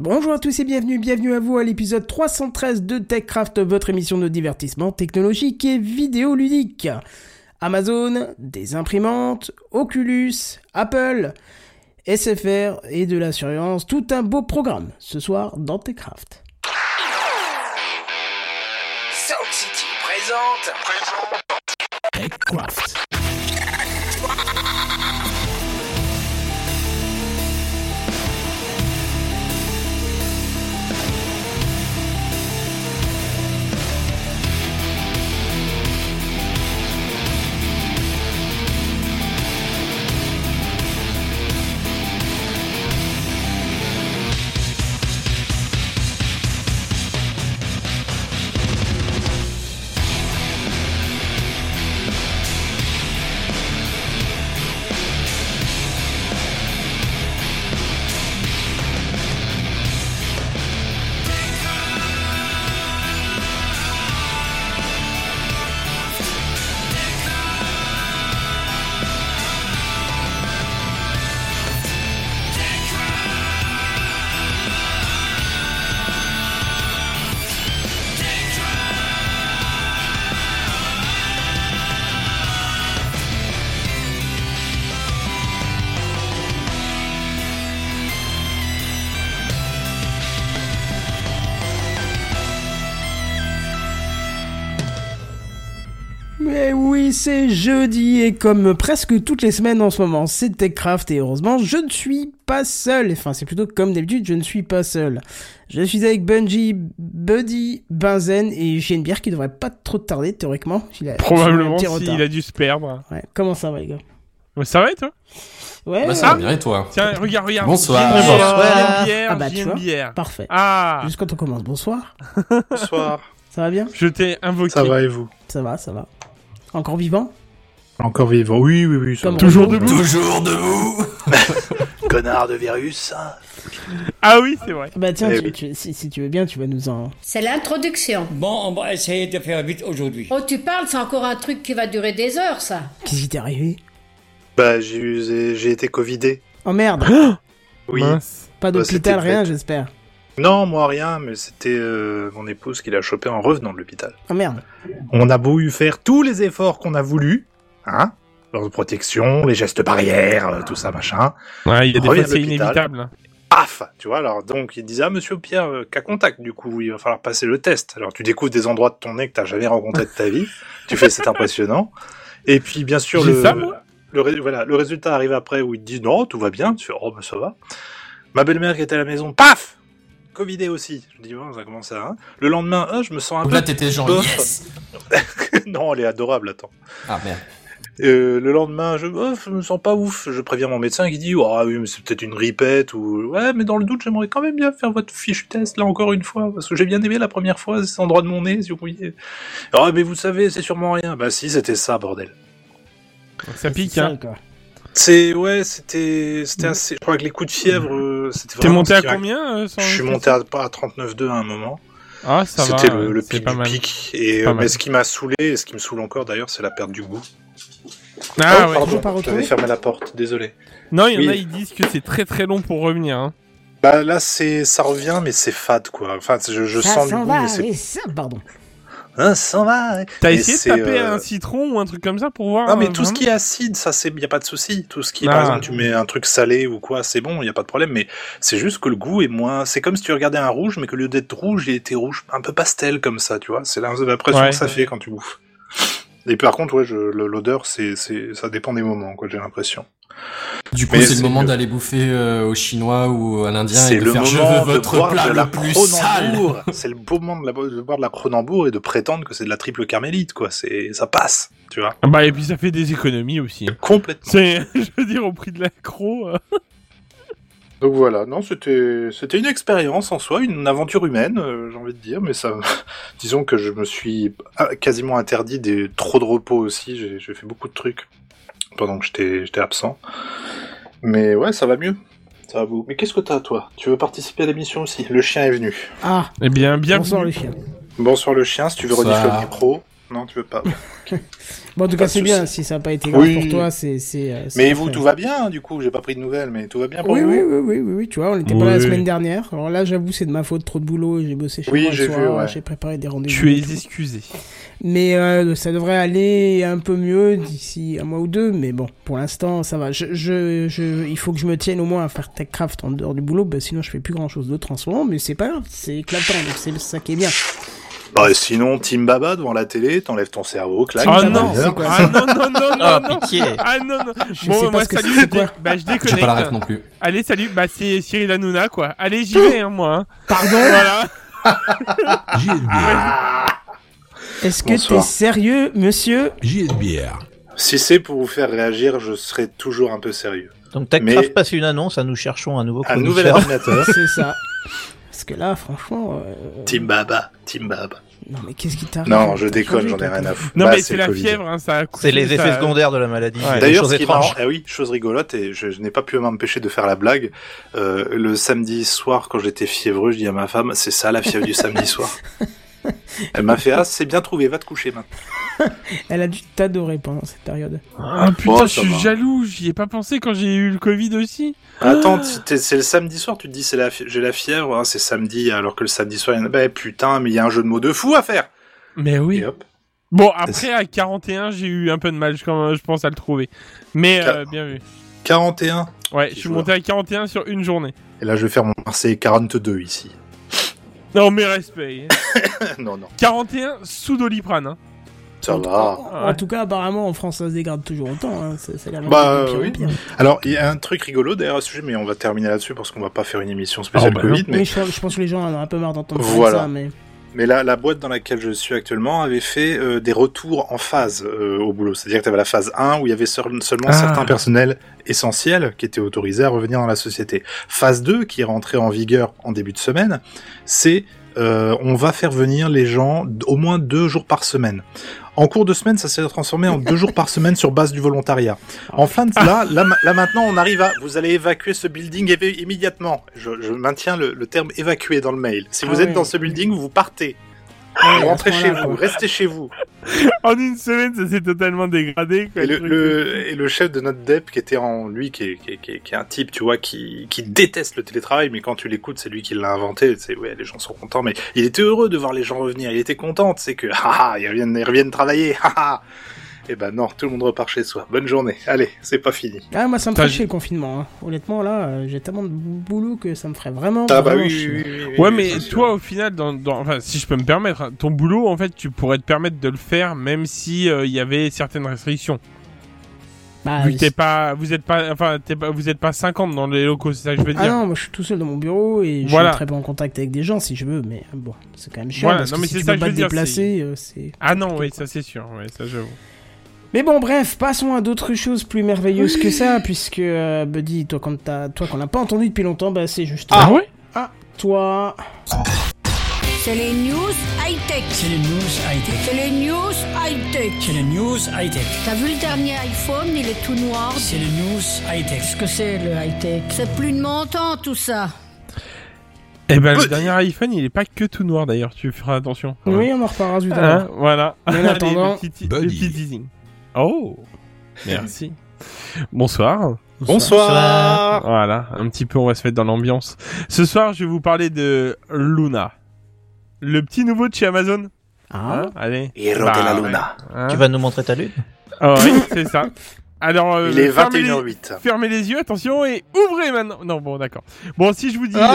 Bonjour à tous et bienvenue à vous à l'épisode 313 de TechCraft, votre émission de divertissement technologique et vidéoludique. Amazon, des imprimantes, Oculus, Apple, SFR et de la surveillance, tout un beau programme ce soir dans TechCraft. Sound City présente TechCraft. Mais oui, c'est jeudi et comme presque toutes les semaines en ce moment, c'est TechCraft et heureusement, je ne suis pas seul. Enfin, c'est plutôt comme d'habitude, je ne suis pas seul. Je suis avec Bungie, Buddy, Benzen et j'ai une bière qui devrait pas trop tarder théoriquement. Probablement s'il a dû se perdre. Ouais, comment ça va les gars? Ça va et toi? Ouais. Bah ça va bien et toi? Tiens, regarde. Bonsoir. J'ai une bière. Parfait. Ah. Juste quand on commence, bonsoir. Bonsoir. Ça va bien? Je t'ai invoqué. Ça va et vous? Ça va. Encore vivant? Encore vivant, oui. Toujours debout. Toujours debout. Connard de virus. Ah oui, c'est vrai. Bah tiens, si tu veux bien, tu vas nous en... C'est l'introduction. Bon, on va essayer de faire vite aujourd'hui. Oh, tu parles, c'est encore un truc qui va durer des heures, ça. Qu'est-ce qui t'est arrivé? Bah, j'ai été covidé. Oh merde. Oui. Mince. Pas d'hôpital, c'était rien, bête. j'espère. Non, moi rien, mais c'était mon épouse qui l'a chopé en revenant de l'hôpital. Oh merde. On a beau faire tous les efforts qu'on a voulu, hein, leurs protection, les gestes barrières, tout ça, machin. Ouais, il y a des Revient fois à c'est l'hôpital. inévitable. Paf, tu vois, alors donc il disait, monsieur Pierre, cas contact, du coup, il va falloir passer le test. Alors tu découvres des endroits de ton nez que t'as jamais rencontrés de ta vie, tu fais, c'est impressionnant. Et puis bien sûr, le résultat arrive après où ils te disent, non, tout va bien, tu fais, oh, ben ça va. Ma belle-mère qui était à la maison, paf, covidé aussi. Je dis, bon, ça commence à... Hein. Le lendemain, je me sens un Donc peu... là t'étais genre bof. yes. Non, elle est adorable, attends. Ah merde. Le lendemain, je me sens pas ouf. Je préviens mon médecin qui dit, oh oui, mais c'est peut-être une ripette ou ouais, mais dans le doute, j'aimerais quand même bien faire votre fichu test là encore une fois parce que j'ai bien aimé la première fois, cet endroit de mon nez, si vous voyez. Ah mais vous savez, c'est sûrement rien. Bah si, c'était ça, bordel. Ça pique, C'est hein. sale, quoi. C'était assez. Je crois que les coups de fièvre, c'était. T'es vraiment monté à ce qui m'a- combien Je suis monté à 39,2 à un moment. Ah, ça va. C'était le c'est pic pas du mal. pic. Et Pas mais mal. ce qui m'a saoulé, et ce qui me saoule encore d'ailleurs, c'est la perte du goût. Ah ouais. Toujours pas Pardon, retrouvé j'avais fermé la porte, désolé. Non, il y en a, Oui. ils disent que c'est très très long pour revenir. Hein. Bah là, ça revient, mais c'est fade, quoi. Enfin, je Ça sens du s'en goût, va, mais c'est... et ça, pardon. Ah, ça va. T'as Mais essayé de c'est, taper un citron ou un truc comme ça pour voir? Non, mais tout ce vraiment qui est acide, ça, y a pas de souci. Tout ce qui, Ah. par exemple, tu mets un truc salé ou quoi, c'est bon, y a pas de problème. Mais c'est juste que le goût est moins. C'est comme si tu regardais un rouge, mais que au lieu d'être rouge, il était rouge, un peu pastel comme ça, tu vois. C'est l'impression Ouais. que ça fait quand tu bouffes. Et par contre, ouais, l'odeur, ça dépend des moments, quoi. J'ai l'impression. Du coup Mais c'est le c'est moment le- d'aller bouffer au chinois ou à l'indien C'est et de le faire je moment veux de votre boire plat de la le plus sale. Cronenbourg. C'est le beau moment de boire de la Cronenbourg et de prétendre que c'est de la triple carmélite, quoi. Ça passe, tu vois. Bah, et puis ça fait des économies aussi. Hein. Complètement. C'est, je veux dire, au prix de l'accro. Donc voilà, non, c'était une expérience en soi, une aventure humaine, j'ai envie de dire, mais ça, disons que je me suis quasiment interdit trop de repos aussi, j'ai fait beaucoup de trucs pendant que j'étais absent. Mais ouais, ça va mieux. Ça va beaucoup. Mais qu'est-ce que t'as, toi? Tu veux participer à l'émission aussi? Le chien est venu. Ah, Eh bien, bonsoir bienvenue. les chiens. Bonsoir le chien, si tu veux Bonsoir. renifler le micro. Non, tu veux pas. Bon, en tout Pas cas, de c'est souci. bien. Si ça n'a pas été grave Oui. pour toi, c'est Mais parfait. vous, tout va bien, du coup, j'ai pas pris de nouvelles, mais tout va bien pour Oui, vous oui, tu vois, on était pas là la Oui. semaine dernière. Alors là, j'avoue, c'est de ma faute, trop de boulot, et j'ai bossé chez Oui, moi le j'ai soir, vu, ouais. j'ai préparé des rendez-vous. Tu et es tout. excusé. Mais ça devrait aller un peu mieux d'ici un mois ou deux, mais bon, pour l'instant, ça va. Il faut que je me tienne au moins à faire TechCraft en dehors du boulot, bah, sinon je fais plus grand-chose d'autre en ce moment, mais c'est pas grave, c'est éclatant, donc c'est ça qui est bien. Bah, sinon, Team Baba devant la télé, t'enlèves ton cerveau, clac. Ah Team non, Baba, c'est quoi, ah non, non, non, Ah, non, non. pitié. Ah non, non. Je Bon, sais pas moi, ce que salut, c'est, quoi. bah, je J'ai pas la déconnecte. ref non plus. Allez, salut, bah, c'est Cyril Hanouna, quoi. Allez, j'y vais, hein, moi. Hein. Pardon? Voilà. Est-ce que t'es Bonsoir. sérieux, monsieur? Si c'est pour vous faire réagir, je serai toujours un peu sérieux. Donc TechCraft passe une annonce, nous cherchons un nouveau Un nouvel fournisseur. animateur. C'est ça. Parce que là, franchement... Team Baba, Team Baba. Non, mais qu'est-ce qui t'arrive? Non, je T'as déconne, changé, j'en ai toi, rien à foutre. Non, Bah, mais c'est le la Covid. fièvre, hein, ça. C'est les ça- effets secondaires de la maladie. Ouais. Des D'ailleurs, choses ce qui est marrant, étranges. ah oui, chose rigolote, et je n'ai pas pu m'empêcher de faire la blague. Le samedi soir, quand j'étais fiévreux, je dis à ma femme, c'est ça la fièvre du samedi soir. Elle m'a fait, ah, c'est bien trouvé, va te coucher maintenant. Elle a dû t'adorer pendant cette période. Ah putain, Oh, je ça suis va. jaloux, j'y ai pas pensé quand j'ai eu le Covid aussi. Attends, c'est le samedi soir, tu te dis, j'ai la fièvre, hein, c'est samedi, alors que le samedi soir, il y en a, bah putain, mais il y a un jeu de mots de fou à faire. Mais oui. Et hop. Bon, après, à 41, j'ai eu un peu de mal, je pense, à le trouver. Mais, bien vu. 41. Ouais, Petit je suis joueur. monté à 41 sur une journée. Et là, je vais faire mon Marseille 42 ici. Non, mais respect. Non, non, 41 sous Doliprane, hein. ça va. En tout cas, apparemment, en France, ça se dégrade toujours autant. Hein. Ça a l'air Bah, de pire en oui. pire. Alors, il y a un truc rigolo d'ailleurs à ce sujet, mais on va terminer là-dessus parce qu'on va pas faire une émission spéciale Oh, bah Covid. Mais Oui, je pense que les gens en ont un peu marre d'entendre parler Voilà. de ça, mais... Mais là, la boîte dans laquelle je suis actuellement avait fait des retours en phase au boulot. C'est-à-dire que tu avais la phase 1 où il y avait seulement certains personnels essentiels qui étaient autorisés à revenir dans la société. Phase 2, qui est rentrée en vigueur en début de semaine, c'est on va faire venir les gens au moins 2 jours par semaine. En cours de semaine, ça s'est transformé en 2 jours par semaine sur base du volontariat. En fin de là maintenant, on arrive à vous allez évacuer ce building immédiatement. Je maintiens le terme évacuer dans le mail. Si vous Ah êtes ouais. dans ce building, vous partez. Ouais, Vous à rentrez ce chez point-là, vous, quoi. restez chez vous. En une semaine, ça s'est totalement dégradé, quoi. Et le truc. le chef de notre DEP qui était qui est un type, tu vois, qui déteste le télétravail, mais quand tu l'écoutes, c'est lui qui l'a inventé. C'est ouais, les gens sont contents, mais il était heureux de voir les gens revenir. Il était content, c'est que ils reviennent travailler. Et ben non, tout le monde repart chez soi. Bonne journée. Allez, c'est pas fini. Ah, moi, ça me T'as- fait chier le confinement. Hein. Honnêtement, là, j'ai tellement de boulot que ça me ferait vraiment, Ah bah vraiment oui, chier. Ouais, mais c'est sûr. toi, au final, enfin, si je peux me permettre, hein, ton boulot, en fait, tu pourrais te permettre de le faire, même si il y avait certaines restrictions. Bah, Vu que vous êtes pas 50 dans les locaux, c'est ça que je veux Ah dire. non, moi je suis tout seul dans mon bureau et Voilà. je suis très peu en contact avec des gens si je veux, mais bon, c'est quand même chiant Voilà, parce non, que mais si c'est tu ça peux que pas je te veux dire, déplacer, c'est... Ah non, oui, ça c'est sûr, ouais, ça j'avoue. Mais bon, bref, passons à d'autres choses plus merveilleuses que ça, puisque, Buddy, toi qu'on n'a pas entendu depuis longtemps, bah c'est juste... ouais Toi... C'est les news high-tech. C'est les news high-tech. C'est les news high-tech. C'est les news high-tech. T'as vu le dernier iPhone, il est tout noir. C'est les news high-tech. Qu'est-ce que c'est le high-tech? C'est plus de mon temps tout ça. Eh ben, le dernier iPhone, il est pas que tout noir d'ailleurs, tu feras attention. Oui, on en reparlera tout à Hein, l'heure. voilà. Mais en Allez, attendant, le petit teasing. Oh, merci. Bonsoir. Bonsoir. Voilà, un petit peu, on va se mettre dans l'ambiance. Ce soir, je vais vous parler de Luna. Le petit nouveau de chez Amazon. Ah, Hein, allez. Héros de la Luna. Hein. Tu vas nous montrer ta lune? Ah oui, c'est ça. Alors, Il est fermez 21h08. Fermez les yeux, attention, et ouvrez maintenant. Non, bon, d'accord. Bon, si je vous dis,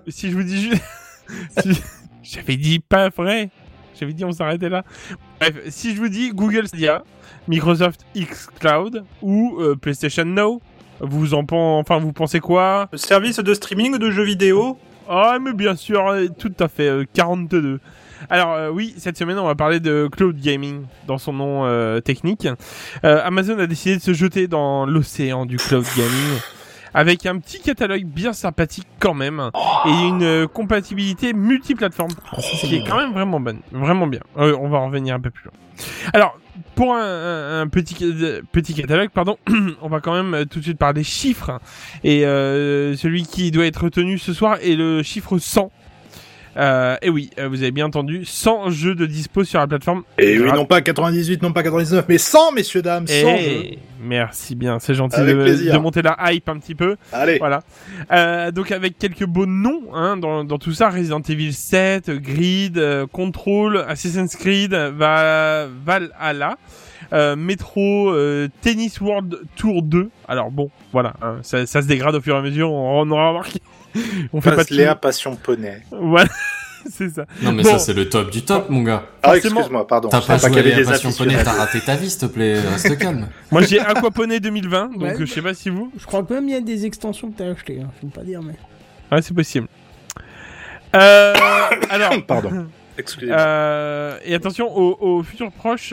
j'avais dit pas vrai. J'avais dit on s'arrêtait là. Bref, si je vous dis Google Stadia, Microsoft xCloud ou PlayStation Now, vous pensez quoi? Le service de streaming ou de jeux vidéo? Ah, mais bien sûr, tout à fait, 42. Alors oui, cette semaine, on va parler de cloud gaming dans son nom technique. Amazon a décidé de se jeter dans l'océan du cloud gaming avec un petit catalogue bien sympathique quand même et une compatibilité multiplateforme qui est quand même vraiment bonne, vraiment bien. On va en revenir un peu plus loin. Alors, pour un petit catalogue, pardon, on va quand même tout de suite parler chiffres. Et celui qui doit être retenu ce soir est le chiffre 100. Et oui, vous avez bien entendu, 100 jeux de dispo sur la plateforme. Et oui, non pas 98, non pas 99, mais 100, messieurs, dames, 100 jeux. Merci bien, c'est gentil Avec plaisir. de monter la hype un petit peu. Allez. Voilà. Donc avec quelques beaux noms dans tout ça, Resident Evil 7, Grid, Control, Assassin's Creed, Valhalla, Metro, Tennis World Tour 2. Alors bon, voilà, ça se dégrade au fur et à mesure, on aura remarqué. On fait pas de Léa Passion Poney. Voilà. C'est ça. Non mais Bon. ça c'est le top du top, mon gars. Ah, Forcément. excuse-moi, pardon. T'as Je pas savais joué qu'il y à avait des Passion Poney, t'as aficionados. raté ta vie, s'il te plaît, reste calme. Moi j'ai Aquaponé 2020, donc Ouais. je sais pas si vous. Je crois que même il y a des extensions que t'as achetées, hein. Je peux pas dire, mais. Ouais, c'est possible. Alors. Pardon. Excusez-moi. Et attention aux futurs proches,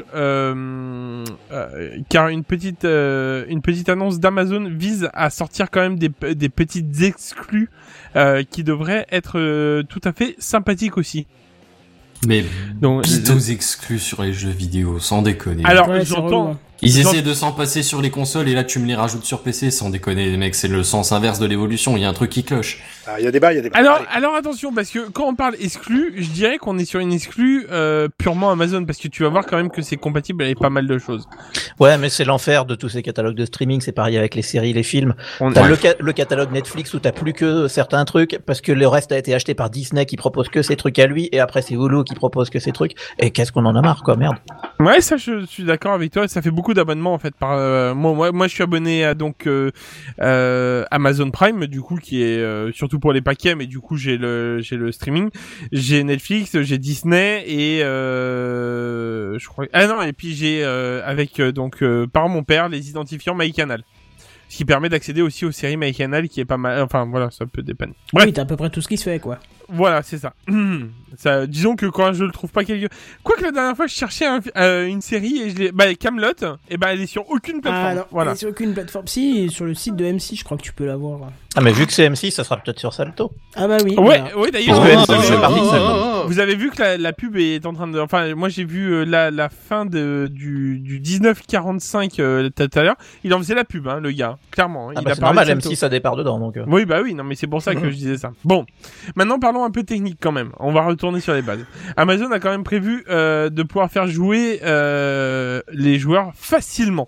car une petite annonce d'Amazon vise à sortir quand même des petites exclus qui devraient être tout à fait sympathiques aussi. Mais Donc, piteux exclus sur les jeux vidéo, sans déconner. alors Ouais, c'est j'entends. relou, hein. Ils essaient de s'en passer sur les consoles et là tu me les rajoutes sur PC, sans déconner les mecs, c'est le sens inverse de l'évolution, il y a un truc qui cloche. Ah, il y a débat, il y a débat. Alors, Allez. alors attention, parce que quand on parle exclu, je dirais qu'on est sur une exclu purement Amazon, parce que tu vas voir quand même que c'est compatible avec pas mal de choses. Ouais, mais c'est l'enfer de tous ces catalogues de streaming. C'est pareil avec les séries, les films. On- T'as Ouais. le catalogue Netflix où t'as plus que certains trucs parce que le reste a été acheté par Disney qui propose que ses trucs à lui et après c'est Hulu qui propose que ses trucs. Et qu'est-ce qu'on en a marre, quoi, merde. Ouais, ça, je suis d'accord avec toi. Ça fait beaucoup d'abonnements en fait. Moi, je suis abonné à donc Amazon Prime, du coup, qui est surtout pour les paquets, mais du coup, j'ai le streaming. J'ai Netflix, j'ai Disney et je crois. Ah non, et puis j'ai avec par mon père les identifiants MyCanal. Ce qui permet d'accéder aussi aux séries MyCanal, qui est pas mal. Enfin voilà, ça peut dépanner. Bref. Oui, t'as à peu près tout ce qui se fait, quoi. Voilà, c'est ça. Ça. Disons que quand je le trouve pas quelque... Quoique la dernière fois, je cherchais une série et je l'ai... Kaamelott, et elle est sur aucune plateforme. Ah non, voilà. elle est sur aucune plateforme. Si, sur le site de M6, je crois que tu peux l'avoir. Ah, mais vu que c'est M6, ça sera peut-être sur Salto. Ah bah oui. Ouais, voilà. ouais, d'ailleurs, Parce que vous M6 avez- fait partie de Salto. vous avez vu que la pub est en train de... Enfin, moi j'ai vu la fin du 1945 tout à l'heure. Il en faisait la pub, le gars, clairement. Ah Il bah a c'est parlé normal, de Salto. M6 a des parts dedans, donc. Oui, bah oui, non, mais c'est pour ça que je disais ça. Bon, maintenant parlons un peu technique quand même. On va retourner sur les bases. Amazon a quand même prévu de pouvoir faire jouer les joueurs facilement.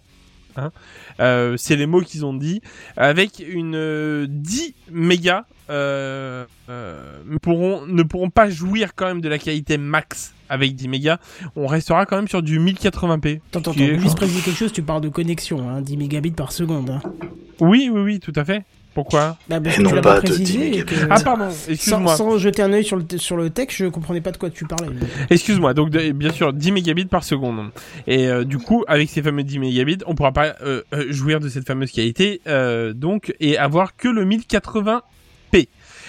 C'est les mots qu'ils ont dit. Avec une 10 mégas, ne pourront pas jouir quand même de la qualité max avec 10 mégas. On restera quand même sur du 1080p. Attends, qui est- juste préciser quelque chose, tu parles de connexion, 10 mégabits par seconde. Hein. Oui, tout à fait. Pourquoi? Bah, parce Et que non tu l'as pas pas de 10 précisé. et que- Ah pardon, excuse-moi. Sans jeter un œil sur le texte, je comprenais pas de quoi tu parlais. Excuse-moi, donc bien sûr 10 mégabits par seconde. Et du coup, avec ces fameux 10 mégabits, on pourra pas jouir de cette fameuse qualité, donc, et avoir que le 1080p.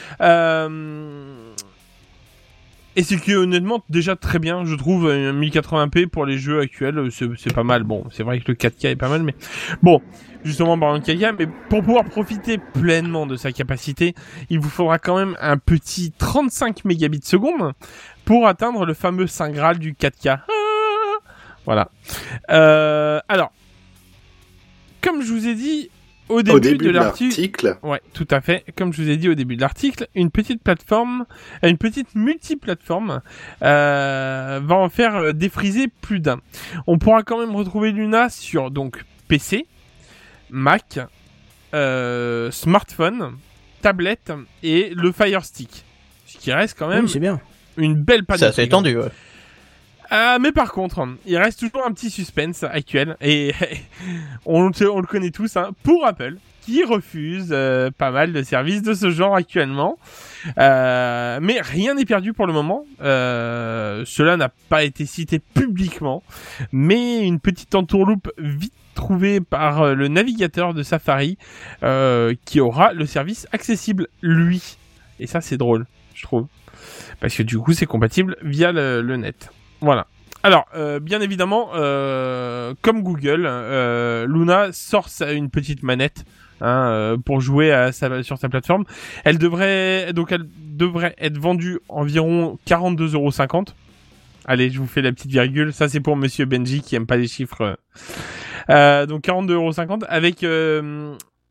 Et c'est que honnêtement déjà très bien, je trouve, 1080p pour les jeux actuels, c'est pas mal. Bon, c'est vrai que le 4K est pas mal, mais bon, justement par le 4K, mais pour pouvoir profiter pleinement de sa capacité, il vous faudra quand même un petit 35 mégabits seconde pour atteindre le fameux Saint Graal du 4K. Voilà. Alors, comme je vous ai dit au début de l'article, ouais, tout à fait. Comme je vous ai dit au début de l'article, une petite multiplateforme va en faire défriser plus d'un. On pourra quand même retrouver Luna sur donc PC, Mac, smartphone, tablette et le Fire Stick. Ce qui reste quand même Oui, c'est bien. une belle panne. Ça, c'est étendu, ouais. Mais par contre, il reste toujours un petit suspense actuel et on le connaît tous, pour Apple qui refuse pas mal de services de ce genre actuellement. Mais rien n'est perdu pour le moment. Cela n'a pas été cité publiquement, mais une petite entourloupe vite trouvée par le navigateur de Safari qui aura le service accessible lui. Et ça c'est drôle, je trouve, parce que du coup c'est compatible via le net. Voilà. Alors, bien évidemment, comme Google, Luna sort une petite manette pour jouer sur sa plateforme. Elle devrait être vendue environ 42,50 €. Allez, je vous fais la petite virgule. Ça, c'est pour Monsieur Benji qui aime pas les chiffres. Donc 42,50 € avec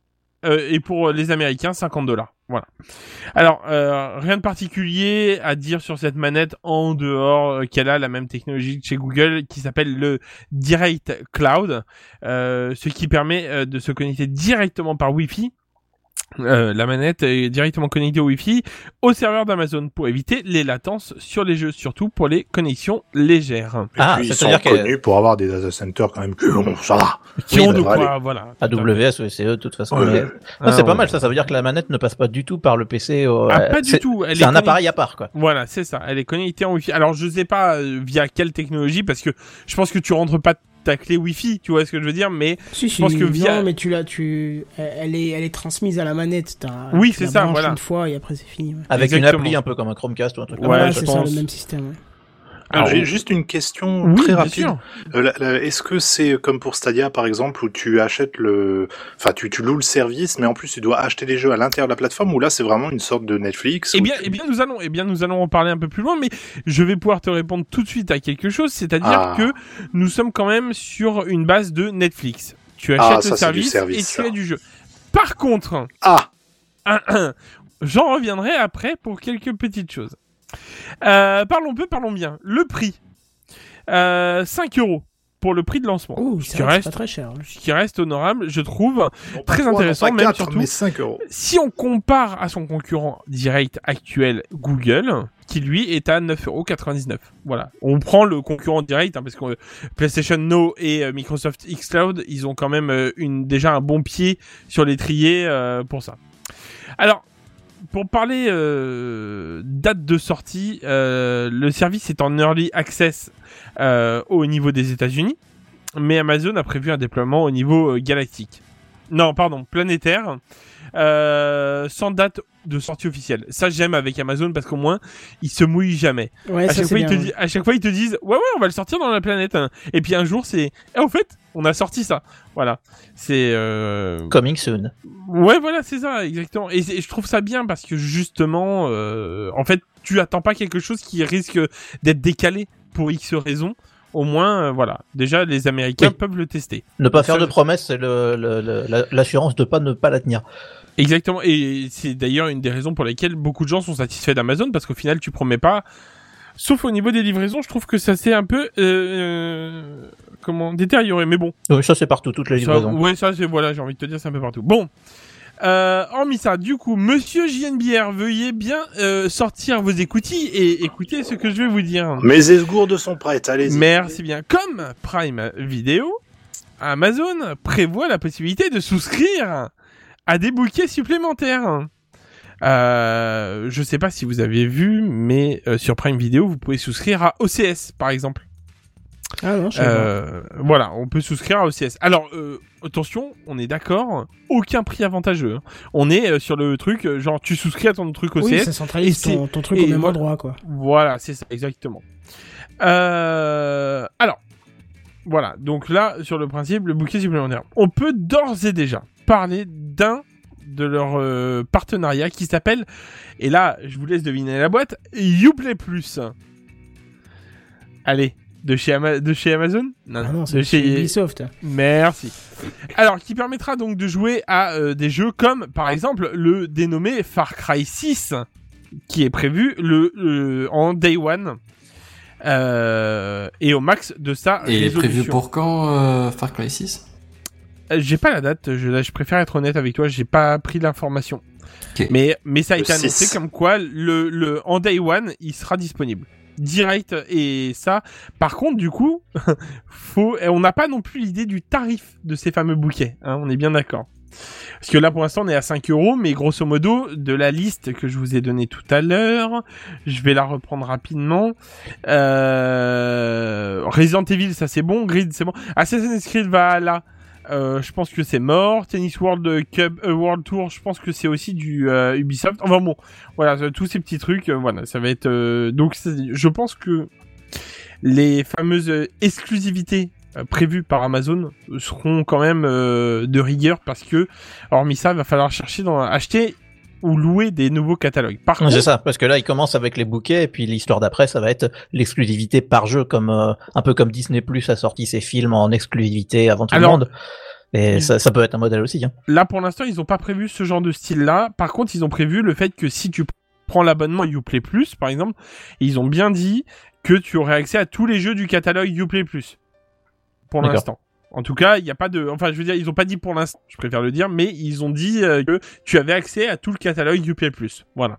et pour les Américains, $50. Voilà. Alors, rien de particulier à dire sur cette manette en dehors qu'elle a la même technologie que chez Google qui s'appelle le Direct Cloud, ce qui permet de se connecter directement par Wi-Fi. La manette est directement connectée au Wi-Fi au serveur d'Amazon pour éviter les latences sur les jeux, surtout pour les connexions légères. Et puis, ils sont connus pour avoir des data centers quand même ça va. Qui ont de quoi, voilà. AWS, oui, c'est eux, de toute façon. C'est pas mal, ça veut dire que la manette ne passe pas du tout par le PC. Pas du tout. C'est un appareil à part, quoi. Voilà, c'est ça. Elle est connectée en Wi-Fi. Alors, je sais pas via quelle technologie, parce que je pense que tu rentres pas ta clé Wi-Fi, tu vois ce que je veux dire, mais je pense que via... Non, mais elle est transmise à la manette. Oui, c'est ça, voilà. Une fois et après c'est fini. Ouais. Avec une appli un peu comme un Chromecast ou un truc comme ça. je pense. C'est ça, le même système, ouais. Alors, j'ai juste une question très rapide. Est-ce que c'est comme pour Stadia, par exemple, où tu achètes tu loues le service, mais en plus tu dois acheter les jeux à l'intérieur de la plateforme, ou là c'est vraiment une sorte de Netflix? Eh bien, nous allons en parler un peu plus loin, mais je vais pouvoir te répondre tout de suite à quelque chose, c'est-à-dire que nous sommes quand même sur une base de Netflix. Tu achètes le service et tu as du jeu. Par contre, j'en reviendrai après pour quelques petites choses. Parlons bien. Le prix, 5 € pour le prix de lancement. Ce qui reste pas très cher. Ce qui reste honorable, je trouve, très intéressant, même 4, surtout. Mais 5 €. Si on compare à son concurrent direct actuel, Google, qui lui est à 9,99 €. Voilà. On prend le concurrent direct, parce que PlayStation Now et Microsoft xCloud, ils ont quand même déjà un bon pied sur l'étrier pour ça. Alors, pour parler date de sortie, le service est en early access au niveau des États-Unis, mais Amazon a prévu un déploiement au niveau galactique. Non, pardon, planétaire, sans date de sortie officielle. Ça, j'aime avec Amazon parce qu'au moins, ils se mouillent jamais. Ouais, à chaque fois, ils te disent, ouais, on va le sortir dans la planète. Hein. Et puis un jour, c'est, en fait, on a sorti ça. Voilà. C'est coming soon. Ouais, voilà, c'est ça, exactement. Et je trouve ça bien parce que justement, en fait, tu attends pas quelque chose qui risque d'être décalé pour X raisons. Au moins, voilà. Déjà, les Américains peuvent le tester. Ne pas faire de promesses, c'est l'assurance de ne pas la tenir. Exactement. Et c'est d'ailleurs une des raisons pour lesquelles beaucoup de gens sont satisfaits d'Amazon, parce qu'au final, tu promets pas. Sauf au niveau des livraisons, je trouve que ça s'est un peu détérioré. Mais bon. Oui, ça c'est partout, toutes les livraisons. J'ai envie de te dire, c'est un peu partout. Bon. Hormis ça, du coup, Monsieur JNBR, veuillez bien sortir vos écoutilles et écouter ce que je vais vous dire. Mes esgourdes sont prêtes, allez-y. Merci bien. Comme Prime Video, Amazon prévoit la possibilité de souscrire à des bouquets supplémentaires. Je sais pas si vous avez vu, mais sur Prime Video, vous pouvez souscrire à OCS, par exemple. Ah non, je sais pas. Voilà, on peut souscrire à OCS. Alors, attention, on est d'accord, aucun prix avantageux. On est sur le truc, genre tu souscris à ton truc OCS. Oui, ça centralise ton truc au même endroit, quoi. Voilà, c'est ça, exactement. Alors, voilà, donc là, sur le principe, le bouquet supplémentaire. On peut d'ores et déjà parler d'un de leur partenariat qui s'appelle, et là, je vous laisse deviner la boîte, Uplay Plus. Allez. De chez Amazon ? Non, c'est de chez Ubisoft. Merci. Alors, qui permettra donc de jouer à des jeux comme, par exemple, le dénommé Far Cry 6, qui est prévu en Day One, et au max de sa résolution. Et il est prévu pour quand, Far Cry 6 ? J'ai pas la date, je préfère être honnête avec toi, j'ai pas pris l'information. Okay. Mais ça a été annoncé comme quoi, en Day One, il sera disponible. Direct, et ça par contre du coup on n'a pas non plus l'idée du tarif de ces fameux bouquets, hein, on est bien d'accord, parce que là pour l'instant on est à 5 €, mais grosso modo de la liste que je vous ai donnée tout à l'heure, je vais la reprendre rapidement. Resident Evil, ça c'est bon, Grid c'est bon, Assassin's Creed Valhalla, je pense que c'est mort. Tennis World Cup, World Tour, je pense que c'est aussi du Ubisoft. Enfin bon, voilà, tous ces petits trucs, voilà, ça va être. Donc, je pense que les fameuses exclusivités prévues par Amazon seront quand même de rigueur, parce que, hormis ça, il va falloir acheter ou louer des nouveaux catalogues. Par contre, c'est ça, parce que là, ils commencent avec les bouquets, et puis l'histoire d'après, ça va être l'exclusivité par jeu, comme un peu comme Disney Plus a sorti ses films en exclusivité avant tout le monde. Et ça peut être un modèle aussi. Hein. Là, pour l'instant, ils ont pas prévu ce genre de style-là. Par contre, ils ont prévu le fait que si tu prends l'abonnement Uplay Plus, par exemple, ils ont bien dit que tu aurais accès à tous les jeux du catalogue Uplay Plus. Pour l'instant. En tout cas, il n'y a pas de... Enfin, je veux dire, ils ont pas dit pour l'instant, je préfère le dire, mais ils ont dit que tu avais accès à tout le catalogue Uplay Plus. Voilà.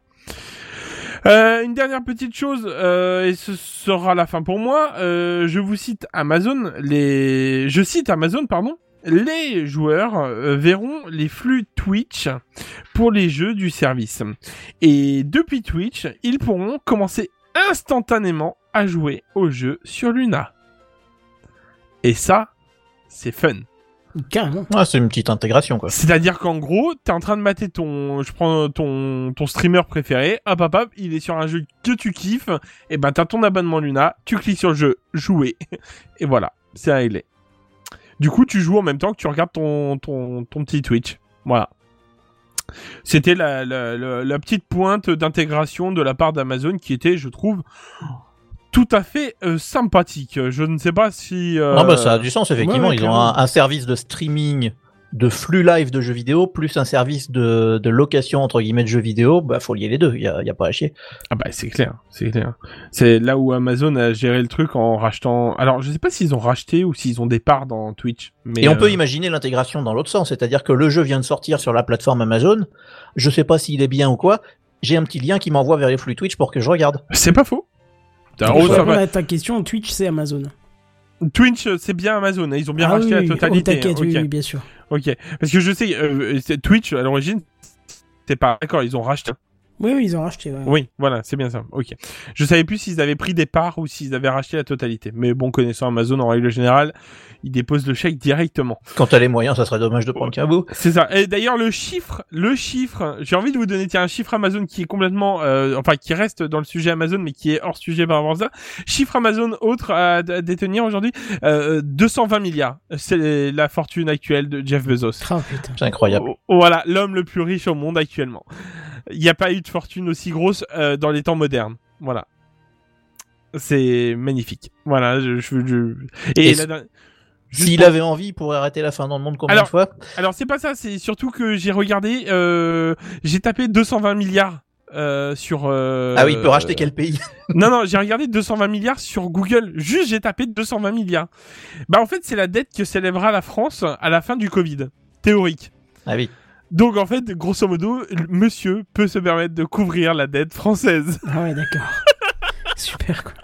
Une dernière petite chose, et ce sera la fin pour moi. Je vous cite Amazon. Je cite Amazon, pardon. Les joueurs verront les flux Twitch pour les jeux du service. Et depuis Twitch, ils pourront commencer instantanément à jouer aux jeux sur Luna. Et ça, c'est fun. Carrément. Ouais, c'est une petite intégration, quoi. C'est-à-dire qu'en gros, t'es en train de mater ton streamer préféré, hop, il est sur un jeu que tu kiffes, et ben t'as ton abonnement Luna, tu cliques sur le jeu, jouer, et voilà, c'est réglé. Du coup, tu joues en même temps que tu regardes ton petit Twitch. Voilà. C'était la petite pointe d'intégration de la part d'Amazon qui était, je trouve, tout à fait sympathique. Je ne sais pas si... Non, bah ça a du sens, effectivement. Ouais, ils ont un service de streaming de flux live de jeux vidéo, plus un service de location, entre guillemets, de jeux vidéo. Bah, faut lier les deux, il y a pas à chier. Ah bah, c'est clair. C'est là où Amazon a géré le truc en rachetant... Alors, je sais pas s'ils ont racheté ou s'ils ont des parts dans Twitch. Mais Et on peut imaginer l'intégration dans l'autre sens, c'est-à-dire que le jeu vient de sortir sur la plateforme Amazon, je sais pas s'il est bien ou quoi, j'ai un petit lien qui m'envoie vers les flux Twitch pour que je regarde. C'est pas faux. Pour répondre à ta question, Twitch, c'est Amazon. Twitch, c'est bien Amazon. Ils ont bien racheté la totalité. Oui, bien sûr. Ok. Parce que je sais, Twitch, à l'origine, c'est pas... D'accord, ils ont racheté. Oui, ils ont racheté. Ouais. Oui, voilà, c'est bien ça. Ok. Je savais plus s'ils avaient pris des parts ou s'ils avaient racheté la totalité. Mais bon, connaissant Amazon, en règle générale, ils déposent le chèque directement. Quand t'as les moyens, ça serait dommage de prendre qu'un bout. C'est ça. Et d'ailleurs, le chiffre, j'ai envie de vous donner, un chiffre Amazon qui est complètement, qui reste dans le sujet Amazon, mais qui est hors sujet par rapport à ça. Chiffre Amazon autre à détenir aujourd'hui, 220 milliards. C'est la fortune actuelle de Jeff Bezos. Oh, putain. C'est incroyable. Voilà, l'homme le plus riche au monde actuellement. Il n'y a pas eu de fortune aussi grosse dans les temps modernes. Voilà. C'est magnifique. Voilà. S'il avait envie, il pourrait arrêter la fin dans le monde combien de fois ? Alors, c'est pas ça. C'est surtout que j'ai regardé... j'ai tapé 220 milliards sur... Ah oui, il peut racheter quel pays ? Non, j'ai regardé 220 milliards sur Google. Juste, j'ai tapé 220 milliards. Bah, en fait, c'est la dette que s'élèvera la France à la fin du Covid. Théorique. Ah oui. Donc en fait, grosso modo, monsieur peut se permettre de couvrir la dette française. Ah ouais, d'accord. Super, quoi.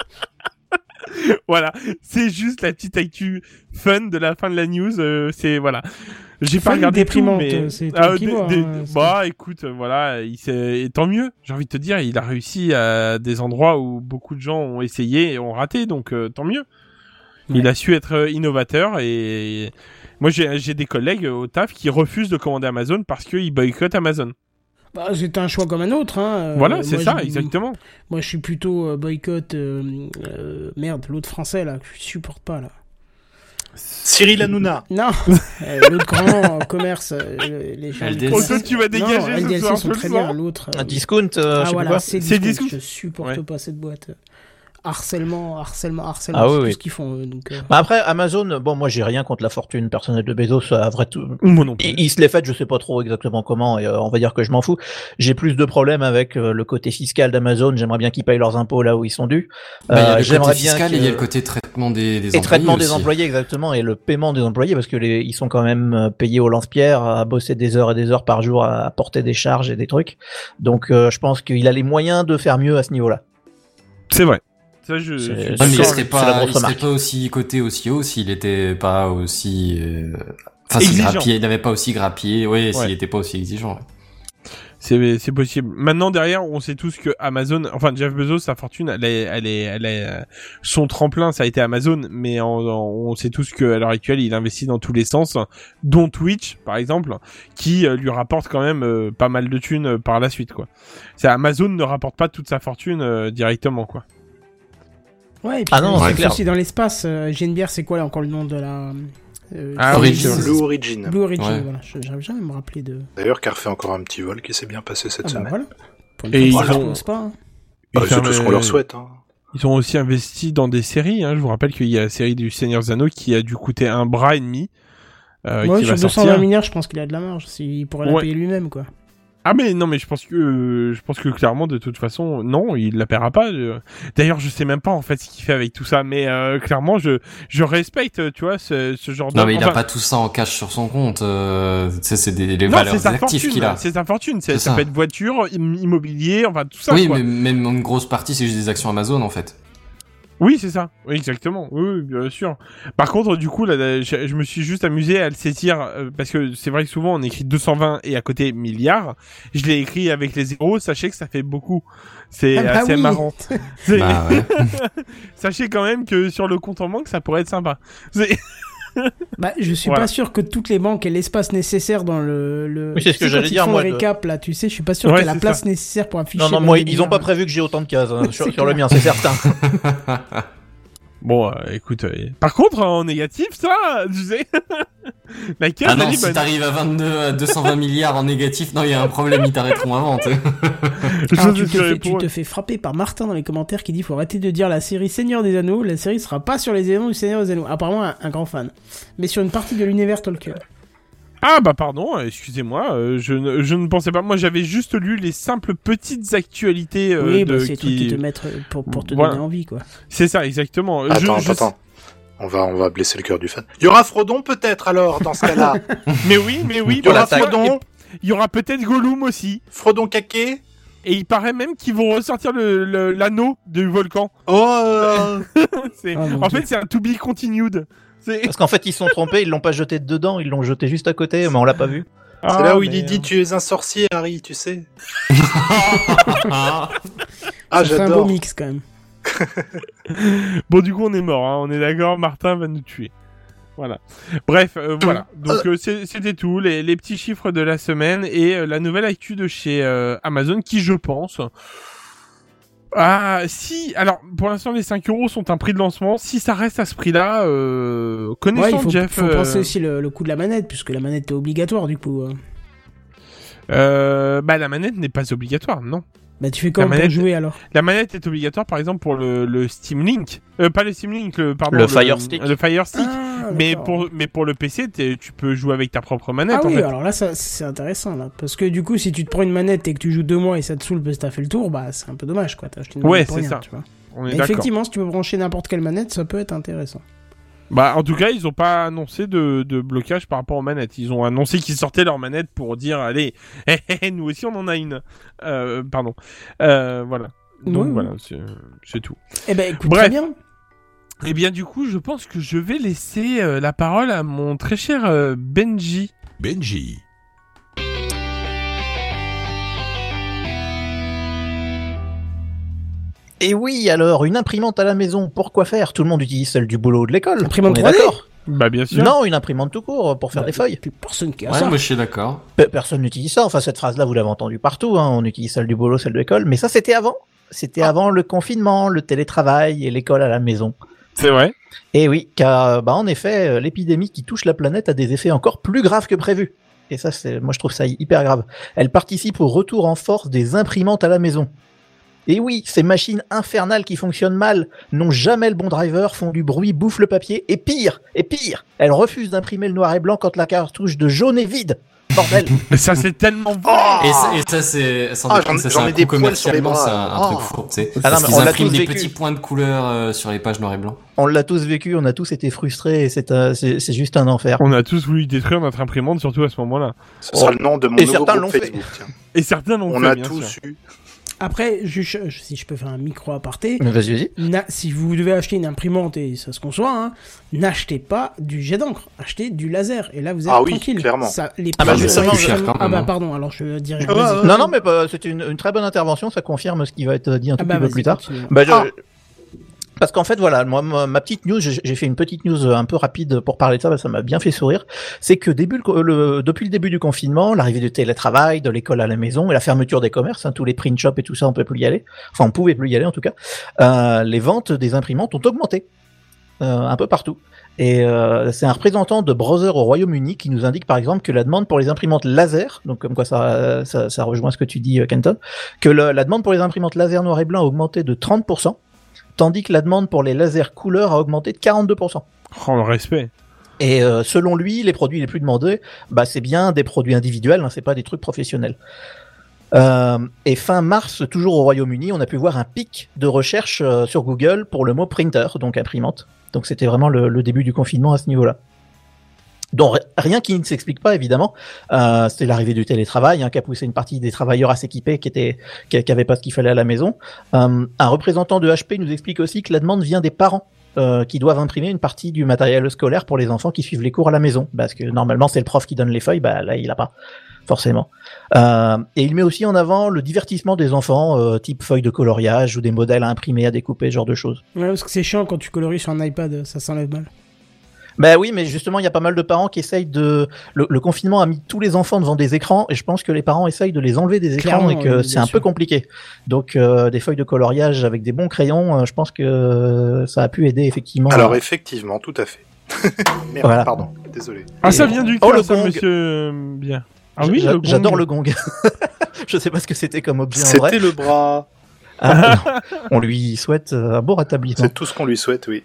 Voilà, c'est juste la petite actu fun de la fin de la news. C'est voilà. J'ai Fun pas regardé déprimante, tout, mais c'est toi qui vois, bah écoute, voilà, tant mieux. J'ai envie de te dire, il a réussi à des endroits où beaucoup de gens ont essayé et ont raté, donc tant mieux. Ouais. Il a su être innovateur et moi j'ai des collègues au taf qui refusent de commander Amazon parce qu'ils boycottent Amazon. Bah, c'est un choix comme un autre. Hein. Voilà, c'est ça, exactement. Moi, je suis plutôt boycott. Merde, l'autre français, là, que je supporte pas, là. Cyril Hanouna. Non, l'autre grand commerce. Les gens. LDLC. Tu vas dégager non, ce LDLC soir, sont très bien. L'autre. Un discount, ah, je sais voilà, pas. c'est discount. Je supporte pas cette boîte. Harcèlement, ah, c'est oui, tout oui. ce qu'ils font. Donc, Bah après, Amazon, bon, moi j'ai rien contre la fortune personnelle de Bezos, à vrai tout. Moi non plus. Il se l'est fait, je sais pas trop exactement comment, et on va dire que je m'en fous. J'ai plus de problèmes avec le côté fiscal d'Amazon, j'aimerais bien qu'ils payent leurs impôts là où ils sont dus. Il y a le côté fiscal et il y a le côté traitement des employés. Et traitement aussi. des employés, exactement, et le paiement des employés, parce que ils sont quand même payés au lance-pierre, à bosser des heures et des heures par jour, à porter des charges et des trucs. Donc je pense qu'il a les moyens de faire mieux à ce niveau-là. C'est vrai. Ça, mais il serait pas aussi coté aussi haut s'il était pas aussi, il n'avait pas aussi grappillé, s'il était pas aussi exigeant. Ouais. C'est possible. Maintenant, derrière, on sait tous que Amazon, enfin, Jeff Bezos, sa fortune, elle est, son tremplin, ça a été Amazon, mais on sait tous qu'à l'heure actuelle, il investit dans tous les sens, dont Twitch, par exemple, qui lui rapporte quand même pas mal de thunes par la suite, quoi. Amazon ne rapporte pas toute sa fortune directement, quoi. Ouais, et puis c'est clair. Aussi dans l'espace, Genebière, c'est quoi là encore le nom de la... Blue Origin. Blue Origin, ouais. Voilà. J'arrive jamais à me rappeler de... D'ailleurs, qui a refait encore un petit vol qui s'est bien passé cette semaine. Voilà. Et ils ont... pas, hein. C'est tout ce qu'on leur souhaite. Hein. Ils ont aussi investi dans des séries. Hein. Je vous rappelle qu'il y a la série du Seigneur des Anneaux qui a dû coûter $1,5 million. Ouais, sur 220 milliards, je pense qu'il a de la marge. Il pourrait la payer lui-même, quoi. Ah mais non, mais je pense que clairement de toute façon non, il la paiera pas. D'ailleurs, je sais même pas en fait ce qu'il fait avec tout ça, mais clairement je respecte, tu vois, ce genre de. Non mais il a pas tout ça en cash sur son compte. Tu sais, c'est les valeurs des actifs qu'il a. C'est sa fortune, ça peut être voiture, immobilier, enfin tout ça. Oui, quoi. mais même une grosse partie c'est juste des actions Amazon en fait. Oui, c'est ça. Oui, exactement. Oui, bien sûr. Par contre, du coup, là, je me suis juste amusé à le saisir parce que c'est vrai que souvent on écrit 220 et à côté milliards. Je l'ai écrit avec les zéros. Sachez que ça fait beaucoup. C'est assez marrant. Bah ouais. Sachez quand même que sur le compte en banque, ça pourrait être sympa. Bah, je suis pas sûr que toutes les banques aient l'espace nécessaire dans le. Oui, c'est ce que j'allais dire, moi. Récap, là, tu sais, je suis pas sûr qu'il y ait la place nécessaire pour afficher. Non, moi, ils ont pas prévu que j'ai autant de cases sur le mien, c'est certain. Bon, écoute, par contre, en négatif, ça, tu sais. La case, non, si t'arrives à 220 milliards en négatif, non, il y a un problème, ils t'arrêteront avant, tu sais. Tu te fais frapper par Martin dans les commentaires qui dit faut arrêter de dire la série Seigneur des Anneaux, la série sera pas sur les anneaux du Seigneur des Anneaux. Apparemment, un grand fan. Mais sur une partie de l'univers Tolkien. Ah bah pardon, excusez-moi, je ne pensais pas. Moi j'avais juste lu les simples petites actualités oui, bah, c'est les trucs qui te mettent pour te donner envie, quoi. C'est ça, exactement. Attends. On va blesser le cœur du fan. Il y aura Frodon peut-être alors dans ce cas-là. mais oui. Il y aura Frodon. Il y aura peut-être Gollum aussi. Frodon Kaké. Et il paraît même qu'ils vont ressortir l'anneau du volcan. Oh. En fait, c'est un to be continued. Parce qu'en fait, ils se sont trompés, ils l'ont pas jeté dedans, ils l'ont jeté juste à côté, mais on l'a pas vu. C'est là où il dit tu es un sorcier, Harry, tu sais. J'adore. C'est un beau mix quand même. Bon, du coup, on est mort, hein. On est d'accord, Martin va nous tuer. Voilà. Bref, voilà. Donc, c'était tout. Les petits chiffres de la semaine et la nouvelle actu de chez Amazon qui, je pense... Ah, si, alors, pour l'instant, les 5 € sont un prix de lancement. Si ça reste à ce prix-là, connaissant Jeff... Il faut penser aussi le coût de la manette, puisque la manette est obligatoire, du coup. Bah, la manette n'est pas obligatoire, non. Bah, tu fais comment pour jouer, alors? La manette est obligatoire, par exemple, pour le Steam Link. Pas le Steam Link, le Fire Stick. Le Fire Stick. Mais pour le PC, tu peux jouer avec ta propre manette. Ah oui, en fait. Alors là, c'est intéressant, là. Parce que du coup, si tu te prends une manette et que tu joues 2 mois et ça te saoule parce que t'as fait le tour, bah, c'est un peu dommage, quoi. T'as acheté une manette pour rien, ça. Tu vois. On est effectivement, si tu peux brancher n'importe quelle manette, ça peut être intéressant. Bah, en tout cas, ils ont pas annoncé de blocage par rapport aux manettes. Ils ont annoncé qu'ils sortaient leurs manettes pour dire, allez, nous aussi on en a une. Pardon. Voilà. Donc voilà, c'est tout. Eh ben, écoute, très bien. Eh bien, du coup, je pense que je vais laisser la parole à mon très cher Benji. Benji. Et oui, alors, une imprimante à la maison, pourquoi faire? Tout le monde utilise celle du boulot de l'école. Imprimante 3D. D'accord. Bah bien sûr. Non, une imprimante tout court pour faire des feuilles. Personne qui a ça. ça. Moi je suis d'accord. Personne n'utilise ça. Enfin, cette phrase-là, vous l'avez entendue partout. Hein. On utilise celle du boulot, celle de l'école. Mais ça, c'était avant. C'était avant le confinement, le télétravail et l'école à la maison. C'est vrai. Et oui, car en effet, l'épidémie qui touche la planète a des effets encore plus graves que prévu. Et ça, moi je trouve ça hyper grave. Elle participe au retour en force des imprimantes à la maison. Et oui, ces machines infernales qui fonctionnent mal n'ont jamais le bon driver, font du bruit, bouffent le papier, et pire, elles refusent d'imprimer le noir et blanc quand la cartouche de jaune est vide. Bordel. Mais ça c'est tellement vrai. Et ça c'est j'en ai des poils sur les bras. C'est un truc fou, tu sais. Parce qu'ils impriment des petits points de couleur sur les pages noir et blanc. On l'a tous vécu, on a tous été frustrés et c'est juste un enfer. On a tous voulu détruire notre imprimante, surtout à ce moment-là. Ce sera le nom de mon nouveau groupe Facebook. Et certains l'ont fait. On a tous eu. Après, si je peux faire un micro aparté, vas-y. Si vous devez acheter une imprimante, et ça se conçoit, hein, n'achetez pas du jet d'encre, achetez du laser. Et là, vous êtes tranquille. Clairement. Pardon, alors je dirais... Non, mais c'est une très bonne intervention, ça confirme ce qui va être dit un tout petit peu plus tard. Parce qu'en fait, voilà, moi, ma petite news, j'ai fait une petite news un peu rapide pour parler de ça, ça m'a bien fait sourire. C'est que depuis le début du confinement, l'arrivée du télétravail, de l'école à la maison et la fermeture des commerces, tous les print shops et tout ça, on peut plus y aller. Enfin, on pouvait plus y aller en tout cas. Les ventes des imprimantes ont augmenté un peu partout. Et c'est un représentant de Browser au Royaume-Uni qui nous indique par exemple que la demande pour les imprimantes laser, donc comme quoi ça rejoint ce que tu dis, Kenton, que la demande pour les imprimantes laser noir et blanc a augmenté de 30%. Tandis que la demande pour les lasers couleurs a augmenté de 42%. Oh, le respect. Et selon lui, les produits les plus demandés, c'est bien des produits individuels, c'est pas des trucs professionnels. Et fin mars, toujours au Royaume-Uni, on a pu voir un pic de recherche sur Google pour le mot printer, donc imprimante. Donc c'était vraiment le début du confinement à ce niveau-là. Donc rien qui ne s'explique pas évidemment, c'est l'arrivée du télétravail qui a poussé une partie des travailleurs à s'équiper qui avaient pas ce qu'il fallait à la maison. Un représentant de HP nous explique aussi que la demande vient des parents qui doivent imprimer une partie du matériel scolaire pour les enfants qui suivent les cours à la maison, parce que normalement c'est le prof qui donne les feuilles, là il a pas forcément. Et il met aussi en avant le divertissement des enfants, type feuilles de coloriage ou des modèles à imprimer, à découper, ce genre de choses. Ouais, parce que c'est chiant quand tu colories sur un iPad, ça s'enlève mal. Oui, mais justement, il y a pas mal de parents qui essayent le confinement a mis tous les enfants devant des écrans, et je pense que les parents essayent de les enlever des écrans. Clairement, et que c'est un peu compliqué. Donc, des feuilles de coloriage avec des bons crayons, je pense que ça a pu aider effectivement. Alors, effectivement, tout à fait. Merde, voilà. Pardon, désolé. Ça vient du cœur, le ça, gong. Monsieur bien. Ah oui, j'adore le gong. Je sais pas ce que c'était comme objet en vrai. C'était le bras. On lui souhaite un bon rétablissement. C'est tout ce qu'on lui souhaite, oui.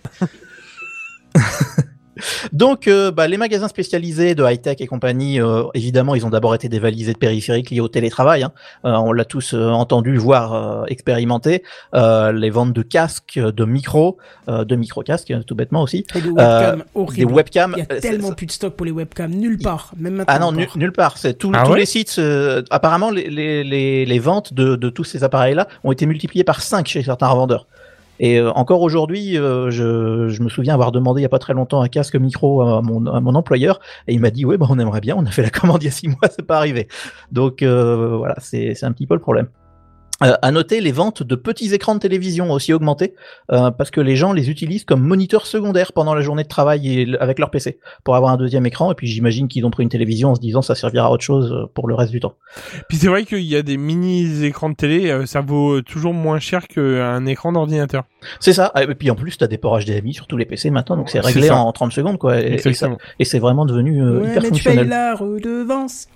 Donc, les magasins spécialisés de high-tech et compagnie, évidemment, ils ont d'abord été dévalisés de périphériques liés au télétravail. On l'a tous entendu, voire expérimenté. Les ventes de casques, de micro-casques, tout bêtement aussi. Et des webcams horribles. Des webcams. Il y a tellement plus de stock pour les webcams, nulle part. Même maintenant. Ah non, nulle part. C'est tous les sites. Apparemment, les ventes de tous ces appareils-là ont été multipliées par 5 chez certains revendeurs. Et encore aujourd'hui, je me souviens avoir demandé il y a pas très longtemps un casque micro à mon employeur, et il m'a dit on aimerait bien, on a fait la commande il y a 6 mois, c'est pas arrivé. Donc voilà, c'est un petit peu le problème. À noter, les ventes de petits écrans de télévision ont aussi augmenté, parce que les gens les utilisent comme moniteurs secondaires pendant la journée de travail avec leur PC, pour avoir un deuxième écran, et puis j'imagine qu'ils ont pris une télévision en se disant ça servira à autre chose pour le reste du temps. Puis c'est vrai qu'il y a des mini écrans de télé, ça vaut toujours moins cher qu'un écran d'ordinateur. C'est ça, et puis en plus t'as des ports HDMI sur tous les PC maintenant, donc c'est réglé en 30 secondes quoi, et c'est vraiment devenu hyper fonctionnel. Tu payes la redevance.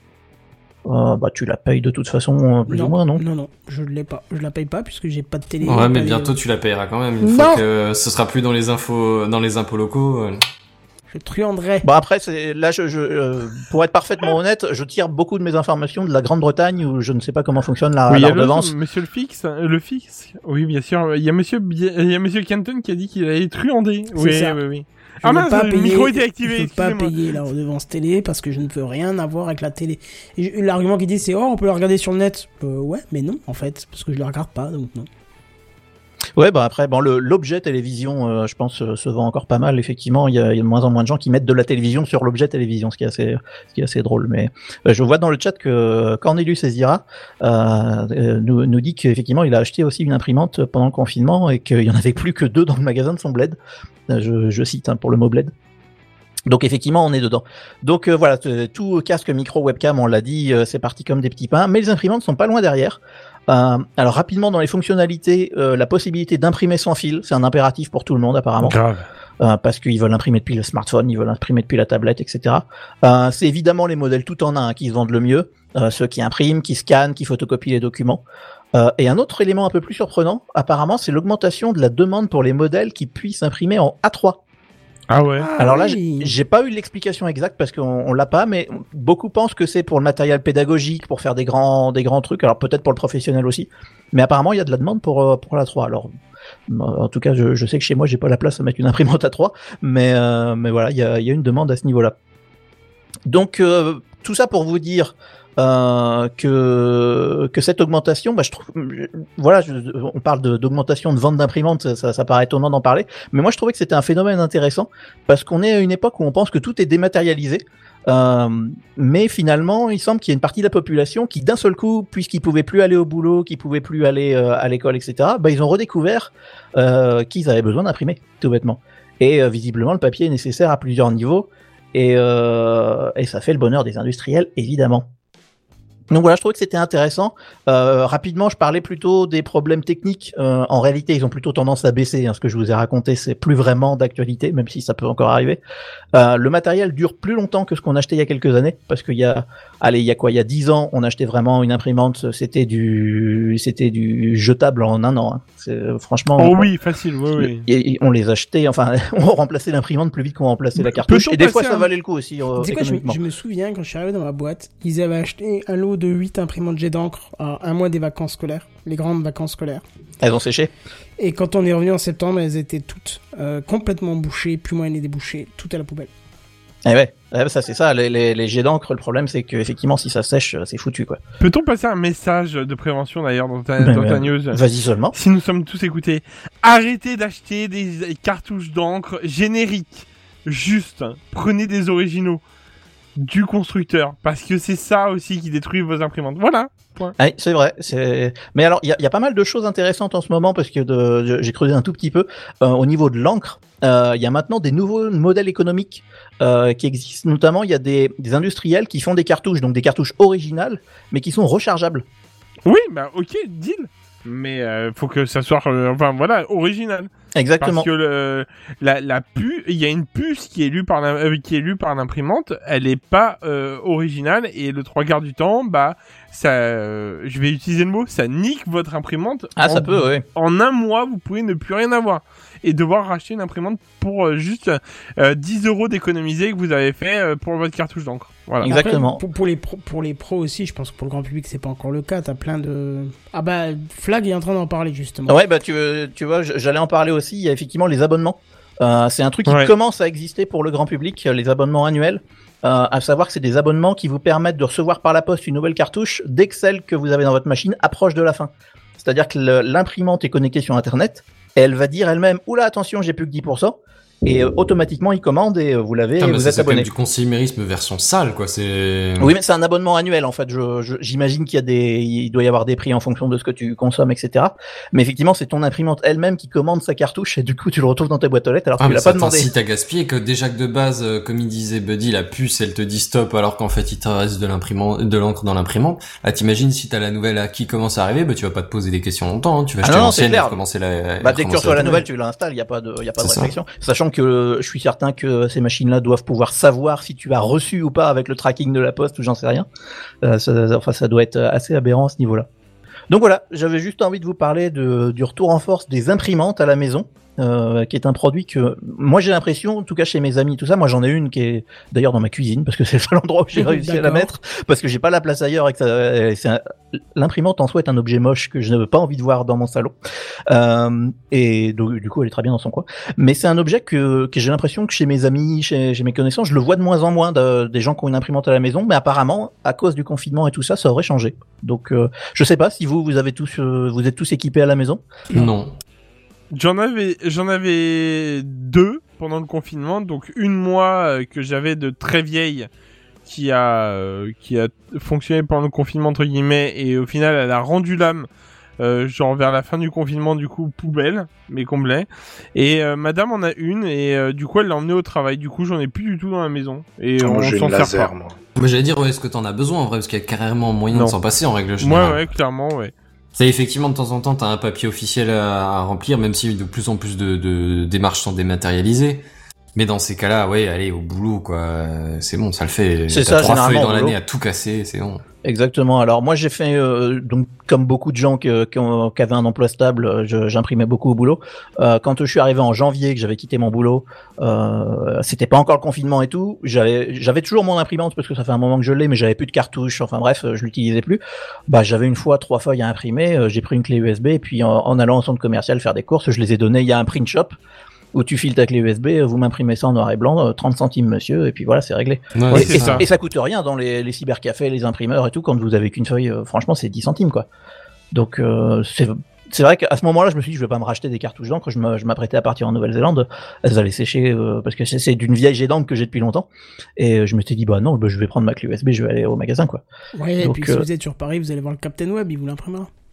Tu la payes de toute façon plus ou moins, non ? Non, je l'ai pas. Je la paye pas puisque j'ai pas de télé. Ouais, mais bientôt tu la payeras quand même. Une fois que ce sera plus dans les impôts locaux. Je truanderai. Après, là, pour être parfaitement honnête, je tire beaucoup de mes informations de la Grande-Bretagne où je ne sais pas comment fonctionne la redevance. Monsieur le fixe. Oui, bien sûr. Il y a Monsieur Canton qui a dit qu'il allait truander. Oui. Je le micro était activé. Je ne peux pas payer la redevance télé parce que je ne veux rien avoir avec la télé. Et l'argument qui dit c'est on peut le regarder sur le net. Ouais, mais non en fait parce que je le regarde pas donc non. Ouais, après, l'objet télévision, je pense, se vend encore pas mal. Effectivement, il y a de moins en moins de gens qui mettent de la télévision sur l'objet télévision, ce qui est assez drôle. Mais je vois dans le chat que Cornelius Ezira nous dit qu'effectivement, il a acheté aussi une imprimante pendant le confinement et qu'il y en avait plus que 2 dans le magasin de son bled. Je cite pour le mot bled. Donc effectivement, on est dedans. Donc voilà, tout casque micro webcam, on l'a dit, c'est parti comme des petits pains. Mais les imprimantes sont pas loin derrière. Alors rapidement dans les fonctionnalités, la possibilité d'imprimer sans fil, c'est un impératif pour tout le monde apparemment. Grave. Parce qu'ils veulent imprimer depuis le smartphone, ils veulent imprimer depuis la tablette, etc. C'est évidemment les modèles tout en un qui se vendent le mieux, ceux qui impriment, qui scannent, qui photocopient les documents. Et un autre élément un peu plus surprenant, apparemment, c'est l'augmentation de la demande pour les modèles qui puissent imprimer en A3. Ah ouais. Alors là, j'ai pas eu l'explication exacte parce qu'on l'a pas, mais beaucoup pensent que c'est pour le matériel pédagogique, pour faire des grands trucs. Alors peut-être pour le professionnel aussi, mais apparemment il y a de la demande pour l'A3. Alors en tout cas, je sais que chez moi j'ai pas la place à mettre une imprimante A3, mais voilà, il y a une demande à ce niveau-là. Donc tout ça pour vous dire que cette augmentation, je trouve, voilà, on parle d'augmentation de vente d'imprimantes, ça paraît étonnant d'en parler, mais moi je trouvais que c'était un phénomène intéressant parce qu'on est à une époque où on pense que tout est dématérialisé, mais finalement il semble qu'il y a une partie de la population qui d'un seul coup, puisqu'ils pouvaient plus aller au boulot, qu'ils pouvaient plus aller à l'école, etc., ils ont redécouvert qu'ils avaient besoin d'imprimer, tout bêtement. Et visiblement le papier est nécessaire à plusieurs niveaux, et ça fait le bonheur des industriels, évidemment. Donc voilà, je trouvais que c'était intéressant. Rapidement, je parlais plutôt des problèmes techniques. En réalité, ils ont plutôt tendance à baisser. Ce que je vous ai raconté, c'est plus vraiment d'actualité, même si ça peut encore arriver. Le matériel dure plus longtemps que ce qu'on achetait il y a quelques années, parce qu'il y a 10 ans, on achetait vraiment une imprimante, c'était du jetable en un an. Franchement. Oh oui, facile, oui. Et on les achetait, enfin, on remplaçait l'imprimante plus vite qu'on remplaçait la cartouche. Et des fois, ça valait le coup aussi. Je me souviens quand je suis arrivé dans ma boîte, ils avaient acheté un lot de 8 imprimantes jet d'encre à un mois des vacances scolaires, les grandes vacances scolaires. Elles ont séché. Et quand on est revenu en septembre, elles étaient toutes complètement bouchées, plus moyen de les déboucher, tout à la poubelle. Eh ouais, ça c'est ça, les jets d'encre, le problème c'est que effectivement si ça sèche, c'est foutu quoi. Peut-on passer un message de prévention d'ailleurs dans ta news? Vas-y seulement. Si nous sommes tous écoutés, arrêtez d'acheter des cartouches d'encre génériques. Juste, prenez des originaux du constructeur, parce que c'est ça aussi qui détruit vos imprimantes. Voilà. Oui, c'est vrai. Mais alors, il y a pas mal de choses intéressantes en ce moment parce que j'ai creusé un tout petit peu au niveau de l'encre. Il y a maintenant des nouveaux modèles économiques qui existent. Notamment, il y a des industriels qui font des cartouches, donc des cartouches originales, mais qui sont rechargeables. Oui, bah ok, deal. Mais faut que ça soit, original. Exactement. Parce que la puce, il y a une puce qui est lue par l'imprimante, elle est pas originale et le 3/4 du temps, ça, je vais utiliser le mot, ça nique votre imprimante. Ah, ça peut, oui. En un mois, vous pouvez ne plus rien avoir et devoir racheter une imprimante pour juste 10 € d'économiser que vous avez fait pour votre cartouche d'encre. Voilà. Exactement. Après, pour les pros aussi, je pense que pour le grand public, c'est pas encore le cas. T'as plein de... Flag est en train d'en parler justement. Ouais, tu vois, j'allais en parler aussi. Il y a effectivement les abonnements. C'est un truc qui commence à exister pour le grand public, les abonnements annuels. À savoir que c'est des abonnements qui vous permettent de recevoir par la poste une nouvelle cartouche dès que celle que vous avez dans votre machine approche de la fin. C'est-à-dire que l'imprimante est connectée sur Internet et elle va dire elle-même « Oula, attention, j'ai plus que 10%. » Et automatiquement, il commande et vous l'avez et vous êtes abonné. C'est du consumérisme version sale, quoi. Oui, mais c'est un abonnement annuel, en fait. J'imagine il doit y avoir des prix en fonction de ce que tu consommes, etc. Mais effectivement, c'est ton imprimante elle-même qui commande sa cartouche et du coup, tu le retrouves dans ta boîte aux lettres alors que tu l'as pas demandé. Si t'as gaspillé, que déjà que de base, comme il disait Buddy, la puce, elle te dit stop alors qu'en fait, il te reste de l'encre dans l'imprimante. Là, t'imagines si t'as la nouvelle qui commence à arriver, tu vas pas te poser des questions longtemps, hein. Tu vas acheter l'ancienne et recommencer la... dès que tu reçois la nouvelle, tu l'installes, il y a pas de réflexion. Sachant que je suis certain que ces machines-là doivent pouvoir savoir si tu as reçu ou pas avec le tracking de la poste ou j'en sais rien. Ça doit être assez aberrant à ce niveau-là. Donc voilà, j'avais juste envie de vous parler du retour en force des imprimantes à la maison. Qui est un produit que moi j'ai l'impression, en tout cas chez mes amis, tout ça, moi j'en ai une qui est d'ailleurs dans ma cuisine parce que c'est le seul endroit où j'ai réussi à la mettre parce que j'ai pas la place ailleurs et que l'imprimante en soi est un objet moche que je n'avais pas envie de voir dans mon salon et donc du coup elle est très bien dans son coin, mais c'est un objet que j'ai l'impression que chez mes amis, chez mes connaissances, je le vois de moins en moins des gens qui ont une imprimante à la maison, mais apparemment à cause du confinement et tout ça aurait changé. Donc je sais pas si vous êtes tous équipés à la maison. Non. J'en avais 2 pendant le confinement, donc une moi que j'avais de très vieille qui a fonctionné pendant le confinement entre guillemets et au final elle a rendu l'âme genre vers la fin du confinement, du coup poubelle mais complet, et madame en a une et du coup elle l'a emmenée au travail, du coup j'en ai plus du tout dans la maison et on s'en sert pas. Moi j'allais dire est-ce que t'en as besoin en vrai, parce qu'il y a carrément moyen de s'en passer en règle générale. Ouais clairement ouais. Ça, effectivement, de temps en temps, t'as un papier officiel à remplir, même si de plus en plus de démarches sont dématérialisées. Mais dans ces cas-là, allez, au boulot, quoi. C'est bon, ça le fait. C'est ça, 3 feuilles dans l'année à tout casser, c'est bon. Exactement. Alors moi j'ai fait donc comme beaucoup de gens qui avaient un emploi stable, j'imprimais beaucoup au boulot. Quand je suis arrivé en janvier, que j'avais quitté mon boulot, c'était pas encore le confinement et tout. J'avais toujours mon imprimante parce que ça fait un moment que je l'ai, mais j'avais plus de cartouches. Enfin bref, je l'utilisais plus. J'avais une fois 3 feuilles à imprimer. J'ai pris une clé USB et puis en allant au centre commercial faire des courses, je les ai données. Il y a un print shop où tu files ta clé USB, vous m'imprimez ça en noir et blanc, 30 centimes monsieur, et puis voilà, c'est réglé. Ouais, et ça coûte rien dans les cybercafés, les imprimeurs et tout, quand vous avez qu'une feuille, franchement c'est 10 centimes quoi. Donc c'est vrai qu'à ce moment-là, je me suis dit je vais pas me racheter des cartouches d'encre, je m'apprêtais à partir en Nouvelle-Zélande, elles allaient sécher parce que c'est d'une vieille jet d'encre que j'ai depuis longtemps, et je me suis dit non, je vais prendre ma clé USB, je vais aller au magasin quoi. Ouais, donc, et puis si vous êtes sur Paris, vous allez voir le Captain Web, il vous l'imprimera.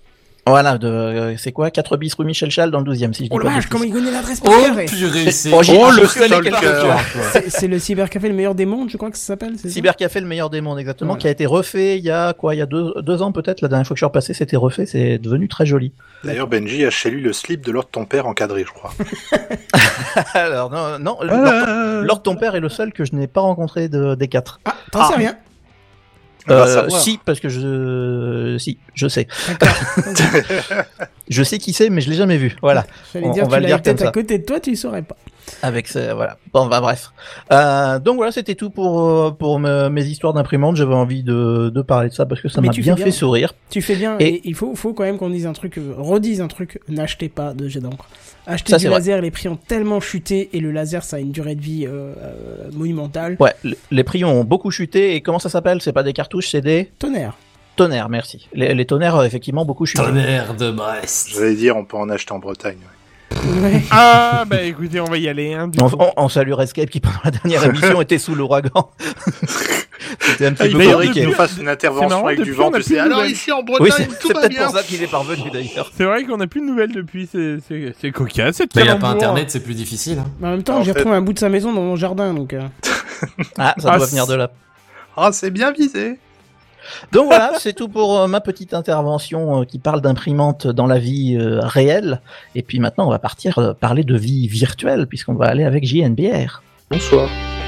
Voilà, c'est quoi 4 bis rue Michel Chal dans le 12e, si je dis Oh pas la de vache, bêtises. comment il connaît l'adresse par Oh cœur, purée, c'est... le stalker. C'est le cybercafé le meilleur des mondes, je crois que ça s'appelle, c'est ça Cybercafé le meilleur des mondes, exactement, Voilà. qui a été refait il y a 2 ans peut-être, la dernière fois que je suis repassé, c'était refait, c'est devenu très joli. D'ailleurs, Benji a chez lui le slip de Lord ton père encadré, je crois. Alors, non, Lord ton père est le seul que je n'ai pas rencontré des 4. Ah, t'en sais rien. Si, parce que je sais. D'accord. Je sais qui c'est, mais je l'ai jamais vu. Voilà. J'allais dire, on va tu le l'avais dire peut-être comme à ça. côté de toi, tu ne saurais pas. Avec ça, voilà. Bon, bah bref. Donc voilà, c'était tout pour mes histoires d'imprimante. J'avais envie de parler de ça parce que ça Mais m'a tu bien fais fait bien. sourire. Tu fais bien, Et- et il faut quand même qu'on dise un truc, redise un truc, n'achetez pas de jet d'encre. Achetez Ça, du c'est vrai. laser, les prix ont tellement chuté, et le laser, ça a une durée de vie monumentale. Ouais, les prix ont beaucoup chuté. Et comment ça s'appelle? C'est pas des cartouches, c'est des Tonnerre. tonnerres, merci. Les tonnerres, effectivement, beaucoup chuté. Tonnerre de Brest. J'allais dire, on peut en acheter en Bretagne. Ouais. Ouais. Ah, bah écoutez, on va y aller. Hein, du coup. On salue Rescape qui, pendant la dernière émission, était sous l'ouragan. C'était un petit peu d'ailleurs, compliqué. Qu'il nous fasse une C'est intervention marrant, avec du depuis, vent, on a tu plus sais. de Alors nouvelles. ici en Oui, Bretagne, c'est tout va peut-être bien. pour ça qu'il est parvenu d'ailleurs. C'est vrai qu'on n'a plus de nouvelles depuis, c'est cocasse. Cette Bah, y a pas calembour. internet, c'est plus difficile. Hein. Mais en même temps, En j'ai fait- retrouvé un bout de sa maison dans mon jardin, donc... Ah, ça Ah, doit venir de là. Ah, c'est bien visé. Donc voilà, c'est tout pour ma petite intervention qui parle d'imprimante dans la vie réelle. Et puis maintenant, on va partir parler de vie virtuelle, puisqu'on va aller avec JNBR. Bonsoir.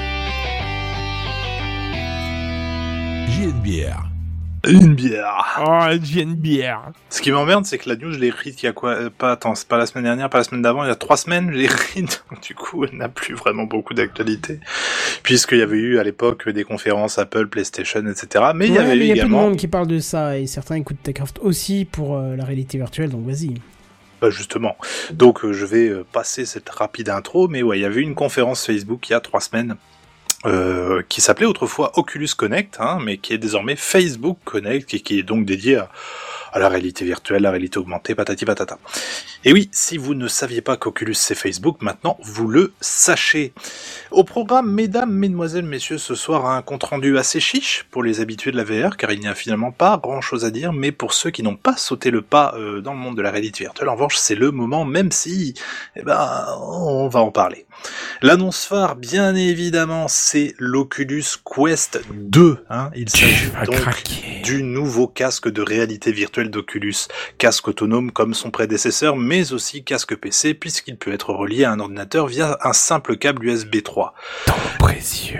JNBR. Une bière. Oh, JNBR. Ce qui m'emmerde, c'est que la news, je l'ai écrite il y a quoi c'est pas la semaine dernière, pas la semaine d'avant, il y a 3 semaines, je l'ai écrite. Donc, du coup, elle n'a plus vraiment beaucoup d'actualité. Puisqu'il y avait eu, à l'époque, des conférences Apple, PlayStation, etc. Mais il y avait eu il y a plus de également... monde qui parle de ça, et certains écoutent TechCraft aussi pour la réalité virtuelle, donc vas-y. Bah justement. Donc, je vais passer cette rapide intro, mais ouais, il y avait eu une conférence Facebook il y a 3 semaines. Qui s'appelait autrefois Oculus Connect, hein, mais qui est désormais Facebook Connect, et qui est donc dédié à la réalité virtuelle, la réalité augmentée, patati patata. Et oui, si vous ne saviez pas qu'Oculus c'est Facebook, maintenant vous le sachez. Au programme, mesdames, mesdemoiselles, messieurs, ce soir un compte-rendu assez chiche pour les habitués de la VR, car il n'y a finalement pas grand-chose à dire, mais pour ceux qui n'ont pas sauté le pas dans le monde de la réalité virtuelle, en revanche, c'est le moment, même si, on va en parler. L'annonce phare, bien évidemment, c'est l'Oculus Quest 2. Hein. Il s'agit donc du nouveau casque de réalité virtuelle d'Oculus. Casque autonome comme son prédécesseur, mais aussi casque PC, puisqu'il peut être relié à un ordinateur via un simple câble USB 3. Temps précieux.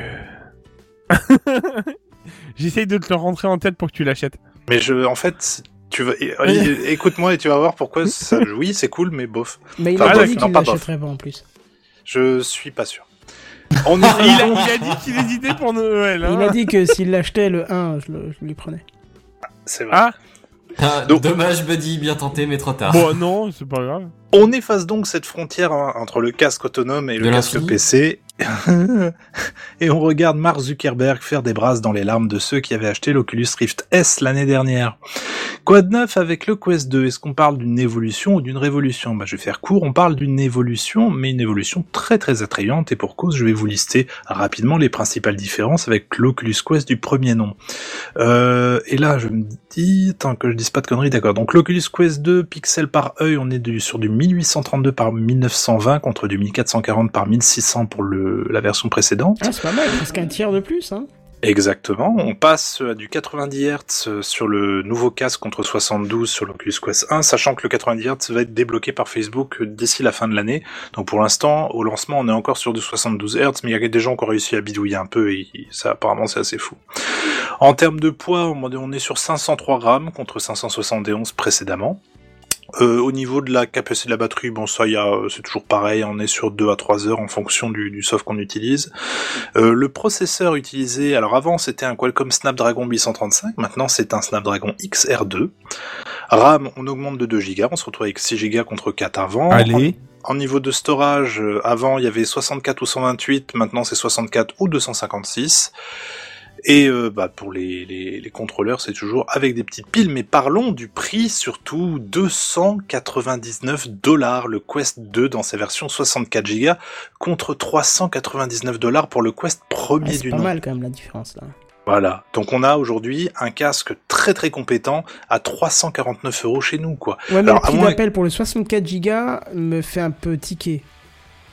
J'essaye de te le rentrer en tête pour que tu l'achètes. Mais en fait... écoute-moi et tu vas voir pourquoi ça... Oui, c'est cool, mais bof. Mais il Enfin, a bref, dit non, qu'il pas l'achèterait pas en plus. Je suis pas sûr. On Il a dit qu'il hésitait pour Noël. Hein. Il a dit que s'il l'achetait le 1, je lui prenais. C'est vrai. Ah, Donc- Dommage, Buddy, bien tenté, mais trop tard. bon, non, c'est pas grave. On efface donc cette frontière entre le casque autonome et le De casque l'infini. PC. Et on regarde Mark Zuckerberg faire des brasses dans les larmes de ceux qui avaient acheté l'Oculus Rift S l'année dernière. Quoi de neuf avec le Quest 2? Est-ce qu'on parle d'une évolution ou d'une révolution? Bah, je vais faire court, on parle d'une évolution, mais une évolution très très attrayante, et pour cause, je vais vous lister rapidement les principales différences avec l'Oculus Quest du premier nom. Et là, je me dis, attends que je dise pas de conneries, d'accord. Donc l'Oculus Quest 2, pixels par œil, on est sur du 1832 par 1920 contre du 1440 par 1600 pour la version précédente. Ah, c'est pas mal, presque un tiers de plus, hein. Exactement. On passe à du 90 Hz sur le nouveau casque contre 72 sur l'Oculus Quest 1, sachant que le 90 Hz va être débloqué par Facebook d'ici la fin de l'année. Donc pour l'instant, au lancement, on est encore sur du 72 Hz, mais il y a des gens qui ont réussi à bidouiller un peu et ça apparemment c'est assez fou. En termes de poids, on est sur 503 grammes contre 571 précédemment. Au niveau de la capacité de la batterie, bon ça c'est toujours pareil, on est sur 2 à 3 heures en fonction du soft qu'on utilise. Le processeur utilisé, alors avant c'était un Qualcomm Snapdragon 835, maintenant c'est un Snapdragon XR2. RAM, on augmente de 2 Go, on se retrouve avec 6 Go contre 4 avant. Allez. En niveau de storage, avant il y avait 64 ou 128, maintenant c'est 64 ou 256. Et pour les contrôleurs, c'est toujours avec des petites piles, mais parlons du prix surtout, $299 le Quest 2 dans sa version 64 Go contre $399 pour le Quest premier Ah, c'est du pas nom. mal quand même la différence là. Voilà. Donc on a aujourd'hui un casque très très compétent à 349 € chez nous, quoi. Ouais, mais alors, le prix d'appel pour le 64 Go me fait un peu tiquer. Pourquoi ?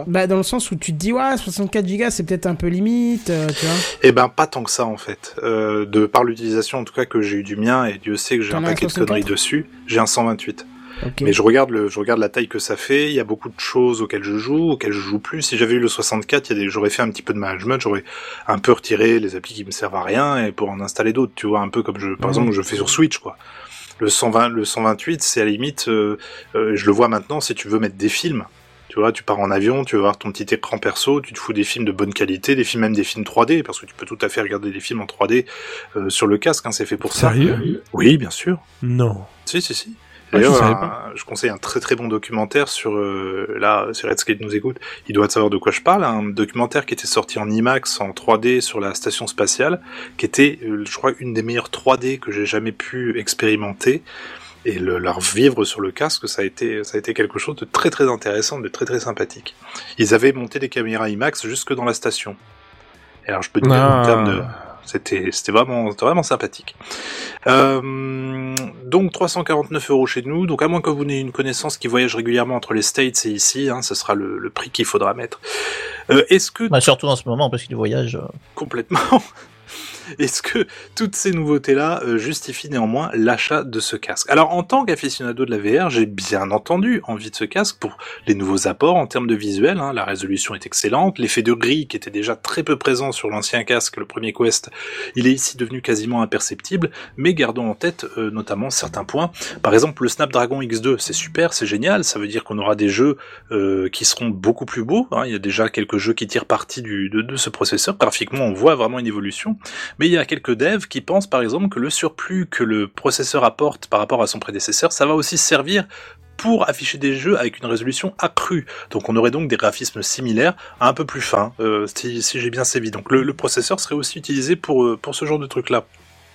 Bah, dans le sens où tu te dis, ouais, 64 Go, c'est peut-être un peu limite, tu vois. Eh ben, pas tant que ça, en fait. De par l'utilisation, en tout cas, que j'ai eu du mien, et Dieu sait que j'ai un paquet de conneries dessus, j'ai un 128. Okay. Mais je regarde la taille que ça fait, il y a beaucoup de choses auxquelles je joue plus. Si j'avais eu le 64, j'aurais fait un petit peu de management, j'aurais un peu retiré les applis qui me servent à rien, et pour en installer d'autres, tu vois, un peu comme par exemple, je fais sur Switch, quoi. Le 128, c'est à la limite, je le vois maintenant, si tu veux mettre des films. Tu vois, tu pars en avion, tu vas voir ton petit écran perso, tu te fous des films de bonne qualité, même des films 3D, parce que tu peux tout à fait regarder des films en 3D sur le casque, hein, c'est fait pour ça. Sérieux ? Oui, bien sûr. Non. Si. D'ailleurs, je conseille un très très bon documentaire sur si Redscape nous écoute, il doit savoir de quoi je parle, un documentaire qui était sorti en IMAX en 3D sur la station spatiale, qui était, je crois, une des meilleures 3D que j'ai jamais pu expérimenter. Et leur vivre sur le casque, ça a été quelque chose de très très intéressant, de très très sympathique. Ils avaient monté des caméras IMAX jusque dans la station. Et alors je peux te dire en termes de, c'était vraiment sympathique. Donc 349 € chez nous. Donc à moins que vous n'ayez une connaissance qui voyage régulièrement entre les States et ici, hein, ce sera le prix qu'il faudra mettre. Est-ce que surtout en ce moment parce qu'il voyage complètement. Est-ce que toutes ces nouveautés-là justifient néanmoins l'achat de ce casque ? Alors, en tant qu'aficionado de la VR, j'ai bien entendu envie de ce casque pour les nouveaux apports en termes de visuel. Hein, la résolution est excellente, l'effet de gris qui était déjà très peu présent sur l'ancien casque, le premier Quest, il est ici devenu quasiment imperceptible, mais gardons en tête notamment certains points. Par exemple, le Snapdragon X2, c'est super, c'est génial, ça veut dire qu'on aura des jeux qui seront beaucoup plus beaux. Hein, il y a déjà quelques jeux qui tirent parti de ce processeur. Graphiquement, on voit vraiment une évolution. Mais il y a quelques devs qui pensent par exemple que le surplus que le processeur apporte par rapport à son prédécesseur, ça va aussi servir pour afficher des jeux avec une résolution accrue. Donc on aurait donc des graphismes similaires, un peu plus fins, si j'ai bien sévi. Donc le processeur serait aussi utilisé pour ce genre de truc-là.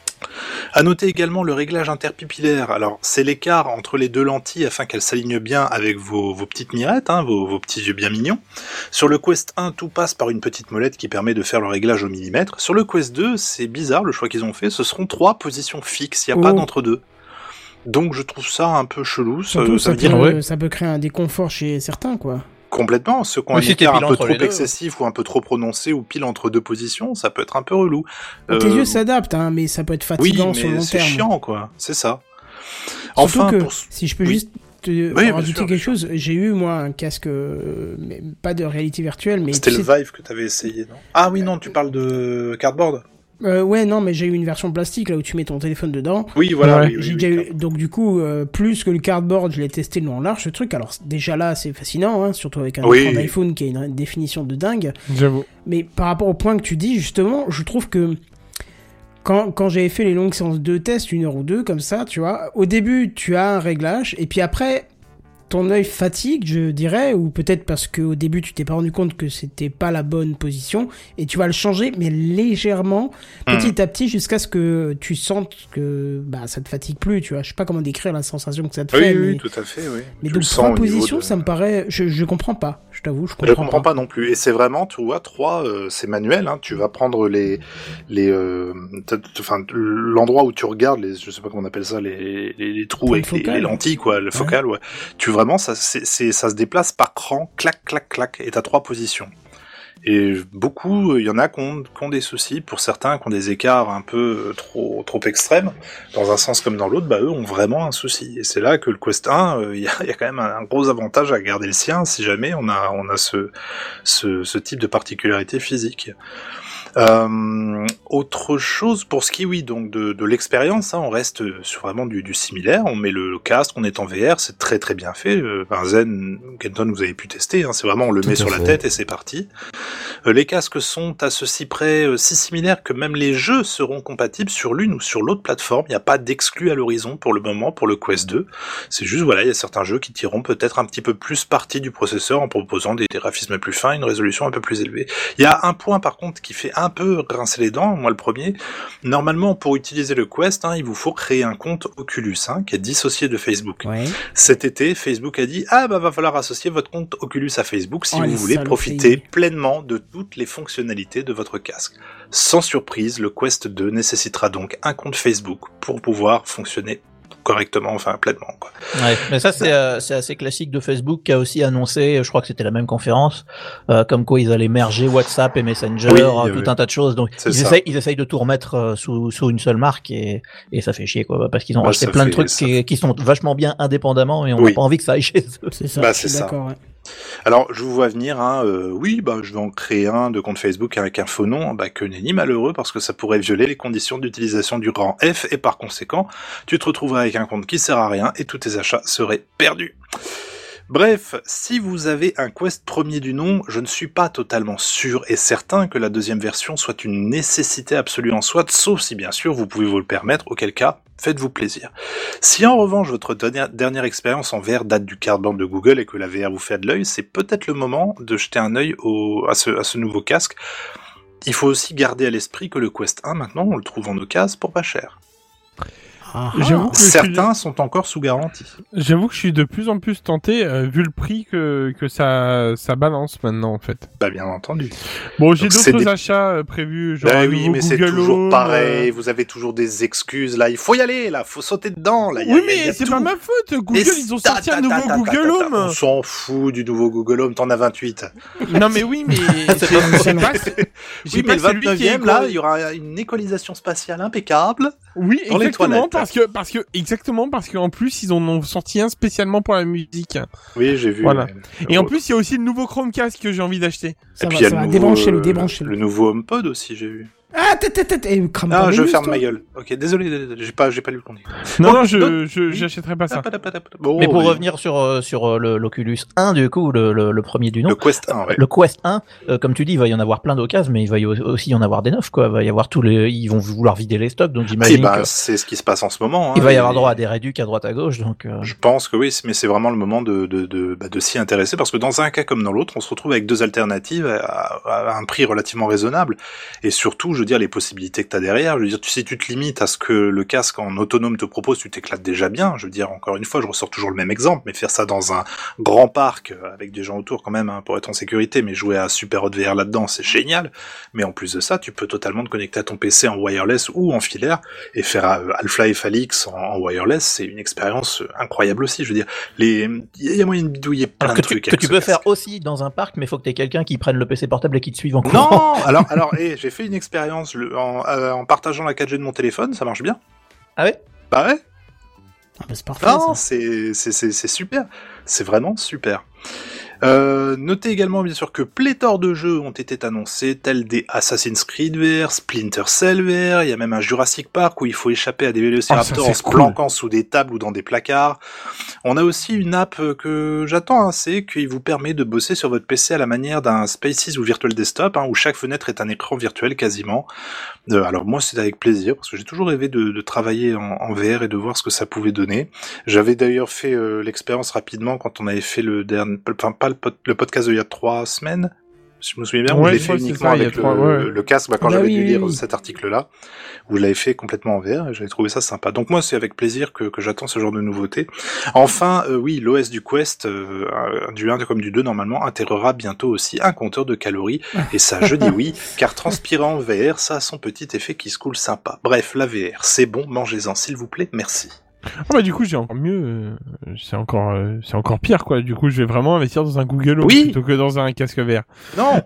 À noter également le réglage interpupillaire. Alors, c'est l'écart entre les deux lentilles afin qu'elles s'alignent bien avec vos petites mirettes, hein, vos petits yeux bien mignons. Sur le Quest 1, tout passe par une petite molette qui permet de faire le réglage au millimètre. Sur le Quest 2, c'est bizarre le choix qu'ils ont fait, ce seront 3 positions fixes, il n'y a pas d'entre-deux. Donc je trouve ça un peu chelou. Surtout, ça peut créer un déconfort chez certains, quoi. Complètement, ceux qui ont un écart un peu trop excessif ou un peu trop prononcé ou pile entre deux positions, ça peut être un peu relou. Tes yeux s'adaptent, hein, mais ça peut être fatigant sur le long terme. C'est chiant, quoi, c'est ça. Enfin, si je peux juste rajouter quelque chose, j'ai eu moi un casque, mais pas de réalité virtuelle, mais c'était le Vive que t'avais essayé, non ? Ah oui, non, tu parles de Cardboard ? Ouais, non, mais j'ai eu une version plastique là où tu mets ton téléphone dedans. Oui, voilà. Ouais. J'ai déjà eu, donc du coup, plus que le cardboard, je l'ai testé le long large, ce truc. Alors déjà là, c'est fascinant, hein, surtout avec un écran d'iPhone qui a une définition de dingue. J'avoue. Mais par rapport au point que tu dis, justement, je trouve que quand j'avais fait les longues séances de test, 1 heure ou 2 comme ça, tu vois, au début, tu as un réglage, et puis après, ton œil fatigue, je dirais, ou peut-être parce qu'au début, tu t'es pas rendu compte que c'était pas la bonne position, et tu vas le changer, mais légèrement, petit à petit, jusqu'à ce que tu sentes que ça te fatigue plus, tu vois. Je sais pas comment décrire la sensation que ça te fait. Oui, tout à fait, oui. Mais donc, 3 positions, ça me paraît... Je comprends pas, je t'avoue, je comprends pas non plus. Et c'est vraiment, tu vois, 3, c'est manuel, hein. Tu vas prendre l'endroit où tu regardes, je sais pas comment on appelle ça, les trous avec les lentilles, quoi, le focal, ouais. Vraiment, ça se déplace par cran, clac, clac, clac, et t'as 3 positions. Et beaucoup, il y en a qui ont des soucis, pour certains qui ont des écarts un peu trop extrêmes, dans un sens comme dans l'autre, eux ont vraiment un souci. Et c'est là que le Quest 1, il y a quand même un gros avantage à garder le sien, si jamais on a ce type de particularité physique. Autre chose pour ce qui donc de l'expérience, hein, on reste sur vraiment du similaire, on met le casque, on est en VR, c'est très très bien fait. Zen, Kenton, vous avez pu tester, hein, c'est vraiment on le met sur la tête et c'est parti. Les casques sont à ceci près si similaires que même les jeux seront compatibles sur l'une ou sur l'autre plateforme. Il n'y a pas d'exclus à l'horizon pour le moment pour le Quest 2. C'est juste il y a certains jeux qui tireront peut-être un petit peu plus parti du processeur en proposant des graphismes plus fins, une résolution un peu plus élevée. Il y a un point par contre qui fait un peu rincer les dents, moi le premier. Normalement, pour utiliser le Quest, il vous faut créer un compte Oculus, qui est dissocié de Facebook. Ouais. Cet été, Facebook a dit va falloir associer votre compte Oculus à Facebook si vous voulez profiter pleinement de toutes les fonctionnalités de votre casque. Sans surprise, le Quest 2 nécessitera donc un compte Facebook pour pouvoir fonctionner correctement, enfin pleinement, quoi. Ouais, mais ça c'est assez classique de Facebook, qui a aussi annoncé, je crois que c'était la même conférence, comme quoi ils allaient merger WhatsApp et Messenger, un tas de choses. Donc ils essayent de tout remettre sous une seule marque, et ça fait chier, quoi, parce qu'ils ont acheté plein de trucs qui sont vachement bien indépendamment, et on n'a pas envie que ça aille chez eux. C'est ça. C'est ça. D'accord, ouais. Alors, je vous vois venir, je vais en créer un de compte Facebook avec un faux nom, que nenni malheureux, parce que ça pourrait violer les conditions d'utilisation du rang F, et par conséquent, tu te retrouverais avec un compte qui sert à rien, et tous tes achats seraient perdus. Bref, si vous avez un Quest premier du nom, je ne suis pas totalement sûr et certain que la deuxième version soit une nécessité absolue en soi, sauf si bien sûr vous pouvez vous le permettre, auquel cas, faites-vous plaisir. Si en revanche votre dernière expérience en VR date du cardboard de Google et que la VR vous fait de l'œil, c'est peut-être le moment de jeter un œil à ce nouveau casque. Il faut aussi garder à l'esprit que le Quest 1, maintenant, on le trouve en occasion pour pas cher. J'avoue que certains sont encore sous garantie. J'avoue que je suis de plus en plus tenté, vu le prix que ça balance maintenant, en fait. Bien entendu. Bon, j'ai d'autres achats prévus, genre oui, mais Google c'est toujours Home, pareil. Vous avez toujours des excuses. Là, il faut y aller. Là, faut sauter dedans. Là, mais c'est pas ma faute. Google, ils ont sorti un nouveau Google Home. On s'en fout du nouveau Google Home. T'en as 28. Non, mais oui, mais c'est pas. Oui, mais le 29e, là, il y aura une équalisation spatiale impeccable. Oui, exactement, parce qu'en plus, ils en ont sorti un spécialement pour la musique. Oui, j'ai vu. Voilà. Et en plus, il y a aussi le nouveau Chromecast que j'ai envie d'acheter. Et puis, il y a le nouveau HomePod aussi, j'ai vu. Je ferme ma gueule. Ok, désolé, j'ai pas lu le contenu. Non, j'achèterai pas ça. Mais pour revenir sur l'Oculus 1, du coup, le premier du nom. Le Quest 1, ouais. Le Quest 1, comme tu dis, il va y en avoir plein d'occasions, mais il va aussi y en avoir des neufs, quoi. Il va y avoir ils vont vouloir vider les stocks, donc j'imagine que c'est ce qui se passe en ce moment. Il va y avoir droit à des réducs à droite à gauche, donc. Je pense que oui, mais c'est vraiment le moment de s'y intéresser, parce que dans un cas comme dans l'autre, on se retrouve avec deux alternatives à un prix relativement raisonnable, et surtout, je veux dire, les possibilités que t'as derrière. Je veux dire, si tu te limites à ce que le casque en autonome te propose, tu t'éclates déjà bien. Je veux dire, encore une fois, je ressors toujours le même exemple, mais faire ça dans un grand parc, avec des gens autour quand même, pour être en sécurité, mais jouer à Super Hot VR là-dedans, c'est génial. Mais en plus de ça, tu peux totalement te connecter à ton PC en wireless ou en filaire, et faire Half-Life Alyx en wireless, c'est une expérience incroyable aussi. Je veux dire, il y a moyen de bidouiller plein de trucs. Que tu peux faire aussi dans un parc, mais faut que t'aies quelqu'un qui prenne le PC portable et qui te suive en courant. Non, alors, j'ai fait une expérience en partageant la 4G de mon téléphone, ça marche bien. Ah ouais? Bah ouais. C'est parfait. Non, c'est super. C'est vraiment super. Notez également bien sûr que pléthore de jeux ont été annoncés, tels des Assassin's Creed VR, Splinter Cell VR, il y a même un Jurassic Park où il faut échapper à des vélociraptors en se planquant sous des tables ou dans des placards. On a aussi une app que j'attends assez, qui vous permet de bosser sur votre PC à la manière d'un Spaces ou Virtual Desktop, où chaque fenêtre est un écran virtuel quasiment. Alors moi c'est avec plaisir, parce que j'ai toujours rêvé de travailler en VR et de voir ce que ça pouvait donner. J'avais d'ailleurs fait l'expérience rapidement quand on avait fait le podcast il y a 3 semaines. Je me souviens bien, vous l'avez fait uniquement avec le casque, quand j'avais dû lire cet article-là. Vous l'avez fait complètement en VR, et j'avais trouvé ça sympa. Donc moi, c'est avec plaisir que j'attends ce genre de nouveauté. Enfin, oui, l'OS du Quest, du 1 comme du 2, normalement, intégrera bientôt aussi un compteur de calories. Et ça, je dis oui, car transpirer en VR, ça a son petit effet qui se coule sympa. Bref, la VR, c'est bon, mangez-en, s'il vous plaît, merci. Du coup j'ai encore mieux, c'est encore pire quoi. Du coup je vais vraiment investir dans un Google Home plutôt que dans un casque VR. Non.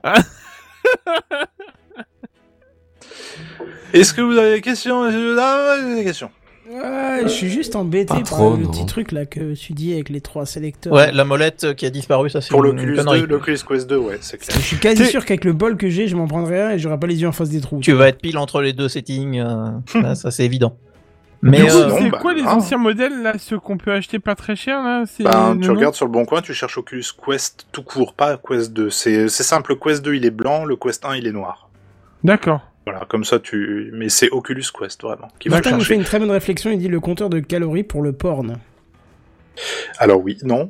Est-ce que vous avez des questions? Des questions. Je suis juste embêté par le petit truc là que tu dis avec les 3 sélecteurs. Ouais, la molette qui a disparu, ça c'est pour l'Oculus Quest 2, ouais, c'est clair. Je suis quasi sûr qu'avec le bol que j'ai, je m'en prendrai un et j'aurai pas les yeux en face des trous. Tu vas être pile entre les deux settings, ça c'est évident. Mais c'est quoi les anciens modèles là, ceux qu'on peut acheter pas très cher là? Tu regardes sur le bon coin, tu cherches Oculus Quest tout court, pas Quest 2. C'est simple, Quest 2 il est blanc, le Quest 1 il est noir. D'accord. Voilà, comme ça mais c'est Oculus Quest vraiment. Martin nous fait une très bonne réflexion, il dit le compteur de calories pour le porn. Alors oui, non.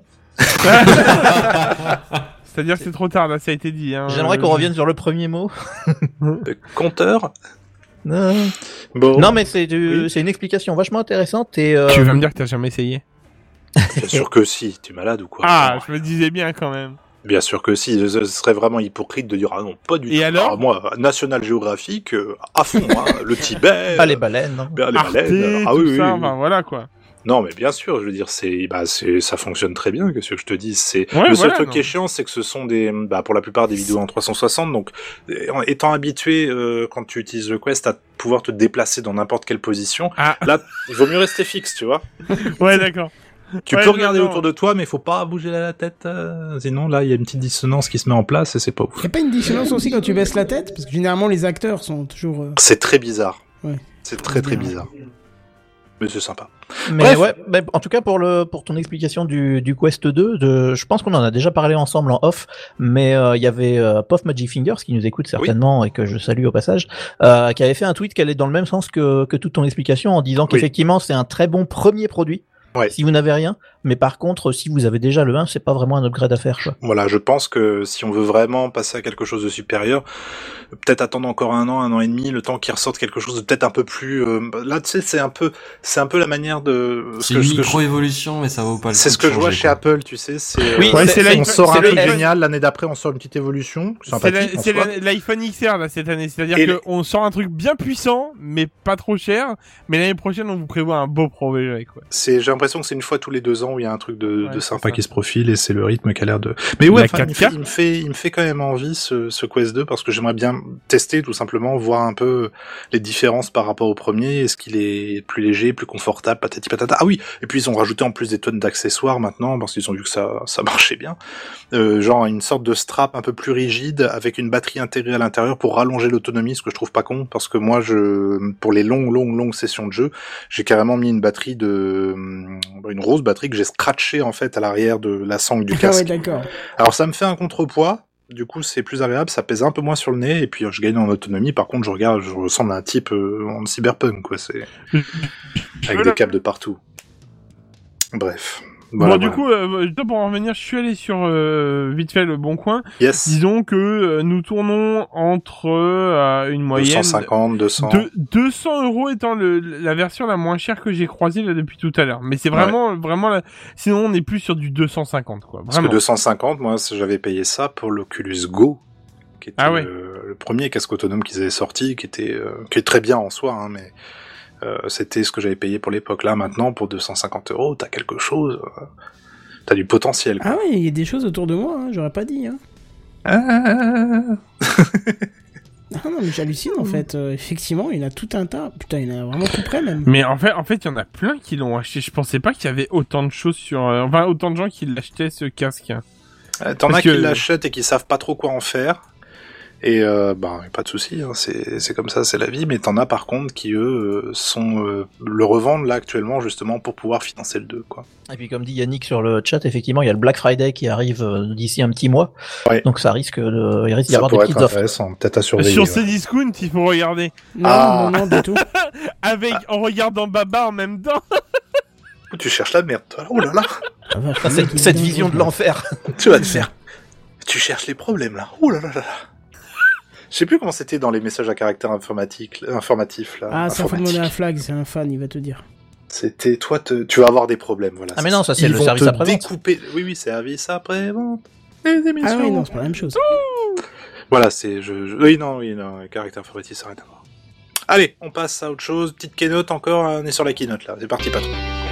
C'est-à-dire que c'est trop tard là, ça a été dit. J'aimerais qu'on revienne sur le premier mot. Compteur. Non. Bon. Non, mais c'est une explication vachement intéressante et. Tu vas me dire que t'as jamais essayé? Bien sûr que si, tu es malade ou quoi? Je me disais bien quand même. Bien sûr que si, ce serait vraiment hypocrite de dire ah non, pas du tout. Et alors moi, National Geographic, à fond, hein, le Tibet. Les baleines. Les Arte, baleines. Ah tout oui, ça, oui. enfin voilà quoi. Non, mais bien sûr, je veux dire, ça fonctionne très bien, qu'est-ce que je te dis, Ouais, le seul voilà, truc non. qui est chiant, c'est que ce sont pour la plupart des vidéos en 360, donc, étant habitué, quand tu utilises le Quest, à pouvoir te déplacer dans n'importe quelle position, là, il vaut mieux rester fixe, tu vois. Ouais, d'accord. Tu peux regarder autour de toi, mais il faut pas bouger la tête, sinon, là, il y a une petite dissonance qui se met en place et c'est pas ouf. Y a pas une dissonance aussi quand tu baisses la tête? Parce que généralement, les acteurs sont toujours... C'est très bizarre. Ouais. C'est très très bizarre. Mais c'est sympa. Mais ouais, en tout cas pour ton explication du Quest 2, je pense qu'on en a déjà parlé ensemble en off, mais il y avait Puff Magic Fingers qui nous écoute certainement et que je salue au passage, qui avait fait un tweet qui allait dans le même sens que toute ton explication en disant qu'effectivement c'est un très bon premier produit. Ouais. Si vous n'avez rien, mais par contre, si vous avez déjà le 1, c'est pas vraiment un upgrade à faire, quoi. Voilà, je pense que si on veut vraiment passer à quelque chose de supérieur, peut-être attendre encore 1 an et demi, le temps qu'il ressorte quelque chose de peut-être un peu plus, là, tu sais, c'est un peu la manière de... C'est une micro-évolution, mais ça vaut pas le coup. C'est ce que je vois chez Apple, tu sais, on sort un truc génial, l'année d'après, on sort une petite évolution, sympathique. C'est l'iPhone XR, là, cette année. C'est-à-dire qu'on sort un truc bien puissant, mais pas trop cher, mais l'année prochaine, on vous prévoit un beau projet, quoi. J'ai l'impression que c'est une fois tous les 2 ans où il y a un truc de sympa qui se profile et c'est le rythme qui a l'air de... Mais ouais, il me fait quand même envie ce Quest 2 parce que j'aimerais bien tester tout simplement, voir un peu les différences par rapport au premier. Est-ce qu'il est plus léger, plus confortable, patati patata. Ah oui, et puis ils ont rajouté en plus des tonnes d'accessoires maintenant parce qu'ils ont vu que ça marchait bien. Genre une sorte de strap un peu plus rigide avec une batterie intégrée à l'intérieur pour rallonger l'autonomie, ce que je trouve pas con parce que moi pour les longues sessions de jeu, j'ai carrément mis une batterie une grosse batterie que j'ai scratchée en fait à l'arrière de la sangle du casque. Ouais, d'accord. Alors ça me fait un contrepoids, du coup c'est plus agréable, ça pèse un peu moins sur le nez et puis je gagne en autonomie. Par contre je ressemble à un type en cyberpunk quoi, c'est avec des câbles de partout. Bref. Voilà, du coup, pour en revenir, je suis allé sur vite fait le Bon Coin. Yes. Disons que nous tournons entre une moyenne 250, 200. 200 € étant la version la moins chère que j'ai croisée là depuis tout à l'heure. Mais c'est vraiment sinon on est plus sur du 250 quoi. Vraiment. Parce que 250, moi j'avais payé ça pour l'Oculus Go, qui était le premier casque autonome qu'ils avaient sorti, qui est très bien en soi, hein, mais c'était ce que j'avais payé pour l'époque. Là, maintenant, pour 250 €, t'as quelque chose, t'as du potentiel, quoi. Ah ouais, il y a des choses autour de moi, hein, j'aurais pas dit, hein. Ah non, mais j'hallucine, en fait. Effectivement, il y en a tout un tas. Putain, il y en a vraiment tout près, même. Mais en fait, il y en a plein qui l'ont acheté. Je pensais pas qu'il y avait autant de choses autant de gens qui l'achetaient, ce casque. T'en as qui l'achètent et qui savent pas trop quoi en faire. Et pas de souci, hein, c'est comme ça, c'est la vie. Mais t'en as par contre qui eux le revendent là actuellement justement pour pouvoir financer le 2, quoi. Et puis comme dit Yannick sur le chat, effectivement, il y a le Black Friday qui arrive d'ici un petit mois. Ouais. Donc il risque d'y avoir des petites offres. Peut-être à surveiller. Sur ces discounts, il faut regarder. Non, du tout. En regardant Baba en même temps. Tu cherches la merde, toi. Oh là là. Cette vision de l'enfer. Tu vas te faire. Tu cherches les problèmes là. Oh là là là. Je sais plus comment c'était dans les messages à caractère informatifs là. Ah, ça faut demander à Flag, c'est un fan, il va te dire. C'était toi, tu vas avoir des problèmes, voilà. Ah mais non, ça c'est le service après-vente. Oui, service après-vente. Ah oui, non, c'est pas la même chose. Voilà, oui, non, caractère informatif, ça n'a rien à voir. Allez, on passe à autre chose. Petite keynote encore, on est sur la keynote là. C'est parti, patron.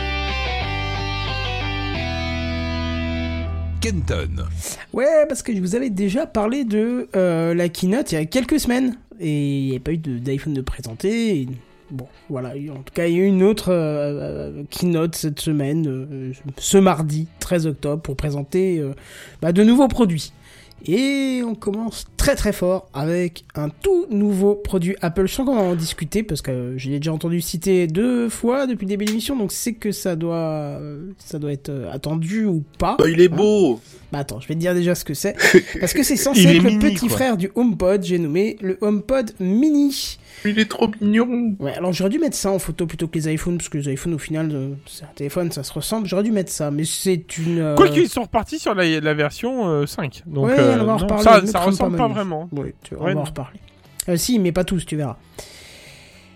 Kenton. Ouais, parce que je vous avais déjà parlé de la keynote il y a quelques semaines et il n'y avait pas eu d'iPhone de présenté. Et bon, voilà. En tout cas, il y a eu une autre keynote cette semaine, ce mardi 13 octobre, pour présenter de nouveaux produits. Et on commence très très fort avec un tout nouveau produit Apple. Je sens qu'on va en discuter parce que je l'ai déjà entendu citer 2 fois depuis le début de l'émission, donc c'est que ça doit être attendu ou pas. Il est beau. Attends, je vais te dire déjà ce que c'est. Parce que c'est censé être le petit frère du HomePod, j'ai nommé le HomePod Mini. Il est trop mignon. Ouais, alors j'aurais dû mettre ça en photo plutôt que les iPhones, parce que les iPhones au final, c'est un téléphone, ça se ressemble. J'aurais dû mettre ça, mais c'est une... Quoi qu'ils sont repartis sur la version 5. Donc ouais, on va en reparler. Ça ressemble pas vraiment. Oui, on va en reparler. Si, mais pas tous, tu verras.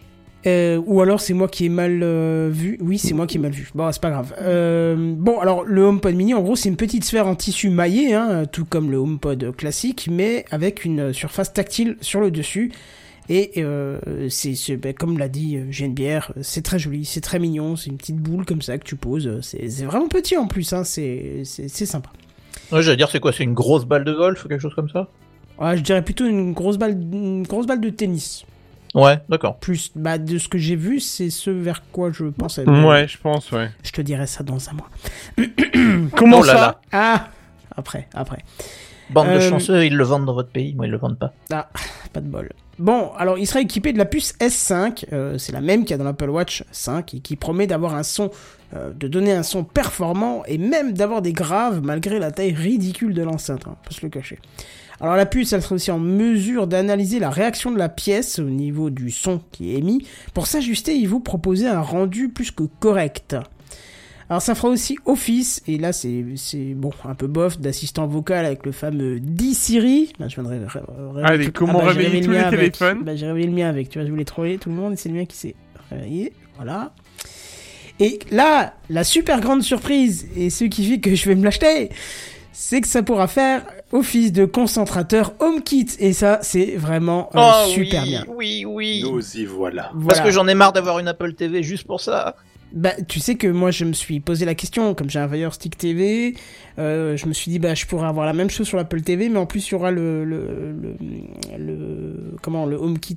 Ou alors c'est moi qui ai mal vu. Oui, c'est moi qui ai mal vu. Bon, c'est pas grave. Bon, alors le HomePod mini, en gros, c'est une petite sphère en tissu maillé, hein, tout comme le HomePod classique, mais avec une surface tactile sur le dessus. Et c'est comme l'a dit Genebière, c'est très joli, c'est très mignon, c'est une petite boule comme ça que tu poses. C'est vraiment petit en plus, hein, c'est sympa. Ouais, j'allais dire, c'est quoi? C'est une grosse balle de golf ou quelque chose comme ça? Ouais, je dirais plutôt une grosse balle de tennis. Ouais, d'accord. Plus, de ce que j'ai vu, c'est ce vers quoi je pense. Ouais, je pense, ouais. Je te dirai ça dans un mois. Comment ça? Ah, après. Bande de chanceux, ils le vendent dans votre pays, moi ils le vendent pas. Ah, pas de bol. Bon, alors il sera équipé de la puce S5, c'est la même qu'il y a dans l'Apple Watch 5, et qui promet d'avoir un son, de donner un son performant, et même d'avoir des graves, malgré la taille ridicule de l'enceinte, hein, on peut se le cacher. Alors la puce, elle sera aussi en mesure d'analyser la réaction de la pièce au niveau du son qui est émis. Pour s'ajuster, il vous propose un rendu plus que correct. Alors ça fera aussi office, et là c'est bon, un peu bof, d'assistant vocal avec le fameux D-Siri. Là, je viendrai allez, comment réveiller tous les téléphones? J'ai réveillé le mien avec, tu vois, je voulais troller tout le monde, et c'est le mien qui s'est réveillé, voilà. Et là, la super grande surprise, et ce qui fait que je vais me l'acheter, c'est que ça pourra faire office de concentrateur HomeKit, et ça c'est vraiment super bien. Oui. Nous y voilà. Parce que j'en ai marre d'avoir une Apple TV juste pour ça. Tu sais que moi je me suis posé la question, comme j'ai un Fire Stick TV, je me suis dit je pourrais avoir la même chose sur l'Apple TV, mais en plus il y aura le HomeKit,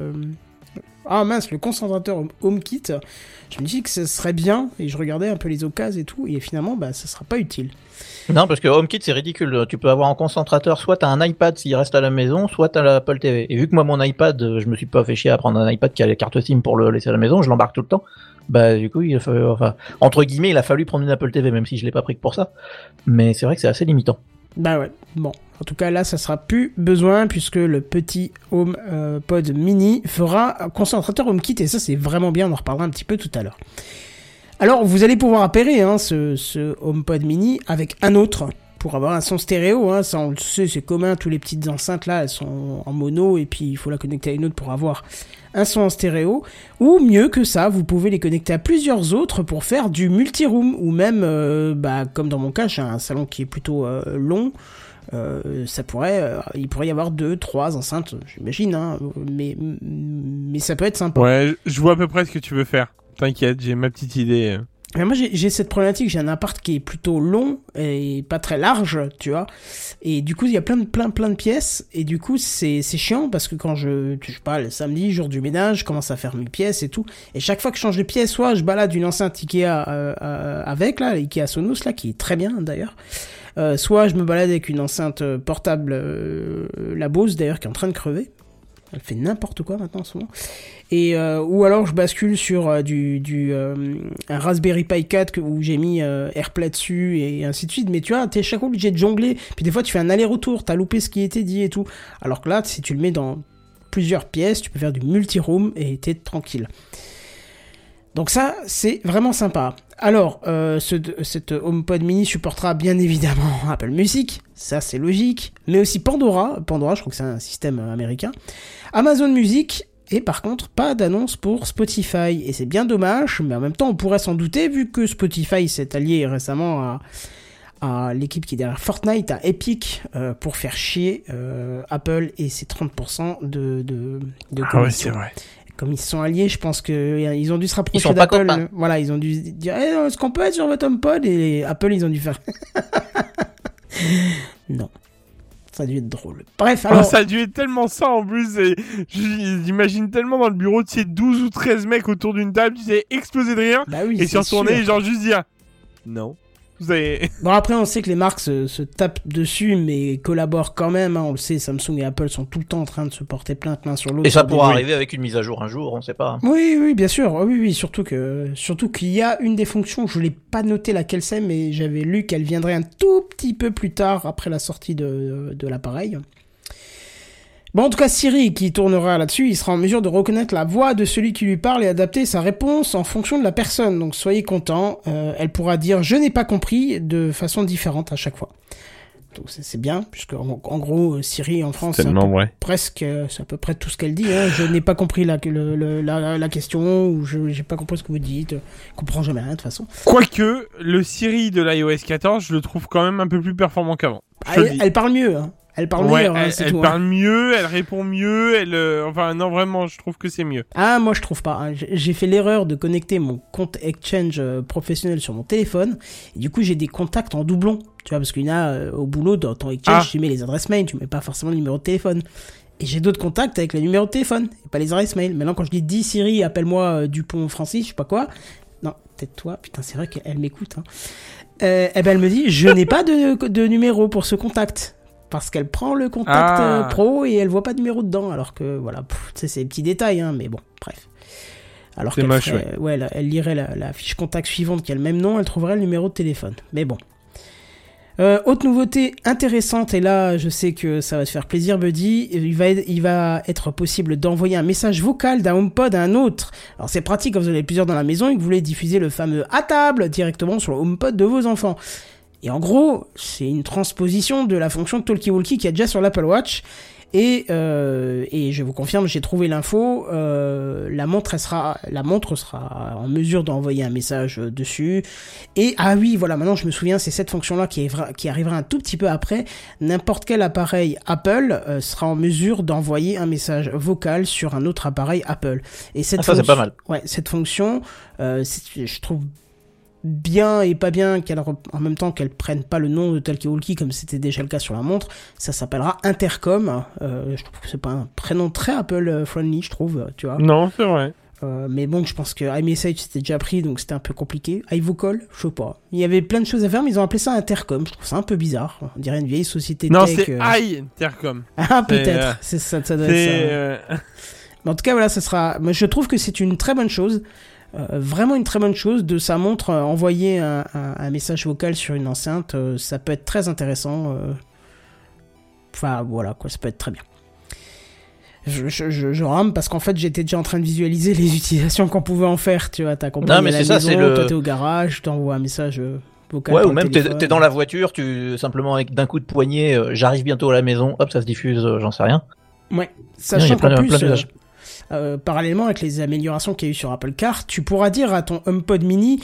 le concentrateur HomeKit. Je me dis que ce serait bien, et je regardais un peu les occasions et tout, et finalement ça sera pas utile. Non, parce que HomeKit c'est ridicule. Tu peux avoir en concentrateur, soit t'as un iPad s'il reste à la maison, soit t'as l'Apple TV. Et vu que moi mon iPad, je me suis pas fait chier à prendre un iPad qui a la carte SIM pour le laisser à la maison, je l'embarque tout le temps. Du coup, entre guillemets, il a fallu prendre une Apple TV, même si je l'ai pas pris que pour ça. Mais c'est vrai que c'est assez limitant. Ouais. Bon, en tout cas là, ça sera plus besoin puisque le petit HomePod mini fera un concentrateur HomeKit, et ça c'est vraiment bien. On en reparlera un petit peu tout à l'heure. Alors, vous allez pouvoir appairer ce HomePod mini avec un autre pour avoir un son stéréo. Hein, ça, on le sait, c'est commun. Toutes les petites enceintes là, elles sont en mono, et puis il faut la connecter à une autre pour avoir un son en stéréo. Ou mieux que ça, vous pouvez les connecter à plusieurs autres pour faire du multi-room, ou même, comme dans mon cas, j'ai un salon qui est plutôt long. Il pourrait y avoir 2-3 enceintes, j'imagine, hein, mais ça peut être sympa. Ouais, je vois à peu près ce que tu veux faire. T'inquiète, j'ai ma petite idée. Mais moi j'ai cette problématique, j'ai un appart qui est plutôt long et pas très large, tu vois, et du coup il y a plein de pièces, et du coup c'est chiant parce que quand je sais pas, le samedi, jour du ménage, je commence à faire mes pièces et tout, et chaque fois que je change de pièce, soit je balade une enceinte Ikea avec là, Ikea Sonos là, qui est très bien d'ailleurs, soit je me balade avec une enceinte portable, la Bose d'ailleurs, qui est en train de crever. Elle fait n'importe quoi maintenant en ce moment. Et ou alors je bascule sur un Raspberry Pi 4 où j'ai mis AirPlay dessus et ainsi de suite. Mais tu vois, t'es chaque fois obligé de jongler. Puis des fois tu fais un aller-retour, t'as loupé ce qui était dit et tout. Alors que là, si tu le mets dans plusieurs pièces, tu peux faire du multi-room et t'es tranquille. Donc ça, c'est vraiment sympa. Alors, cette HomePod mini supportera bien évidemment Apple Music, ça c'est logique, mais aussi Pandora, je crois que c'est un système américain, Amazon Music, et par contre, pas d'annonce pour Spotify, et c'est bien dommage, mais en même temps, on pourrait s'en douter, vu que Spotify s'est allié récemment à l'équipe qui est derrière Fortnite, à Epic, pour faire chier Apple et ses 30% de commission. Ouais, c'est vrai. Comme ils se sont alliés, je pense qu'ils ont dû se rapprocher d'Apple. Voilà, ils ont dû dire est-ce qu'on peut être sur votre HomePod, et Apple, ils ont dû faire non. Ça a dû être drôle. Bref, alors... ça a dû être tellement ça en plus. J'imagine tellement dans le bureau, tu sais, 12 ou 13 mecs autour d'une table, tu sais, exploser de rire. Bah oui, et s'y retourner, genre juste dire non. Vous avez... Bon, après, on sait que les marques se tapent dessus, mais collaborent quand même. Hein, on le sait, Samsung et Apple sont tout le temps en train de se porter plainte l'un sur l'autre. Et ça pourra arriver avec une mise à jour un jour, on sait pas. Oui, bien sûr. Oui, surtout qu'il y a une des fonctions, je l'ai pas noté laquelle c'est, mais j'avais lu qu'elle viendrait un tout petit peu plus tard après la sortie de l'appareil. Bon, en tout cas, Siri, qui tournera là-dessus, il sera en mesure de reconnaître la voix de celui qui lui parle et adapter sa réponse en fonction de la personne. Donc, soyez contents. Elle pourra dire « je n'ai pas compris » de façon différente à chaque fois. Donc c'est bien, puisque en gros, Siri en France, presque, c'est à peu près tout ce qu'elle dit. Hein. Je n'ai pas compris la question, ou j'ai pas compris ce que vous dites. Je comprends jamais rien de toute façon. Quoique, le Siri de l'iOS 14, je le trouve quand même un peu plus performant qu'avant. Elle parle mieux, hein. Elle parle meilleur, hein, c'est elle tout. Parle mieux, elle répond mieux, enfin non vraiment, je trouve que c'est mieux. Ah, moi je trouve pas. Hein. J'ai fait l'erreur de connecter mon compte Exchange professionnel sur mon téléphone. Et du coup, j'ai des contacts en doublon. Tu vois, parce qu'il y en a au boulot, dans ton Exchange, tu mets les adresses mail, tu mets pas forcément le numéro de téléphone. Et j'ai d'autres contacts avec le numéro de téléphone, et pas les adresses mail. Maintenant, quand je dis Siri, appelle-moi Dupont Francis, je sais pas quoi. Non, peut-être toi. Putain, c'est vrai qu'elle m'écoute. Hein. Elle me dit, je n'ai pas de numéro pour ce contact. Parce qu'elle prend le contact pro et elle voit pas de numéro dedans. Alors que, voilà, c'est des petits détails, hein, mais bon, bref. Alors qu'elle elle lirait la fiche contact suivante qui a le même nom, elle trouverait le numéro de téléphone. Mais bon. Autre nouveauté intéressante, et là, je sais que ça va te faire plaisir, Buddy, il va être possible d'envoyer un message vocal d'un HomePod à un autre. Alors, c'est pratique quand vous en avez plusieurs dans la maison et que vous voulez diffuser le fameux « à table » directement sur le HomePod de vos enfants. Et en gros, c'est une transposition de la fonction de Talkie-Walkie qu'il y a déjà sur l'Apple Watch. Et je vous confirme, j'ai trouvé l'info. La montre sera en mesure d'envoyer un message dessus. Et oui, voilà, maintenant je me souviens, c'est cette fonction-là qui arrivera un tout petit peu après. N'importe quel appareil Apple sera en mesure d'envoyer un message vocal sur un autre appareil Apple. Et cette c'est pas mal. Ouais, cette fonction, je trouve bien et pas bien en même temps qu'elle prenne pas le nom de Talkie-Walkie comme c'était déjà le cas sur la montre. Ça s'appellera Intercom. Je trouve que c'est pas un prénom très Apple friendly, je trouve, tu vois. Non, c'est vrai. Mais bon, je pense que iMessage c'était déjà pris, donc c'était un peu compliqué. iVocal, je sais pas. Il y avait plein de choses à faire, mais ils ont appelé ça Intercom. Je trouve ça un peu bizarre. On dirait une vieille société tech. Non, c'est Intercom. Ah, peut-être. C'est ça doit être ça. Mais en tout cas, voilà, ça sera. Mais je trouve que c'est une très bonne chose. Vraiment une très bonne chose de sa montre. Envoyer un message vocal sur une enceinte, ça peut être très intéressant. Enfin voilà quoi, ça peut être très bien. Je rame parce qu'en fait j'étais déjà en train de visualiser les utilisations qu'on pouvait en faire. Tu vois, t'as compris. Non mais c'est ça, c'est toi t'es au garage, t'envoies un message vocal. Ouais, ou même t'es dans la voiture, tu simplement avec d'un coup de poignet, j'arrive bientôt à la maison, hop ça se diffuse, j'en sais rien. Ouais, sachant qu'en plus. Parallèlement avec les améliorations qu'il y a eu sur Apple Car, tu pourras dire à ton HomePod mini,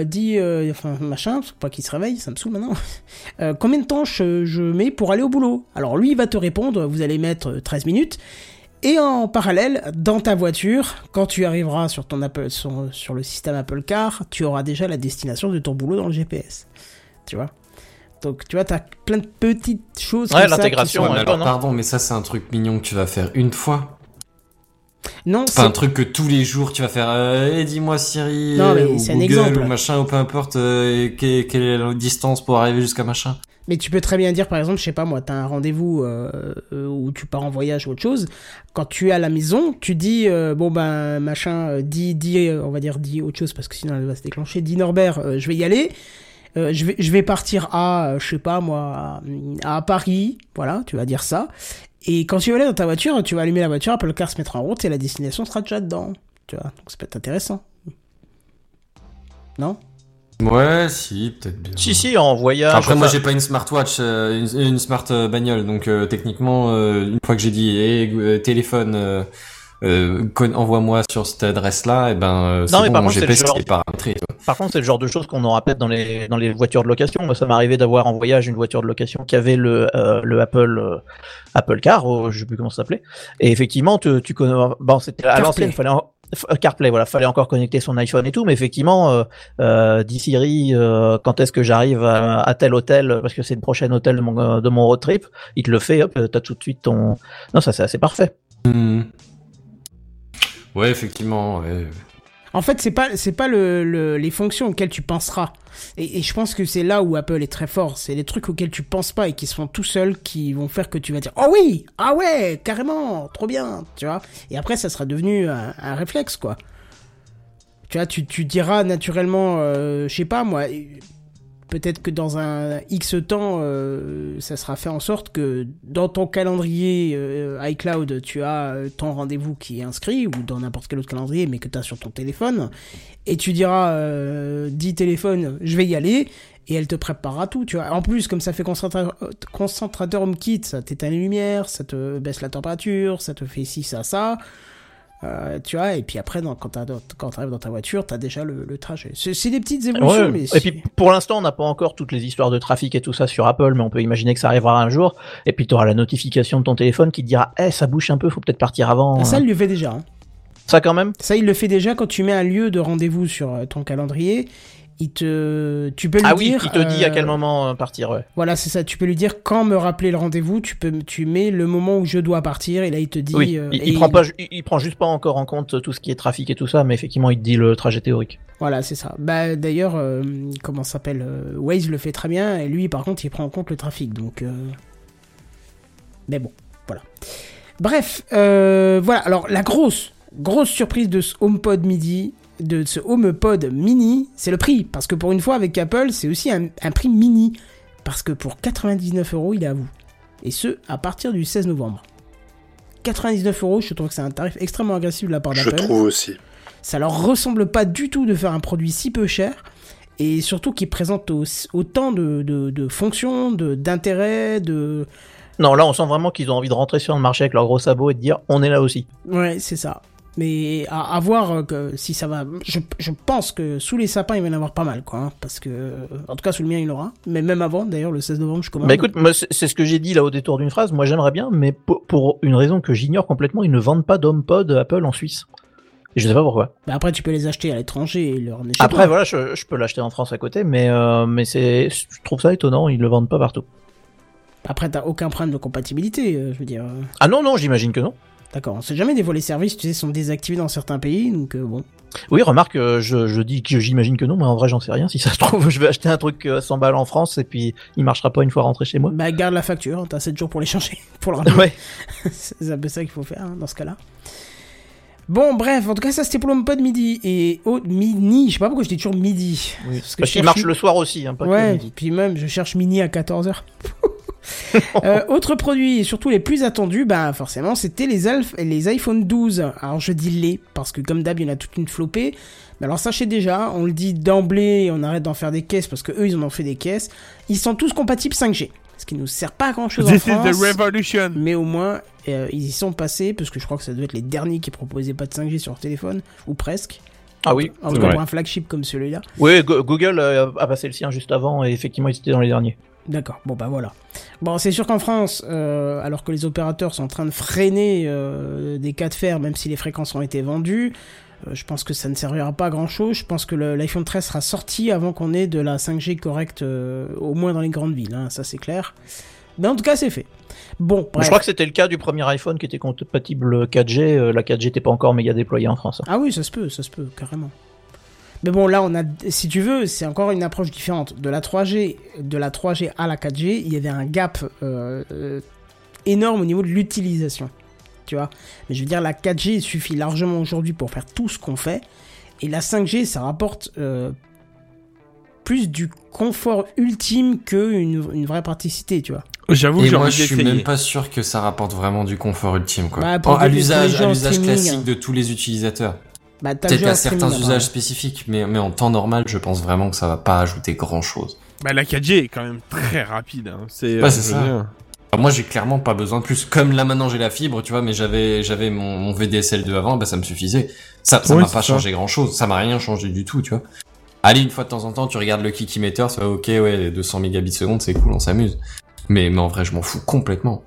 machin, pas qu'il se réveille, ça me saoule maintenant, combien de temps je mets pour aller au boulot. Alors lui, il va te répondre, vous allez mettre 13 minutes, et en parallèle, dans ta voiture, quand tu arriveras sur ton Apple, sur le système Apple Car, tu auras déjà la destination de ton boulot dans le GPS. Tu vois ? Donc tu vois, t'as plein de petites choses comme ça. Ouais, l'intégration. Alors, pardon, mais ça c'est un truc mignon que tu vas faire une fois. Non, c'est pas un truc que tous les jours tu vas faire dis-moi Siri ou c'est Google ou machin ou peu importe quelle est la distance pour arriver jusqu'à machin. Mais tu peux très bien dire par exemple, je sais pas moi, t'as un rendez-vous où tu pars en voyage ou autre chose. Quand tu es à la maison, tu dis machin, dis on va dire dis autre chose parce que sinon elle va se déclencher. Dis Norbert, je vais y aller. Je vais partir je sais pas moi, à Paris. Voilà, tu vas dire ça. Et quand tu vas aller dans ta voiture, tu vas allumer la voiture, Apple Car se mettra en route et la destination sera déjà dedans. Tu vois, donc ça peut être intéressant. Non ? Ouais, si, peut-être bien. Si, en voyage. Après, moi, j'ai pas une smartwatch, une smart bagnole, donc techniquement, une fois que j'ai dit téléphone, envoie-moi sur cette adresse-là, et c'est non, mais bon, mon GPS est paramétré. Par contre, c'est le genre de choses qu'on aura peut-être dans les voitures de location. Moi, ça m'est arrivé d'avoir en voyage une voiture de location qui avait le Apple Car, je sais plus comment ça s'appelait. Et effectivement, tu connais. Bon, c'était à l'ancienne, CarPlay, voilà, fallait encore connecter son iPhone et tout, mais effectivement, dis Siri, quand est-ce que j'arrive à tel hôtel, parce que c'est le prochain hôtel de mon road trip, il te le fait, hop, t'as tout de suite ton. Non, ça c'est assez parfait. Ouais, effectivement. Ouais. En fait, c'est pas les fonctions auxquelles tu penseras. Et je pense que c'est là où Apple est très fort. C'est les trucs auxquels tu penses pas et qui se font tout seuls qui vont faire que tu vas dire oh oui, ah ouais, carrément, trop bien, tu vois. Et après, ça sera devenu un réflexe, quoi. Tu vois, tu diras naturellement, je sais pas moi, peut-être que dans un X temps, ça sera fait en sorte que dans ton calendrier iCloud, tu as ton rendez-vous qui est inscrit, ou dans n'importe quel autre calendrier, mais que tu as sur ton téléphone, et tu diras, dis téléphone, je vais y aller, et elle te préparera tout, tu vois. En plus, comme ça fait concentrateur HomeKit, ça t'éteint les lumières, ça te baisse la température, ça te fait ci, ça. Tu vois, et puis après, quand t'arrives dans ta voiture, t'as déjà le trajet. C'est des petites évolutions, ouais. mais... Et puis, pour l'instant, on n'a pas encore toutes les histoires de trafic et tout ça sur Apple, mais on peut imaginer que ça arrivera un jour, et puis t'auras la notification de ton téléphone qui te dira « ça bouge un peu, faut peut-être partir avant. » Ça, il le fait déjà. Hein. Ça, quand même ? Ça, il le fait déjà quand tu mets un lieu de rendez-vous sur ton calendrier. Tu peux lui dire... Ah oui, il te dit à quel moment partir, ouais. Voilà, c'est ça. Tu peux lui dire quand me rappeler le rendez-vous. Tu mets le moment où je dois partir, et là, il te dit... Oui, il prend juste pas encore en compte tout ce qui est trafic et tout ça, mais effectivement, il te dit le trajet théorique. Voilà, c'est ça. Bah, d'ailleurs, comment ça s'appelle, Waze le fait très bien, et lui, par contre, il prend en compte le trafic, donc... Mais bon, voilà. Bref, voilà. Alors, la grosse surprise de ce HomePod midi... de ce HomePod mini, c'est le prix. Parce que pour une fois, avec Apple, c'est aussi un prix mini. Parce que pour 99€, il est à vous. Et ce, à partir du 16 novembre. 99€, je trouve que c'est un tarif extrêmement agressif de la part d'Apple. Je trouve aussi. Ça leur ressemble pas du tout de faire un produit si peu cher. Et surtout qui présente autant de fonctions, d'intérêts, de... Non, là, on sent vraiment qu'ils ont envie de rentrer sur le marché avec leurs gros sabots et de dire, on est là aussi. Ouais, c'est ça. Mais à voir si ça va... Je pense que sous les sapins, il va y en avoir pas mal, quoi. Hein, parce que... En tout cas, sous le mien, il y en aura. Mais même avant, d'ailleurs, le 16 novembre, je commande. Bah écoute, moi, c'est ce que j'ai dit là au détour d'une phrase. Moi, j'aimerais bien, mais pour une raison que j'ignore complètement, ils ne vendent pas d'HomePod Apple en Suisse. Et je sais pas pourquoi. Bah après, tu peux les acheter à l'étranger et leur... Après, voilà, je peux l'acheter en France à côté, mais je trouve ça étonnant, ils le vendent pas partout. Après, t'as aucun problème de compatibilité, je veux dire... Ah non, j'imagine que non. D'accord, on sait jamais, des fois les services, tu sais, sont désactivés dans certains pays, donc bon. Oui, remarque, je dis que j'imagine que non, mais en vrai, j'en sais rien. Si ça se trouve, je vais acheter un truc à 100 balles en France et puis il marchera pas une fois rentré chez moi. Bah, garde la facture, t'as 7 jours pour les changer, pour le ramener. Ouais. C'est un peu ça qu'il faut faire, hein, dans ce cas-là. Bon, bref, en tout cas, ça c'était pour l'HomePod midi. Et mini, je sais pas pourquoi je dis toujours midi. Oui. Parce qu'il marche le soir aussi, hein, pas que le midi. Puis même, je cherche mini à 14h. Autre produit, et surtout les plus attendus, bah forcément c'était les iPhone 12. Alors je dis les, parce que comme d'hab il y en a toute une flopée. Mais alors sachez déjà, on le dit d'emblée, on arrête d'en faire des caisses, parce que eux ils en ont fait des caisses. Ils sont tous compatibles 5G, ce qui nous sert pas à grand chose en France. This is the revolution. Mais au moins ils y sont passés, parce que je crois que ça doit être les derniers qui proposaient pas de 5G sur leur téléphone, ou presque. Ah oui, en tout cas pour un flagship comme celui-là. Oui, Google a passé le sien juste avant, et effectivement ils étaient dans les derniers. D'accord, bon bah voilà. Bon, c'est sûr qu'en France, alors que les opérateurs sont en train de freiner des cas de fer, même si les fréquences ont été vendues, je pense que ça ne servira pas à grand chose. Je pense que l'iPhone 13 sera sorti avant qu'on ait de la 5G correcte, au moins dans les grandes villes, hein, ça c'est clair. Mais en tout cas, c'est fait. Bon, bref. Je crois que c'était le cas du premier iPhone qui était compatible 4G. La 4G n'était pas encore méga déployée en France. Ah oui, ça se peut, carrément. Mais bon, là, si tu veux, c'est encore une approche différente. De la 3G à la 4G, il y avait un gap énorme au niveau de l'utilisation. Tu vois ? Mais je veux dire, la 4G suffit largement aujourd'hui pour faire tout ce qu'on fait. Et la 5G, ça rapporte plus du confort ultime qu'une vraie praticité, tu vois. J'avoue que moi, je suis même pas sûr que ça rapporte vraiment du confort ultime, quoi. Bah, à l'usage classique de tous les utilisateurs. Bah, peut-être à certains usages spécifiques, mais en temps normal, je pense vraiment que ça va pas ajouter grand chose. Bah, la 4G est quand même très rapide, hein. C'est ça. Alors, moi, j'ai clairement pas besoin de plus. Comme là, maintenant, j'ai la fibre, tu vois, mais j'avais mon VDSL2 avant, bah, ça me suffisait. Ça m'a pas changé grand chose. Ça m'a rien changé du tout, tu vois. Allez, une fois de temps en temps, tu regardes le Kikimeter, ça va, ok, ouais, 200 mégabits seconde, c'est cool, on s'amuse. Mais en vrai, je m'en fous complètement.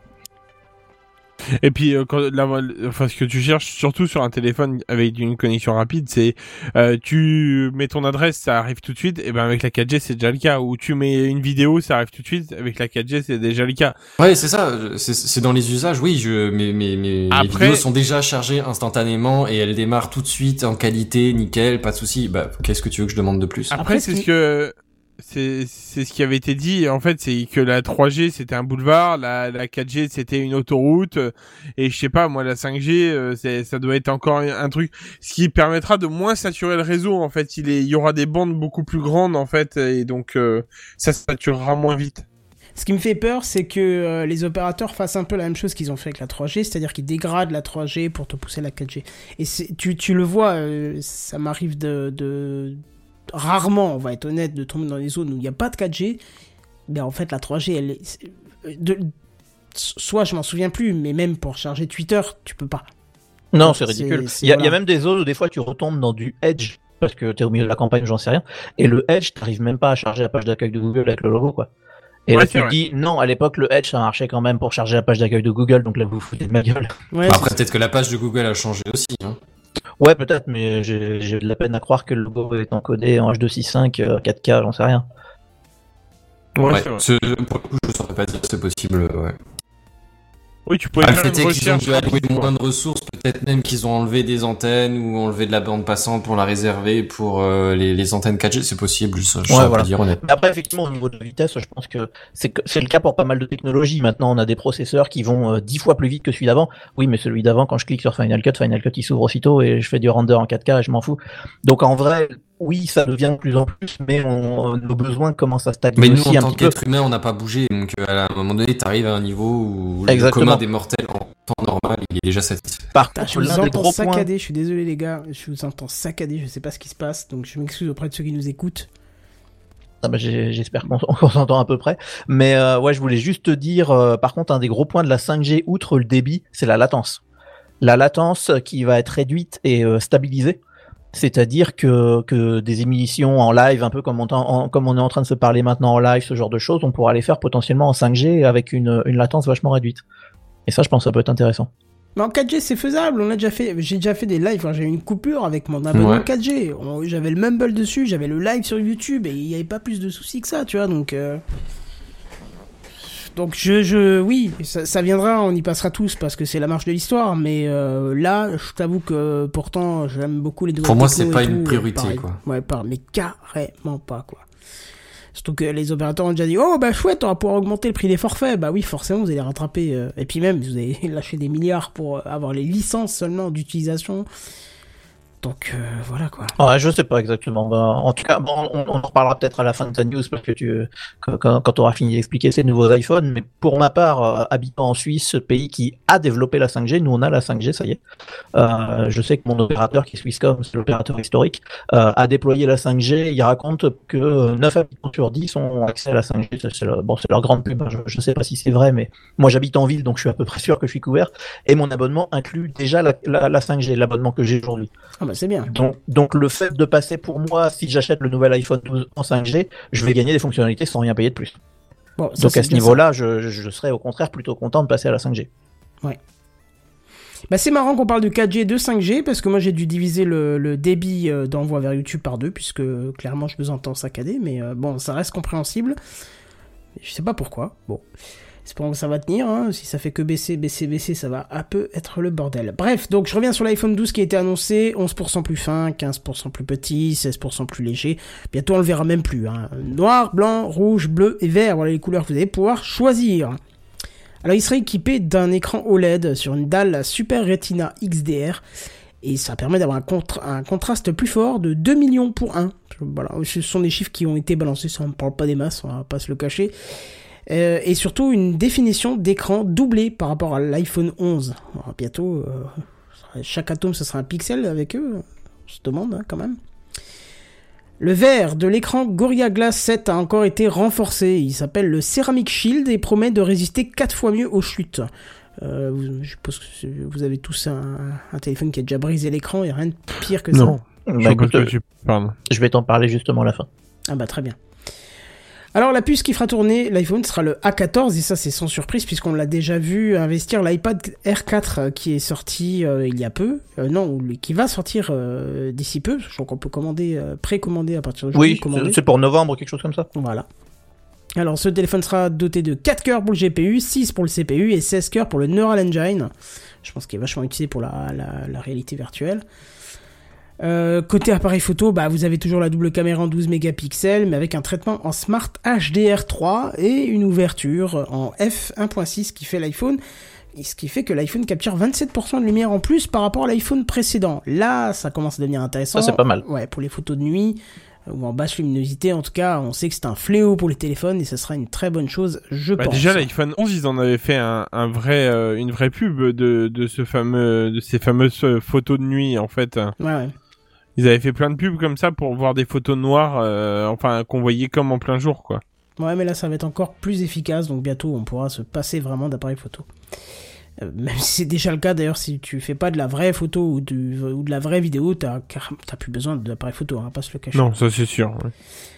Et puis, ce que tu cherches, surtout sur un téléphone avec une connexion rapide, c'est tu mets ton adresse, ça arrive tout de suite, et ben avec la 4G, c'est déjà le cas. Ou tu mets une vidéo, ça arrive tout de suite, avec la 4G, c'est déjà le cas. Ouais, c'est ça, c'est dans les usages, oui, mes vidéos sont déjà chargées instantanément, et elles démarrent tout de suite, en qualité, nickel, pas de souci. Bah, qu'est-ce que tu veux que je demande de plus ? Après, c'est c'est ce qui avait été dit. En fait, c'est que la 3G c'était un boulevard, la 4G c'était une autoroute, et je sais pas, moi la 5G, ça doit être encore un truc, ce qui permettra de moins saturer le réseau. En fait, il y aura des bandes beaucoup plus grandes en fait, et donc ça saturera moins vite. Ce qui me fait peur, c'est que les opérateurs fassent un peu la même chose qu'ils ont fait avec la 3G, c'est-à-dire qu'ils dégradent la 3G pour te pousser la 4G. Et tu le vois, ça m'arrive de rarement, on va être honnête, de tomber dans des zones où il n'y a pas de 4G. Mais en fait, la 3G, elle est... soit je m'en souviens plus, mais même pour charger Twitter, tu peux pas. Non, c'est ridicule. Il y a même des zones où des fois tu retombes dans du Edge, parce que t'es au milieu de la campagne, j'en sais rien. Et le Edge, t'arrives même pas à charger la page d'accueil de Google avec le logo, quoi. Et là, tu te dis, non, à l'époque, le Edge, ça marchait quand même pour charger la page d'accueil de Google, donc là, vous vous foutez de ma gueule. Ouais, après, peut-être que la page de Google a changé aussi, hein. Ouais, peut-être, mais j'ai de la peine à croire que le logo est encodé en H265, 4K, j'en sais rien. Ouais, pour le coup, je ne saurais pas dire que c'est possible, ouais. Oui, tu pourrais faire une recherche. Qu'ils ont alloué moins de ressources, peut-être même qu'ils ont enlevé des antennes ou enlevé de la bande passante pour la réserver pour les antennes 4G, c'est possible, je sais pas dire honnêtement. Mais après, effectivement, au niveau de la vitesse, je pense que c'est le cas pour pas mal de technologies. Maintenant, on a des processeurs qui vont 10 fois plus vite que celui d'avant. Oui, mais celui d'avant, quand je clique sur Final Cut il s'ouvre aussitôt et je fais du render en 4K et je m'en fous. Donc en vrai, oui, ça devient de plus en plus, mais nos besoins commencent à stagner. Mais nous, aussi en tant qu'être humain, on n'a pas bougé, donc à un moment donné, t'arrives à un niveau où le commun des mortels en temps normal, il est déjà satisfait. Par contre, je vous entends saccader, je suis désolé les gars, je vous entends saccader, je sais pas ce qui se passe, donc je m'excuse auprès de ceux qui nous écoutent. Ah bah j'espère qu'on s'entend à peu près. Mais ouais, je voulais juste te dire, par contre, un des gros points de la 5G, outre le débit, c'est la latence. La latence qui va être réduite et stabilisée. C'est-à-dire que des émissions en live, un peu comme on est en train de se parler maintenant en live, ce genre de choses, on pourra les faire potentiellement en 5G avec une latence vachement réduite. Et ça, je pense que ça peut être intéressant. Mais en 4G, c'est faisable. J'ai déjà fait des lives. J'ai eu une coupure avec mon abonnement 4G. J'avais le Mumble dessus, j'avais le live sur YouTube et il n'y avait pas plus de soucis que ça, tu vois. Donc oui, ça viendra, on y passera tous parce que c'est la marche de l'histoire. Mais là, je t'avoue que pourtant, j'aime beaucoup les deux. Pour moi, c'est pas une priorité, quoi. Ouais, mais carrément pas, quoi. Surtout que les opérateurs ont déjà dit, oh bah chouette, on va pouvoir augmenter le prix des forfaits. Bah oui, forcément, vous allez rattraper. Et puis même, vous allez lâcher des milliards pour avoir les licences seulement d'utilisation. Donc voilà quoi. Ouais, je sais pas exactement. En tout cas, bon, on en reparlera peut-être à la fin de ta news parce que quand tu auras fini d'expliquer ces nouveaux iPhones. Mais pour ma part, habitant en Suisse, pays qui a développé la 5G, nous on a la 5G, ça y est. Je sais que mon opérateur qui est Swisscom, c'est l'opérateur historique, a déployé la 5G. Il raconte que 9 habitants sur 10 ont accès à la 5G. C'est leur grande pub. Je sais pas si c'est vrai, mais moi j'habite en ville, donc je suis à peu près sûr que je suis couvert. Et mon abonnement inclut déjà la 5G, l'abonnement que j'ai aujourd'hui. Ah bah c'est bien. Donc le fait de passer pour moi, si j'achète le nouvel iPhone 12 en 5G, je vais gagner des fonctionnalités sans rien payer de plus. Bon, ça, donc à ce niveau-là, je serais au contraire plutôt content de passer à la 5G. Ouais. Bah c'est marrant qu'on parle de 4G et de 5G parce que moi j'ai dû diviser le débit d'envoi vers YouTube par 2 puisque clairement je vous entends saccader, mais bon ça reste compréhensible. Je sais pas pourquoi. Bon. Espérons que ça va tenir, hein. Si ça fait que baisser, ça va un peu être le bordel. Bref, donc je reviens sur l'iPhone 12 qui a été annoncé, 11% plus fin, 15% plus petit, 16% plus léger. Bientôt on le verra même plus, hein. Noir, blanc, rouge, bleu et vert, voilà les couleurs que vous allez pouvoir choisir. Alors il sera équipé d'un écran OLED sur une dalle Super Retina XDR. Et ça permet d'avoir un contraste plus fort de 2 millions pour 1. Voilà, ce sont des chiffres qui ont été balancés, ça ne parle pas des masses, on va pas se le cacher. Et surtout une définition d'écran doublée par rapport à l'iPhone 11. Alors, bientôt, chaque atome ce sera un pixel avec eux, on se demande hein, quand même. Le verre de l'écran Gorilla Glass 7 a encore été renforcé, il s'appelle le Ceramic Shield et promet de résister 4 fois mieux aux chutes. Je suppose que vous avez tous un téléphone qui a déjà brisé l'écran, il n'y a rien de pire que ça. Non, écoute, je vais t'en parler justement à la fin. Ah bah très bien. Alors la puce qui fera tourner l'iPhone sera le A14 et ça c'est sans surprise puisqu'on l'a déjà vu investir l'iPad R4 qui est sorti il y a peu, qui va sortir d'ici peu, je crois qu'on peut précommander à partir d'aujourd'hui. Oui, c'est pour novembre, quelque chose comme ça. Voilà. Alors ce téléphone sera doté de 4 cœurs pour le GPU, 6 pour le CPU et 16 cœurs pour le Neural Engine. Je pense qu'il est vachement utilisé pour la réalité virtuelle. Côté appareil photo, vous avez toujours la double caméra en 12 mégapixels, mais avec un traitement en Smart HDR3 et une ouverture en f1.6 ce qui fait que l'iPhone capture 27% de lumière en plus par rapport à l'iPhone précédent. Là, ça commence à devenir intéressant. Ça, c'est pas mal. Ouais, pour les photos de nuit ou en basse luminosité, en tout cas, on sait que c'est un fléau pour les téléphones et ce sera une très bonne chose, je pense. Déjà, l'iPhone 11, ils en avaient fait une vraie pub de ces fameuses photos de nuit, en fait. Ouais. Ils avaient fait plein de pubs comme ça pour voir des photos noires, qu'on voyait comme en plein jour, quoi. Ouais, mais là, ça va être encore plus efficace, donc bientôt, on pourra se passer vraiment d'appareil photo. Même si c'est déjà le cas, d'ailleurs, si tu fais pas de la vraie photo ou de la vraie vidéo, t'as plus besoin d'appareil photo, on va pas se le cacher. Non, ça c'est sûr, ouais.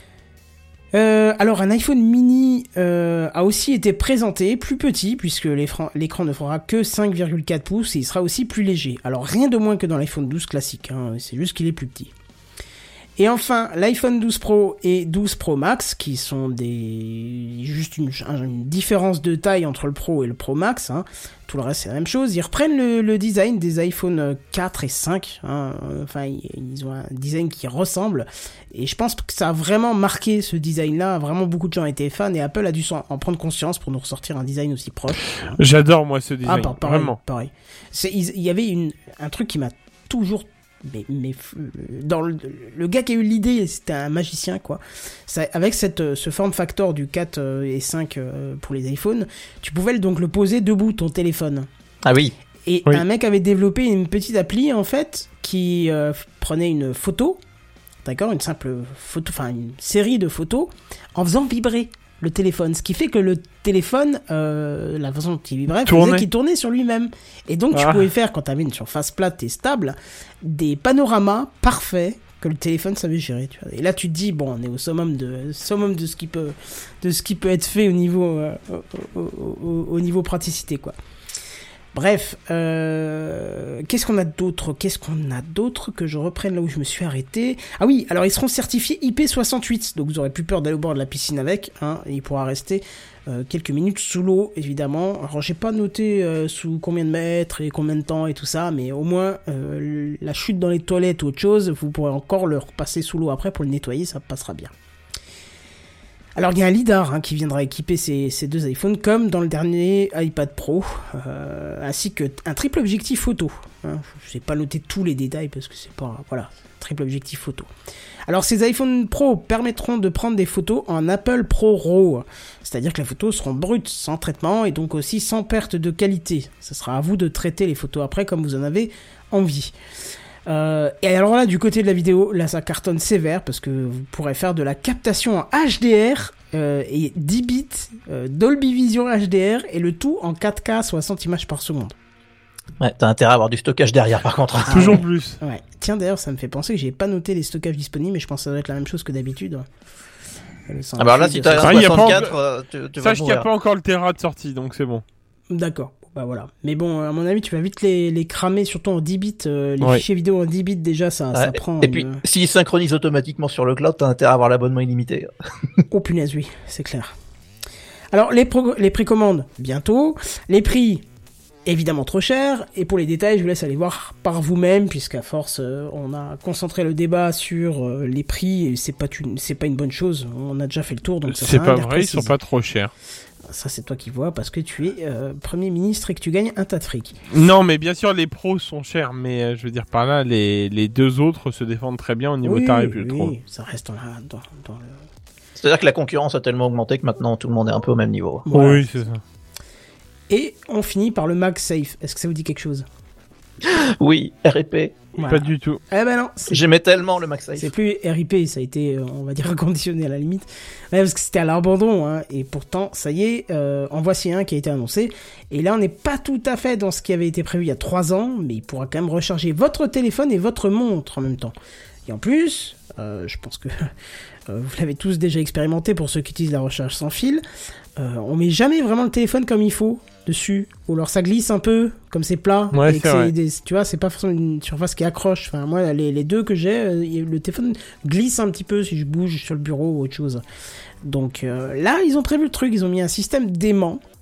Alors un iPhone mini a aussi été présenté, plus petit, puisque l'écran ne fera que 5,4 pouces et il sera aussi plus léger. Alors rien de moins que dans l'iPhone 12 classique, hein, c'est juste qu'il est plus petit. Et enfin, l'iPhone 12 Pro et 12 Pro Max, qui sont juste une différence de taille entre le Pro et le Pro Max, hein. Tout le reste c'est la même chose. Ils reprennent le design des iPhone 4 et 5, hein. Enfin ils ont un design qui ressemble, et je pense que ça a vraiment marqué ce design-là. Vraiment beaucoup de gens étaient fans, et Apple a dû en prendre conscience pour nous ressortir un design aussi proche. J'adore moi ce design, vraiment. Pareil. Il y avait un truc qui m'a toujours... Mais dans le gars qui a eu l'idée, c'était un magicien, quoi. Avec ce form factor du 4 et 5 pour les iPhones, tu pouvais donc le poser debout, ton téléphone. Ah oui. Et un mec avait développé une petite appli, en fait, qui prenait une photo, d'accord, une simple photo, enfin une série de photos, en faisant vibrer le téléphone, ce qui fait que le téléphone, la façon dont il vibrait, faisait qu'il tournait sur lui-même. Et donc tu pouvais faire, quand tu avais une surface plate et stable, des panoramas parfaits que le téléphone savait gérer, tu vois. Et là tu te dis, bon, on est au summum de ce qui peut être fait au niveau praticité, quoi. Bref, qu'est-ce qu'on a d'autre que je reprenne là où je me suis arrêté. Ah oui, alors ils seront certifiés IP68, donc vous aurez plus peur d'aller au bord de la piscine avec, hein, et il pourra rester quelques minutes sous l'eau, évidemment. Alors j'ai pas noté sous combien de mètres et combien de temps et tout ça, mais au moins la chute dans les toilettes ou autre chose, vous pourrez encore le repasser sous l'eau après pour le nettoyer, ça passera bien. Alors il y a un lidar, hein, qui viendra équiper ces deux iPhones, comme dans le dernier iPad Pro, ainsi qu'un triple objectif photo. Hein. Je n'ai pas noté tous les détails parce que c'est pas... Voilà, triple objectif photo. Alors ces iPhone Pro permettront de prendre des photos en Apple Pro RAW, c'est-à-dire que les photos seront brutes, sans traitement et donc aussi sans perte de qualité. Ce sera à vous de traiter les photos après comme vous en avez envie. Et alors là, du côté de la vidéo, là ça cartonne sévère parce que vous pourrez faire de la captation en HDR et 10 bits, Dolby Vision HDR, et le tout en 4K 60 images par seconde. Ouais, t'as intérêt à avoir du stockage derrière par contre. Toujours plus. Ouais. Tiens, d'ailleurs, ça me fait penser que j'ai pas noté les stockages disponibles, mais je pense que ça doit être la même chose que d'habitude. Alors là, si t'as un 64, tu vas sache qu'il n'y a pas encore le Tera de sortie, donc c'est bon. D'accord. Bah voilà. Mais bon, à mon avis, tu vas vite les cramer, surtout en 10 bits. Les fichiers vidéo en 10 bits, déjà, ça prend... Et puis, s'ils synchronisent automatiquement sur le cloud, t'as intérêt à avoir l'abonnement illimité. Oh punaise, oui, c'est clair. Alors, les précommandes, bientôt. Les prix, évidemment trop cher. Et pour les détails, je vous laisse aller voir par vous-même, puisqu'à force, on a concentré le débat sur les prix, et c'est pas une bonne chose. On a déjà fait le tour, donc ça c'est pas vrai, ils sont pas trop chers. Ça, c'est toi qui vois, parce que tu es Premier ministre et que tu gagnes un tas de fric. Non, mais bien sûr, les pros sont chers, mais je veux dire par là, les deux autres se défendent très bien au niveau tarif, je trouve. Oui, ça reste dans le... C'est-à-dire que la concurrence a tellement augmenté que maintenant, tout le monde est un peu au même niveau. Voilà. Oui, c'est ça. Et on finit par le MagSafe. Est-ce que ça vous dit quelque chose ? Oui, RIP. Voilà. Pas du tout. Eh ben non. J'aimais tellement le MagSafe. C'est plus RIP, ça a été, on va dire, reconditionné à la limite. Ouais, parce que c'était à l'abandon, hein. Et pourtant, ça y est, en voici un qui a été annoncé. Et là, on n'est pas tout à fait dans ce qui avait été prévu il y a 3 ans, mais il pourra quand même recharger votre téléphone et votre montre en même temps. Et en plus, je pense que vous l'avez tous déjà expérimenté pour ceux qui utilisent la recharge sans fil, on met jamais vraiment le téléphone comme il faut dessus, ou alors ça glisse un peu comme c'est plat, ouais, tu vois, c'est pas forcément une surface qui accroche. Enfin, moi les deux que j'ai, le téléphone glisse un petit peu si je bouge sur le bureau ou autre chose. Donc là ils ont prévu le truc, ils ont mis un système d'aimant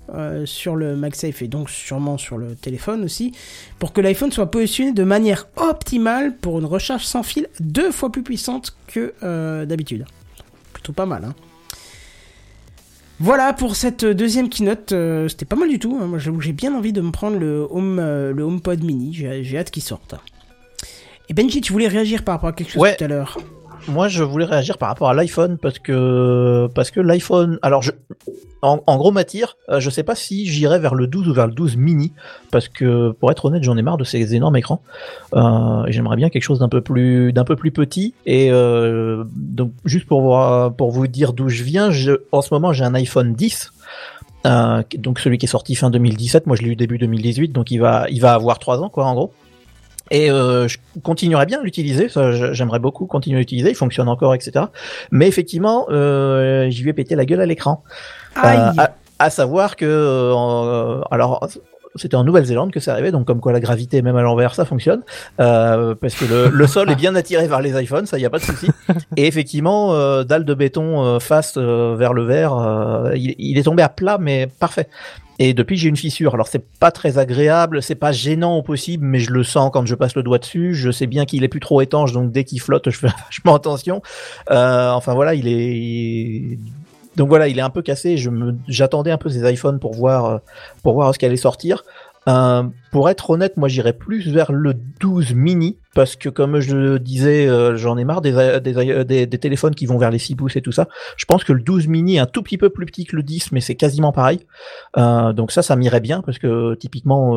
sur le MagSafe et donc sûrement sur le téléphone aussi, pour que l'iPhone soit positionné de manière optimale pour une recharge sans fil 2 fois plus puissante que d'habitude. Plutôt pas mal, hein. Voilà pour cette deuxième keynote, c'était pas mal du tout, hein. Moi j'avoue que j'ai bien envie de me prendre le HomePod mini, j'ai hâte qu'il sorte. Et Benji, tu voulais réagir par rapport à quelque chose tout à l'heure? Moi, je voulais réagir par rapport à l'iPhone parce que l'iPhone, alors en gros m'attire. Je sais pas si j'irai vers le 12 ou vers le 12 mini parce que pour être honnête, j'en ai marre de ces énormes écrans. Et j'aimerais bien quelque chose d'un peu plus petit. Et donc juste pour vous dire d'où je viens, en ce moment j'ai un iPhone 10. Donc celui qui est sorti fin 2017. Moi, je l'ai eu début 2018, donc il va avoir 3 ans quoi en gros. Et je continuerai bien à l'utiliser, ça, j'aimerais beaucoup continuer à l'utiliser, il fonctionne encore, etc. Mais effectivement, j'y vais péter la gueule à l'écran. À savoir que, alors, c'était en Nouvelle-Zélande que c'est arrivé, donc comme quoi la gravité, même à l'envers, ça fonctionne, parce que le sol est bien attiré vers les iPhones, ça y a pas de souci. Et effectivement, dalle de béton face vers le verre, il est tombé à plat, mais parfait. Et depuis, j'ai une fissure. Alors, c'est pas très agréable, c'est pas gênant au possible, mais je le sens quand je passe le doigt dessus. Je sais bien qu'il est plus trop étanche, donc dès qu'il flotte, je fais vachement attention. Enfin, voilà, donc voilà, il est un peu cassé. J'attendais un peu ces iPhones pour voir ce qu'allait sortir. Pour être honnête, moi j'irais plus vers le 12 mini parce que comme je le disais, j'en ai marre des téléphones qui vont vers les 6 pouces et tout ça. Je pense que le 12 mini est un tout petit peu plus petit que le 10, mais c'est quasiment pareil. Donc ça m'irait bien parce que typiquement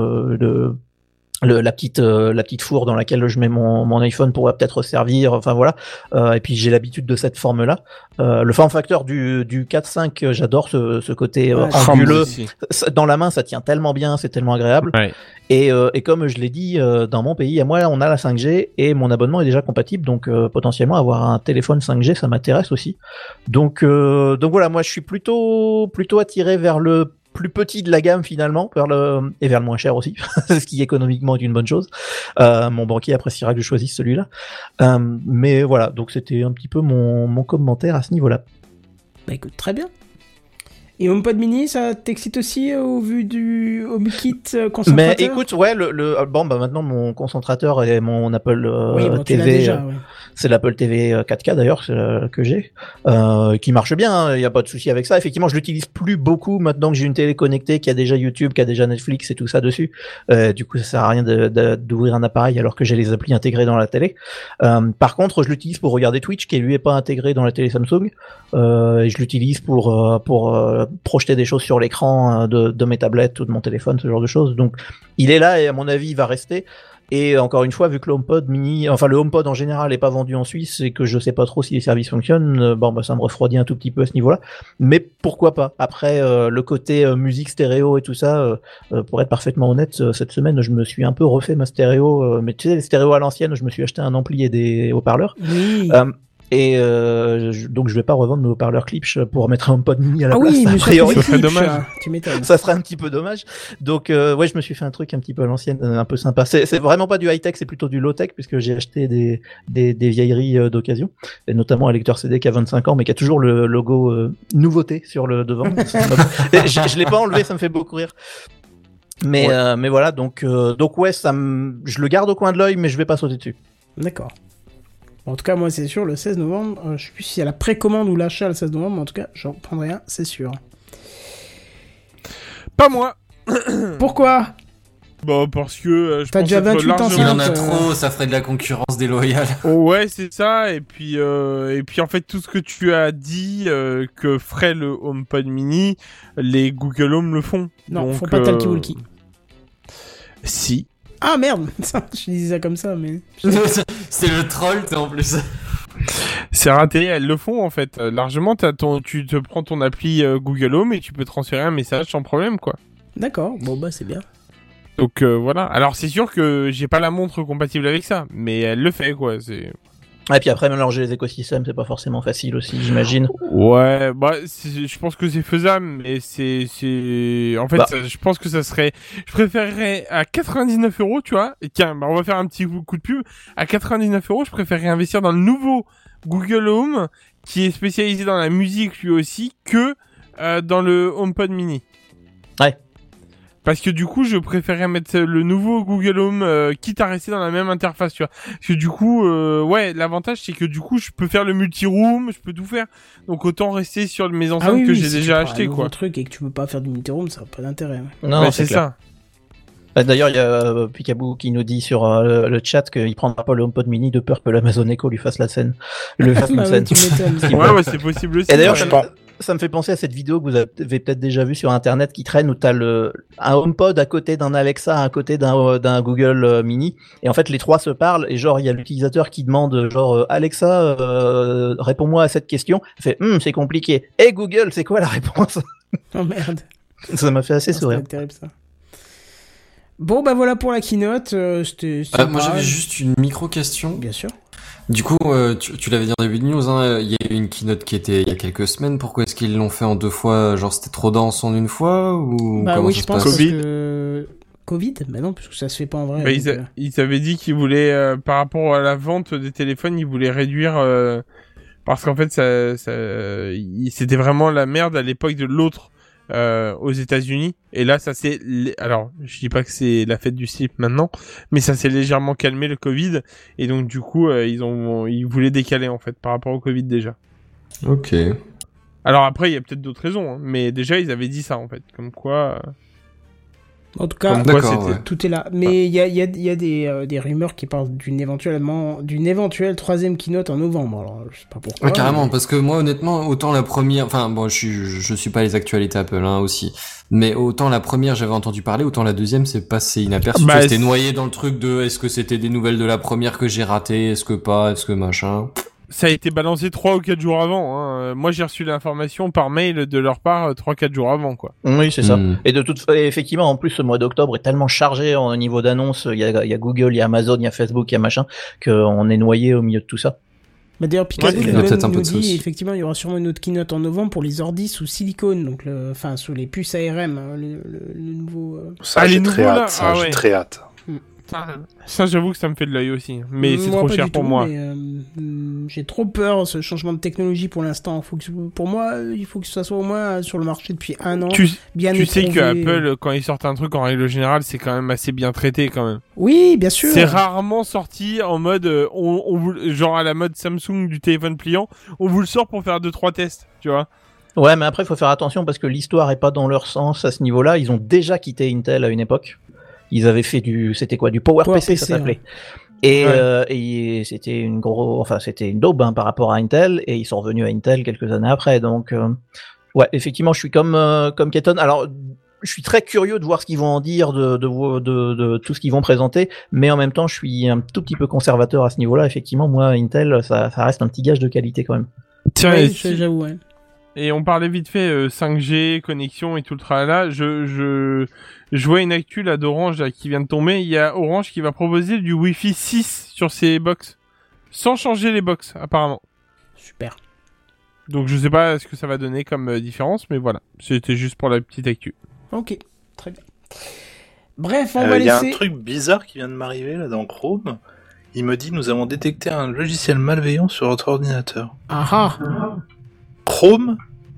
la petite four dans laquelle je mets mon iPhone pourrait peut-être servir, enfin voilà. Et puis j'ai l'habitude de cette forme-là. Le form factor du 4.5, j'adore ce côté anguleux. Dans la main, ça tient tellement bien, c'est tellement agréable. Ouais. Et comme je l'ai dit, dans mon pays, à moi, on a la 5G et mon abonnement est déjà compatible, donc potentiellement avoir un téléphone 5G, ça m'intéresse aussi. Donc voilà, moi je suis plutôt attiré vers le plus petit de la gamme finalement, vers le moins cher aussi, ce qui économiquement est une bonne chose. Mon banquier appréciera que je choisisse celui-là. Mais voilà, donc c'était un petit peu mon commentaire à ce niveau-là. Bah écoute, très bien. Et HomePod mini, ça t'excite aussi au vu du HomeKit concentrateur? Mais écoute, ouais, maintenant mon concentrateur est mon Apple TV. Déjà, ouais. C'est l'Apple TV 4K d'ailleurs que j'ai, qui marche bien, il n'y a pas de souci avec ça. Effectivement, je l'utilise plus beaucoup maintenant que j'ai une télé connectée qui a déjà YouTube, qui a déjà Netflix et tout ça dessus. Du coup, ça sert à rien d'ouvrir un appareil alors que j'ai les applis intégrées dans la télé. Par contre, je l'utilise pour regarder Twitch, qui lui est pas intégré dans la télé Samsung. Et je l'utilise pour projeter des choses sur l'écran de mes tablettes ou de mon téléphone, ce genre de choses. Donc, il est là et à mon avis, il va rester. Et encore une fois, vu que le HomePod mini, enfin le HomePod en général est pas vendu en Suisse et que je sais pas trop si les services fonctionnent, ça me refroidit un tout petit peu à ce niveau-là. Mais pourquoi pas? Après, le côté musique stéréo et tout ça, pour être parfaitement honnête, cette semaine, je me suis un peu refait ma stéréo, mais tu sais, les stéréos à l'ancienne, je me suis acheté un ampli et des haut-parleurs. Oui. Donc je vais pas revendre mes haut-parleurs Klipsch pour mettre un HomePod mini à la place. A priori, ça serait dommage. Tu m'étonnes. Ça serait un petit peu dommage. Donc ouais, je me suis fait un truc un petit peu à l'ancienne, un peu sympa. C'est vraiment pas du high-tech, c'est plutôt du low-tech puisque j'ai acheté des vieilleries d'occasion, et notamment un lecteur CD qui a 25 ans mais qui a toujours le logo nouveauté sur le devant. Je l'ai pas enlevé, ça me fait beaucoup rire. Mais voilà, donc ouais, je le garde au coin de l'œil, mais je vais pas sauter dessus. D'accord. En tout cas, moi, c'est sûr, le 16 novembre, je sais plus s'il y a la précommande ou l'achat le 16 novembre, mais en tout cas, j'en prendrai un, c'est sûr. Pas moi. Pourquoi? Bon, parce que t'as déjà 28 ans. S'il en a trop, ça ferait de la concurrence déloyale. Ouais, c'est ça. Et puis en fait, tout ce que tu as dit que ferait le HomePod mini, les Google Home le font. Non, donc, faut pas talkie-walkie. Si. Ah merde, je disais ça comme ça, mais... C'est le troll, en plus. C'est raté, elles le font en fait. Largement, tu te prends ton appli Google Home et tu peux transférer un message sans problème, quoi. D'accord, bon bah c'est bien. Donc voilà. Alors c'est sûr que j'ai pas la montre compatible avec ça, mais elle le fait, quoi. Et puis après, mélanger les écosystèmes, c'est pas forcément facile aussi, j'imagine. Ouais, je pense que c'est faisable, mais en fait, je pense que ça serait, je préférerais à 99€, tu vois. Et tiens, on va faire un petit coup de pub. À 99€, je préférerais investir dans le nouveau Google Home, qui est spécialisé dans la musique lui aussi, que dans le HomePod mini. Parce que du coup, je préférais mettre le nouveau Google Home, quitte à rester dans la même interface, tu vois. Parce que du coup, l'avantage, c'est que du coup, je peux faire le multi-room, je peux tout faire. Donc autant rester sur mes enceintes que j'ai déjà achetées, quoi. Truc et que tu peux pas faire du multi-room, ça n'a pas d'intérêt. Ouais. Non, c'est ça. D'ailleurs, il y a Picaboo qui nous dit sur le chat qu'il prendra pas le HomePod mini de peur que l'Amazon Echo lui fasse la scène. Lui fasse une scène. Ouais, c'est possible aussi. Et d'ailleurs, ça me fait penser à cette vidéo que vous avez peut-être déjà vue sur Internet qui traîne où t'as un HomePod à côté d'un Alexa, à côté d'un Google Mini. Et en fait, les trois se parlent et genre, il y a l'utilisateur qui demande genre, Alexa, réponds-moi à cette question. Il fait, c'est compliqué. Et Google, c'est quoi la réponse? Oh merde. Ça m'a fait assez sourire. C'est terrible ça. Bon, bah voilà pour la keynote. Moi, j'avais juste une micro-question. Bien sûr. Du coup, tu l'avais dit en début de news, hein, il y a eu une keynote qui était il y a quelques semaines. Pourquoi est-ce qu'ils l'ont fait en 2 fois? Genre, c'était trop dense en une fois ou bah comment oui, ça je se pense passe? Covid. Bah non, parce que ça se fait pas en vrai. Bah, ils avaient dit qu'ils voulaient, par rapport à la vente des téléphones, ils voulaient réduire, parce qu'en fait, c'était vraiment la merde à l'époque de l'autre. Aux États-Unis, et là ça c'est alors je dis pas que c'est la fête du slip maintenant, mais ça s'est légèrement calmé le Covid, et donc du coup ils voulaient décaler en fait par rapport au Covid déjà. Ok. Alors après il y a peut-être d'autres raisons, hein, mais déjà ils avaient dit ça en fait, comme quoi. En tout cas, tout est là. Mais il y a des rumeurs qui parlent d'une éventuelle 3e keynote en novembre. Alors, je sais pas pourquoi. Ouais, carrément, parce que moi, honnêtement, autant la première, enfin, bon, je suis pas les actualités Apple, hein, aussi. Mais autant la première, j'avais entendu parler, autant la deuxième, c'est passé inaperçu. C'était noyé dans le truc de, est-ce que c'était des nouvelles de la première que j'ai ratées, est-ce que pas, est-ce que machin. Ça a été balancé 3 ou 4 jours avant. Hein. Moi, j'ai reçu l'information par mail de leur part 3-4 jours avant, quoi. Oui, c'est ça. Et effectivement, en plus, ce mois d'octobre est tellement chargé au niveau d'annonces. Il y a Google, il y a Amazon, il y a Facebook, il y a machin, qu'on est noyé au milieu de tout ça. Bah d'ailleurs, Picaboo nous dit effectivement, il y aura sûrement une autre keynote en novembre pour les ordi sous silicone, donc sous les puces ARM, le nouveau. Ça, j'ai très hâte. J'ai très hâte. Ça, j'avoue que ça me fait de l'œil aussi, mais c'est trop cher pour moi. J'ai trop peur ce changement de technologie pour l'instant. Pour moi, il faut que ça soit au moins sur le marché depuis 1 an. Tu sais que Apple, quand ils sortent un truc, en règle générale, c'est quand même assez bien traité quand même. Oui, bien sûr. C'est rarement sorti en mode, genre à la mode Samsung du téléphone pliant, on vous le sort pour faire 2-3 tests, tu vois. Ouais, mais après, il faut faire attention parce que l'histoire est pas dans leur sens à ce niveau-là. Ils ont déjà quitté Intel à une époque. Ils avaient fait du PowerPC, ça s'appelait. Ouais. Et c'était c'était une daube par rapport à Intel, et ils sont revenus à Intel quelques années après. Donc, ouais, effectivement, je suis comme Keton. Alors, je suis très curieux de voir ce qu'ils vont en dire, de tout ce qu'ils vont présenter, mais en même temps, je suis un tout petit peu conservateur à ce niveau-là. Effectivement, moi, Intel, ça reste un petit gage de qualité quand même. Tiens, ouais, j'avoue, ouais. Et on parlait vite fait 5G, connexion et tout le tralala. Je vois une actu là d'Orange là, qui vient de tomber. Il y a Orange qui va proposer du Wi-Fi 6 sur ses box, sans changer les box apparemment. Super. Donc je sais pas ce que ça va donner comme différence, mais voilà. C'était juste pour la petite actu. Ok, très bien. Bref, on va laisser... Il y a un truc bizarre qui vient de m'arriver là dans Chrome. Il me dit, nous avons détecté un logiciel malveillant sur votre ordinateur. Ah. Chrome.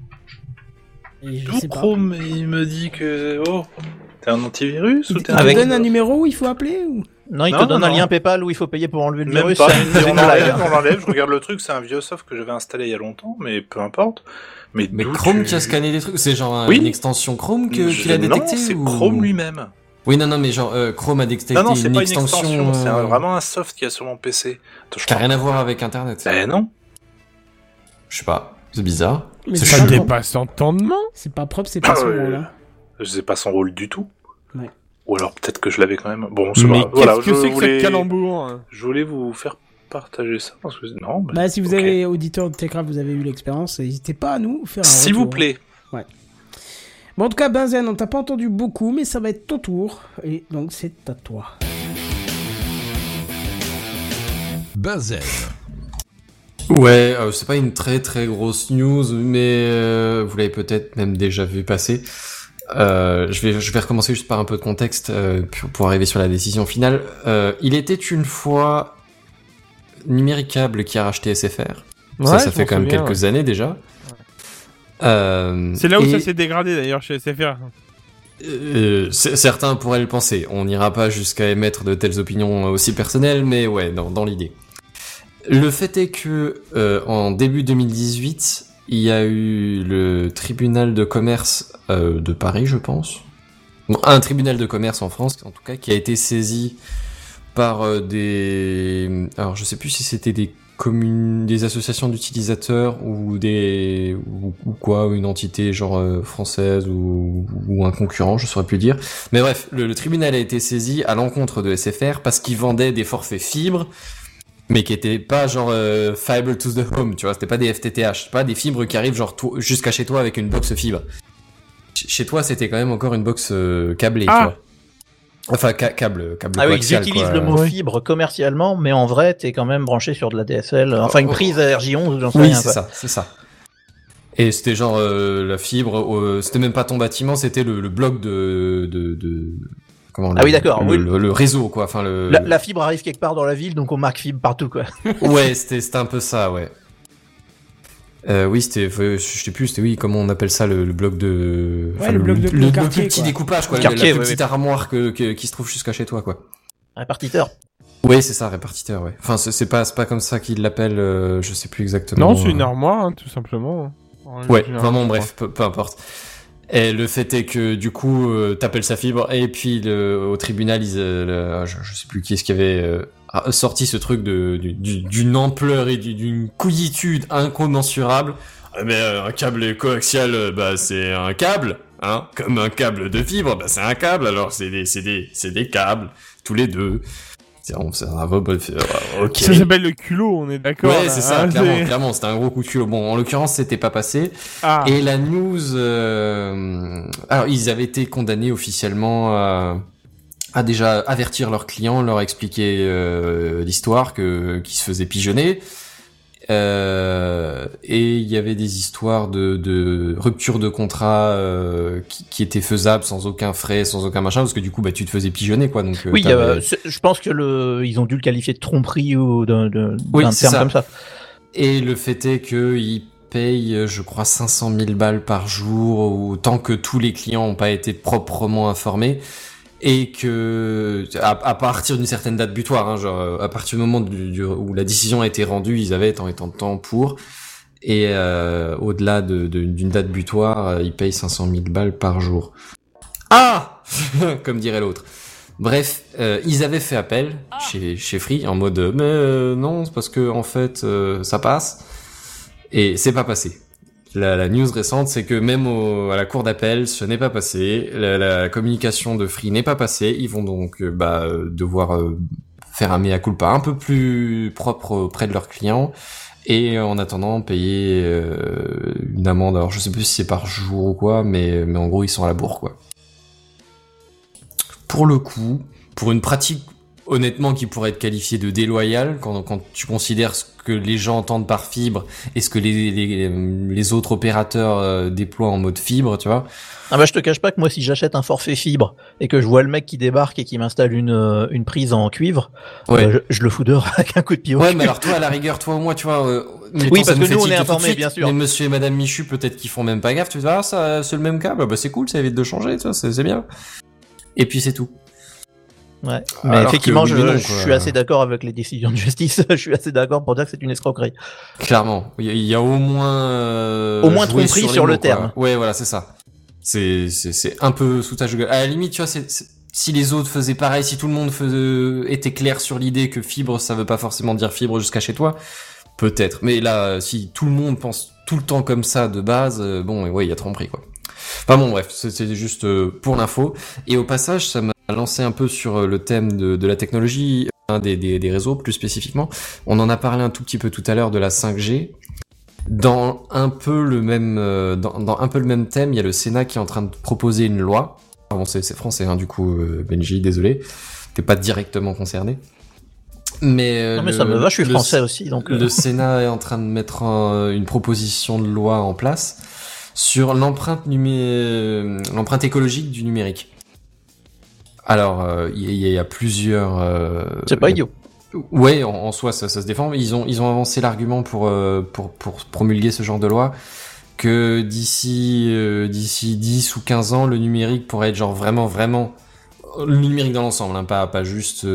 D'où Chrome, il me dit que t'es un antivirus ou t'es un... Il te donne un numéro où il faut appeler ou... Non, il te donne un lien PayPal où il faut payer pour enlever le virus. Même pas, on l'enlève, je regarde le truc, c'est un vieux soft que j'avais installé il y a longtemps, mais peu importe. Mais Chrome qui a scanné les trucs, c'est genre une extension Chrome qu'il a détecté? Non, c'est Chrome lui-même. Oui, non, mais genre Chrome a détecté une extension. C'est vraiment un soft qui a sur mon PC. Qui a rien à voir avec Internet. Ben non. Je sais pas. C'est bizarre. Mais ça dépasse entendement. C'est pas propre, c'est pas son rôle. Hein. C'est pas son rôle du tout. Ouais. Ou alors peut-être que je l'avais quand même. Bon, mais qu'est-ce que c'est que cette calembour hein. Je voulais vous faire partager ça parce que non. Bah si vous avez auditeur de Techcraft, vous avez eu l'expérience, n'hésitez pas à nous faire un retour. S'il vous plaît. Ouais. Bon, en tout cas, Benzen, on t'a pas entendu beaucoup, mais ça va être ton tour, et donc c'est à toi. Benzen. Ouais, c'est pas une très très grosse news, mais vous l'avez peut-être même déjà vu passer. Je vais recommencer juste par un peu de contexte pour arriver sur la décision finale. Il était une fois Numéricable qui a racheté SFR. Ouais, ça fait quand même quelques années déjà. C'est là où ça s'est dégradé d'ailleurs chez SFR. Certains pourraient le penser. On n'ira pas jusqu'à émettre de telles opinions aussi personnelles, mais ouais, dans l'idée. Le fait est que en début 2018, il y a eu le tribunal de commerce de Paris, je pense. Bon, un tribunal de commerce en France, en tout cas, qui a été saisi par des... Alors, je sais plus si c'était des communes, des associations d'utilisateurs ou une entité genre française ou un concurrent, je saurais plus dire. Mais bref, le tribunal a été saisi à l'encontre de SFR parce qu'ils vendaient des forfaits fibres, mais qui étaient pas genre fiber to the home, tu vois, c'était pas des FTTH, pas des fibres qui arrivent genre jusqu'à chez toi avec une box fibre. Chez toi, c'était quand même encore une box câblée, tu vois. Enfin, câble ah oui, ils utilisent le mot fibre commercialement, mais en vrai, t'es quand même branché sur de la DSL, enfin une prise à RJ11, j'en sais rien. Oui, c'est ça. Et c'était genre la fibre, c'était même pas ton bâtiment, c'était le bloc comment, oui, d'accord. Le réseau, quoi. Enfin, la fibre arrive quelque part dans la ville, donc on marque fibre partout, quoi. Ouais, c'était un peu ça, ouais. Oui, je sais plus, c'était comment on appelle ça, le bloc de... Ouais, le bloc de quartier, le petit découpage, quoi. Quartier, la petite armoire qui se trouve jusqu'à chez toi, quoi. Répartiteur. Oui, c'est ça, répartiteur, ouais. Enfin, c'est pas comme ça qu'ils l'appellent, je sais plus exactement. Non, c'est une armoire, hein, tout simplement. Ouais, vraiment, bref, peu importe. Et le fait est que, du coup, t'appelles sa fibre, et puis au tribunal, je sais plus qui est-ce qu'il y avait... a sorti ce truc d'une ampleur et d'une couillitude incommensurable. Mais un câble coaxial, c'est un câble, hein, comme un câble de fibre, c'est un câble. Alors c'est des câbles, tous les deux. C'est un ok. Ça s'appelle le culot, on est d'accord. Ouais, c'est ça, clairement, c'était un gros coup de culot. Bon, en l'occurrence, c'était pas passé. Et la news, alors ils avaient été condamnés officiellement à déjà avertir leurs clients, leur expliquer l'histoire qui se faisait pigeonner. Et il y avait des histoires de rupture de contrat qui étaient faisables sans aucun frais, sans aucun machin, parce que du coup tu te faisais pigeonner, quoi. Donc oui, je pense que ils ont dû le qualifier de tromperie ou d'un terme comme ça. Et le fait est que ils payent, je crois, 500 000 balles par jour, ou tant que tous les clients n'ont pas été proprement informés. Et que à partir d'une certaine date butoir, hein, genre à partir du moment où la décision a été rendue, ils avaient tant et tant de temps pour, et au-delà d'une date butoir, ils payent 500 000 balles par jour. Ah comme dirait l'autre. Bref, ils avaient fait appel chez Free en mode mais non, c'est parce que en fait ça passe, et c'est pas passé. La news récente, c'est que même à la cour d'appel, ce n'est pas passé. La communication de Free n'est pas passée. Ils vont donc devoir faire un mea culpa un peu plus propre auprès de leurs clients, et en attendant payer une amende. Alors je sais plus si c'est par jour ou quoi, mais en gros ils sont à la bourre, quoi. Pour le coup, pour une pratique honnêtement qui pourrait être qualifiée de déloyale quand tu considères ce que les gens entendent par fibre et ce que les autres opérateurs déploient en mode fibre, tu vois. Je te cache pas que moi, si j'achète un forfait fibre et que je vois le mec qui débarque et qui m'installe une prise en cuivre, je le fous dehors avec un coup de pied au cul. Mais alors toi, à la rigueur, toi ou moi, tu vois... oui, parce que nous, on est informés, bien sûr. Mais monsieur et madame Michu, peut-être qu'ils font même pas gaffe, tu dis, ça, c'est le même câble, c'est cool, ça évite de changer, tu vois, c'est bien. Et puis c'est tout. Ouais. Mais alors effectivement, je suis assez d'accord avec les décisions de justice. Je suis assez d'accord pour dire que c'est une escroquerie. Clairement, il y a au moins tromperie sur le terme. Ouais, voilà, c'est ça. C'est un peu foutage de gueule. À la limite, tu vois, si les autres faisaient pareil, si tout le monde était clair sur l'idée que fibre, ça veut pas forcément dire fibre jusqu'à chez toi, peut-être. Mais là, si tout le monde pense tout le temps comme ça de base, il y a tromperie, quoi. Enfin bon, bref, c'était juste pour l'info. Et au passage, ça m'a lancé un peu sur le thème de la technologie, des réseaux plus spécifiquement. On en a parlé un tout petit peu tout à l'heure de la 5G. Dans un peu le même thème, il y a le Sénat qui est en train de proposer une loi. C'est français, hein, du coup, Benji, désolé, t'es pas directement concerné. Mais ça me va, je suis français aussi, donc. Le Sénat est en train de mettre une proposition de loi en place sur l'empreinte écologique du numérique. Alors, il y a plusieurs... c'est pas idiot. Ouais, en soi, ça se défend. Ils ont avancé l'argument pour promulguer ce genre de loi. que d'ici 10 ou 15 ans, le numérique pourrait être genre vraiment le numérique dans l'ensemble, hein, pas juste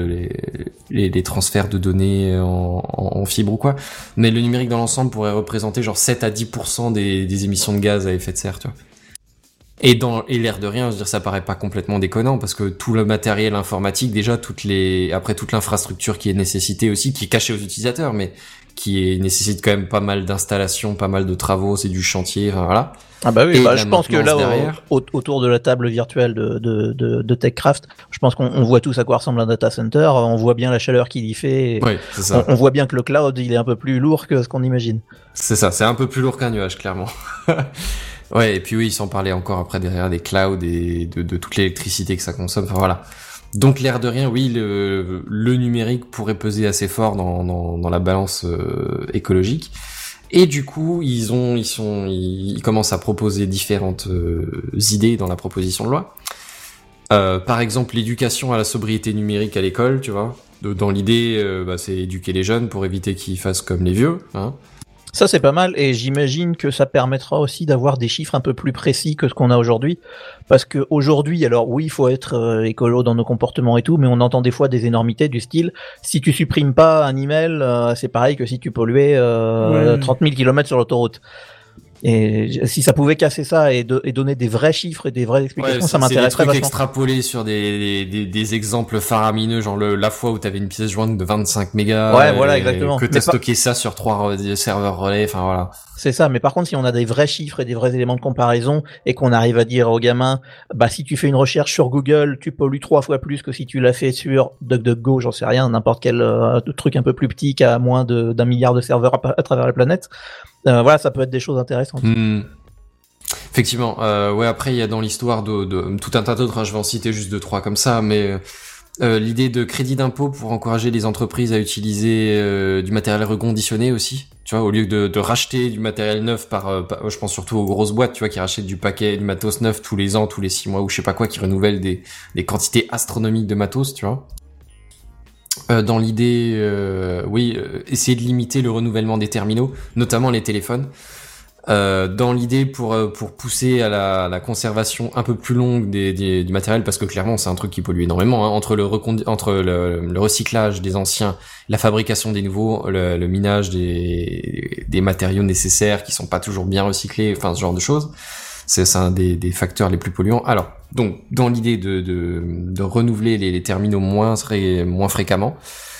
les transferts de données en fibre ou quoi, mais le numérique dans l'ensemble pourrait représenter genre 7 à 10% des émissions de gaz à effet de serre, tu vois. Et l'air de rien, je veux dire, ça paraît pas complètement déconnant parce que tout le matériel informatique, déjà après toute l'infrastructure qui est nécessitée aussi, qui est cachée aux utilisateurs, mais nécessite quand même pas mal d'installations, pas mal de travaux, c'est du chantier, enfin voilà. Ah bah oui, je pense que là, autour de la table virtuelle de TechCraft, je pense qu'on voit tous à quoi ressemble un data center, on voit bien la chaleur qu'il y fait, oui, c'est ça. On voit bien que le cloud, il est un peu plus lourd que ce qu'on imagine. C'est ça, c'est un peu plus lourd qu'un nuage, clairement. Ouais, et puis oui, sans parler encore après derrière des clouds et de toute l'électricité que ça consomme, enfin voilà. Donc l'air de rien, oui, le numérique pourrait peser assez fort dans la balance écologique. Et du coup, ils commencent à proposer différentes idées dans la proposition de loi. Par exemple, l'éducation à la sobriété numérique à l'école, tu vois. Dans l'idée, c'est éduquer les jeunes pour éviter qu'ils fassent comme les vieux, hein. Ça, c'est pas mal, et j'imagine que ça permettra aussi d'avoir des chiffres un peu plus précis que ce qu'on a aujourd'hui. Parce que aujourd'hui, alors oui, il faut être écolo dans nos comportements et tout, mais on entend des fois des énormités du style, si tu supprimes pas un email, c'est pareil que si tu polluais 30 000 km sur l'autoroute. Et si ça pouvait casser ça et donner des vrais chiffres et des vraies explications, ça m'intéresserait vachement. C'est des trucs extrapolés sur des exemples faramineux, genre la fois où t'avais une pièce jointe de 25 mégas. Ouais, voilà, exactement. Que t'as stocké ça sur 3 serveurs relais, enfin voilà. C'est ça, mais par contre, si on a des vrais chiffres et des vrais éléments de comparaison et qu'on arrive à dire aux gamins, si tu fais une recherche sur Google, tu pollues 3 fois plus que si tu l'as fait sur DuckDuckGo, j'en sais rien, n'importe quel truc un peu plus petit qui a moins d'1 milliard de serveurs à travers la planète. Voilà, ça peut être des choses intéressantes. Effectivement, ouais, après il y a dans l'histoire de tout un tas d'autres, hein, je vais en citer juste 2-3 comme ça, mais l'idée de crédit d'impôt pour encourager les entreprises à utiliser du matériel reconditionné aussi, tu vois, au lieu de racheter du matériel neuf je pense surtout aux grosses boîtes, tu vois, qui rachètent du matos neuf tous les ans, tous les 6 mois ou je sais pas quoi, qui renouvellent des quantités astronomiques de matos, tu vois. Dans l'idée, essayer de limiter le renouvellement des terminaux, notamment les téléphones. Dans l'idée pour pousser à la conservation un peu plus longue du matériel, parce que clairement c'est un truc qui pollue énormément, hein, entre le recyclage des anciens, la fabrication des nouveaux, le minage des matériaux nécessaires qui sont pas toujours bien recyclés, enfin ce genre de choses. C'est un des facteurs les plus polluants. Alors, donc, dans l'idée de renouveler les terminaux moins fréquemment,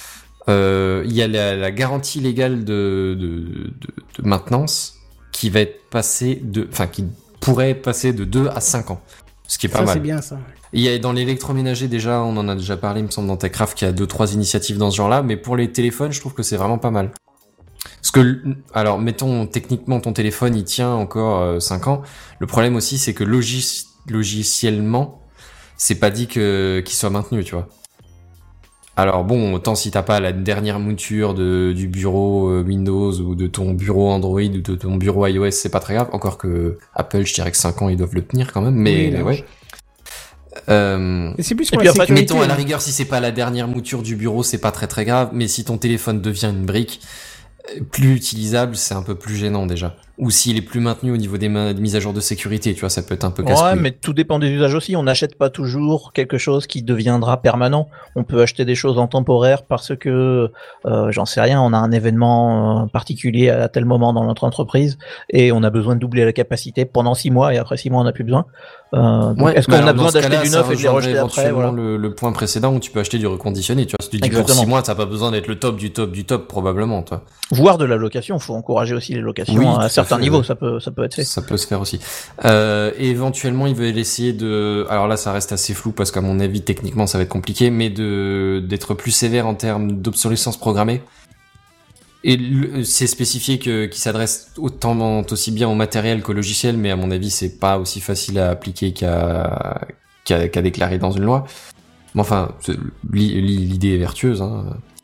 il y a la garantie légale de maintenance qui va être qui pourrait passer de 2 à 5 ans. Ce qui est pas mal. Ça, c'est bien, ça. Il y a dans l'électroménager déjà, on en a déjà parlé, il me semble, dans TechCraft, qu'il y a 2-3 initiatives dans ce genre-là, mais pour les téléphones, je trouve que c'est vraiment pas mal. Parce que, alors, mettons, techniquement, ton téléphone, il tient encore 5 ans. Le problème aussi, c'est que logiciellement, c'est pas dit qu'il soit maintenu, tu vois. Alors bon, autant si t'as pas la dernière mouture du bureau Windows ou de ton bureau Android ou de ton bureau iOS, c'est pas très grave. Encore que Apple, je dirais que 5 ans, ils doivent le tenir quand même, mais oui, ouais. Et c'est plus pour la sécurité. Mettons, à la rigueur, si c'est pas la dernière mouture du bureau, c'est pas très très grave, mais si ton téléphone devient une brique plus utilisable, c'est un peu plus gênant déjà. Ou s'il est plus maintenu au niveau des mises à jour de sécurité, tu vois, ça peut être un peu casse-couille. Ouais, mais tout dépend des usages aussi. On n'achète pas toujours quelque chose qui deviendra permanent. On peut acheter des choses en temporaire parce que, j'en sais rien, on a un événement particulier à tel moment dans notre entreprise et on a besoin de doubler la capacité pendant 6 mois et après 6 mois on n'a plus besoin. Donc est-ce qu'on a besoin d'acheter du neuf et de les rejeter après, voilà. Le point précédent où tu peux acheter du reconditionné, tu vois, si tu dis pour 6 mois, t'as pas besoin d'être le top du top du top probablement, toi. Voire de la location, faut encourager aussi les locations à certains niveaux, ça peut être fait. Ça peut se faire aussi. Et éventuellement, ils veulent essayer alors là, ça reste assez flou parce qu'à mon avis, techniquement, ça va être compliqué, mais d'être plus sévère en termes d'obsolescence programmée. Et c'est spécifié qu'il s'adresse aussi bien au matériel qu'au logiciel, mais à mon avis, c'est pas aussi facile à appliquer qu'à déclarer dans une loi. Mais enfin, l'idée est vertueuse, hein.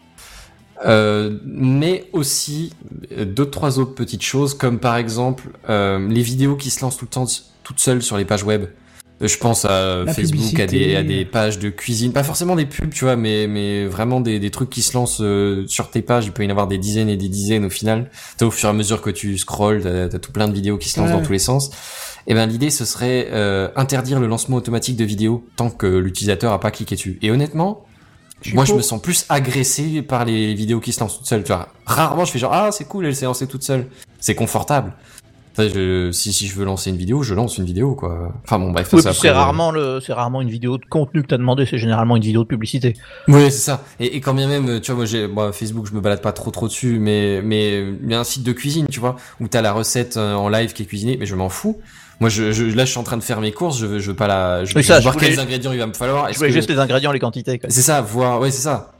Mais aussi 2-3 autres petites choses, comme par exemple les vidéos qui se lancent tout le temps toutes seules sur les pages web. Je pense à Facebook, à des pages de cuisine, pas forcément des pubs, tu vois, mais vraiment des trucs qui se lancent sur tes pages. Il peut y en avoir des dizaines et des dizaines au final. Au fur et à mesure que tu scrolles, t'as tout plein de vidéos qui se lancent dans tous les sens. Et ben l'idée ce serait interdire le lancement automatique de vidéos tant que l'utilisateur a pas cliqué dessus. Et honnêtement, moi je me sens plus agressé par les vidéos qui se lancent toutes seules. Tu vois, rarement je fais genre c'est cool, elle s'est lancée toute seule. C'est confortable. Enfin, si je veux lancer une vidéo, je lance une vidéo quoi. Enfin bon bref. Oui, c'est rarement une vidéo de contenu que t'as demandé, c'est généralement une vidéo de publicité. Oui c'est ça. Et quand bien même, tu vois, moi Facebook je me balade pas trop dessus, mais il y a un site de cuisine, tu vois, où t'as la recette en live qui est cuisinée, mais je m'en fous. Moi, là, je suis en train de faire mes courses, je veux pas je veux voir quels ingrédients il va me falloir. Je voulais juste les ingrédients, les quantités, quoi. C'est ça, c'est ça.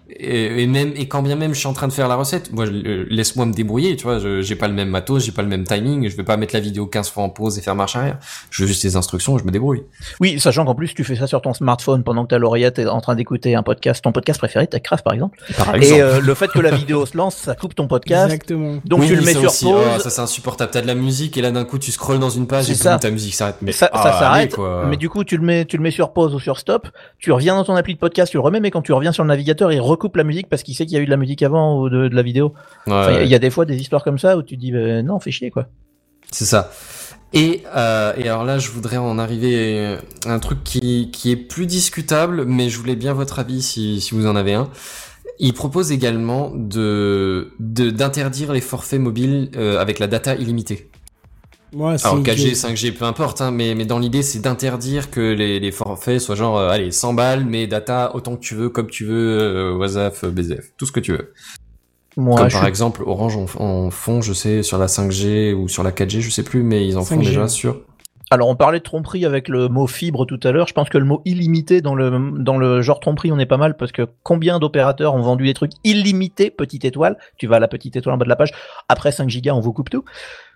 Et quand bien même je suis en train de faire la recette, moi, laisse-moi me débrouiller, tu vois, j'ai pas le même matos, j'ai pas le même timing, je vais pas mettre la vidéo 15 fois en pause et faire marche arrière. Je veux juste les instructions, je me débrouille. Oui, sachant qu'en plus, tu fais ça sur ton smartphone pendant que ta l'oreillette est en train d'écouter un podcast, ton podcast préféré, TechCraft, par exemple. Et le fait que la vidéo se lance, ça coupe ton podcast. Exactement. Donc tu le mets sur pause. Ça, c'est insupportable. T'as de la musique et là, d'un coup, tu scrolles dans une page et ta musique s'arrête. Mais ça s'arrête. Mais du coup, tu le mets sur pause ou sur stop. Tu reviens dans ton appli de podcast, tu le remets, mais quand tu reviens sur le navigateur, il recoupe la musique parce qu'il sait qu'il y a eu de la musique avant ou de la vidéo. Il y a des fois des histoires comme ça où tu dis non, fais chier quoi. C'est ça. Et alors là, je voudrais en arriver à un truc qui est plus discutable, mais je voulais bien votre avis si vous en avez un. Il propose également d'interdire les forfaits mobiles avec la data illimitée. Ouais, alors 4G, 5G, peu importe, hein, mais dans l'idée, c'est d'interdire que les forfaits soient genre, allez, 100 balles, mais data autant que tu veux, comme tu veux, WhatsApp, BZF, tout ce que tu veux. Comme par exemple, Orange en font, je sais, sur la 5G ou sur la 4G, je sais plus, mais ils en font déjà sur... Alors on parlait de tromperie avec le mot fibre tout à l'heure, je pense que le mot illimité dans le genre tromperie on est pas mal parce que combien d'opérateurs ont vendu des trucs illimités, petite étoile, tu vas à la petite étoile en bas de la page, après 5 gigas on vous coupe tout.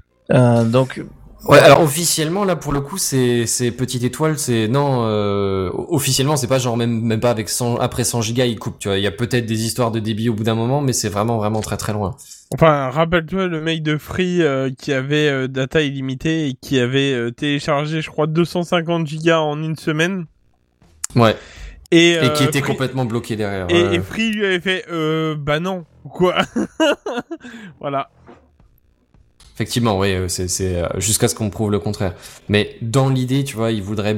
Donc ouais, alors officiellement là pour le coup c'est petite étoile, c'est non officiellement c'est pas genre même pas avec 100 après 100 gigas il coupe, tu vois, il y a peut-être des histoires de débit au bout d'un moment mais c'est vraiment très très loin. Enfin, rappelle-toi le mec de Free qui avait data illimitée et qui avait téléchargé je crois 250 gigas en une semaine. Ouais. Et qui était complètement bloqué derrière. Et Free lui avait fait bah non, quoi. Voilà. Effectivement, oui, c'est jusqu'à ce qu'on me prouve le contraire. Mais dans l'idée, tu vois, ils voudraient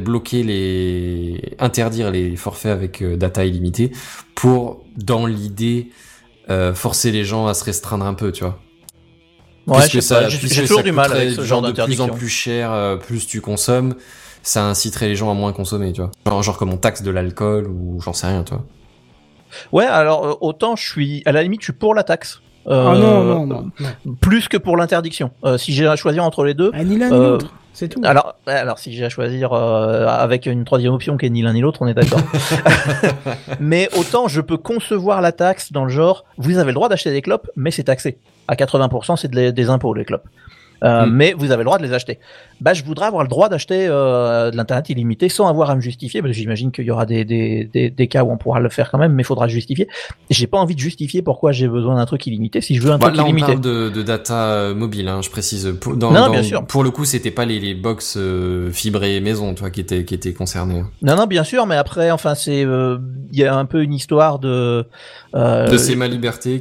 interdire les forfaits avec data illimitée pour, dans l'idée, forcer les gens à se restreindre un peu, tu vois. Ouais, j'ai toujours du mal avec ce genre d'interdiction. De plus en plus cher, plus tu consommes, ça inciterait les gens à moins consommer, tu vois. Genre comme on taxe de l'alcool ou j'en sais rien, tu vois. Ouais, alors autant je suis pour la taxe. Non. Plus que pour l'interdiction. Si j'ai à choisir entre les deux. Ni l'un ni l'autre, c'est tout. Alors si j'ai à choisir avec une troisième option qui est ni l'un ni l'autre, on est d'accord. Mais autant je peux concevoir la taxe dans le genre, vous avez le droit d'acheter des clopes, mais c'est taxé. À 80%, c'est des impôts, les clopes. Mais vous avez le droit de les acheter. Bah, je voudrais avoir le droit d'acheter de l'internet illimité sans avoir à me justifier, parce que j'imagine qu'il y aura des cas où on pourra le faire quand même, mais il faudra le justifier. J'ai pas envie de justifier pourquoi j'ai besoin d'un truc illimité si je veux un truc illimité. Là, on parle de data mobile, hein, je précise. Bien sûr. Pour le coup, c'était pas les box fibrées maison, toi, qui étaient concernées. Non, bien sûr, mais après, enfin, c'est, il y a un peu une histoire de c'est ma liberté.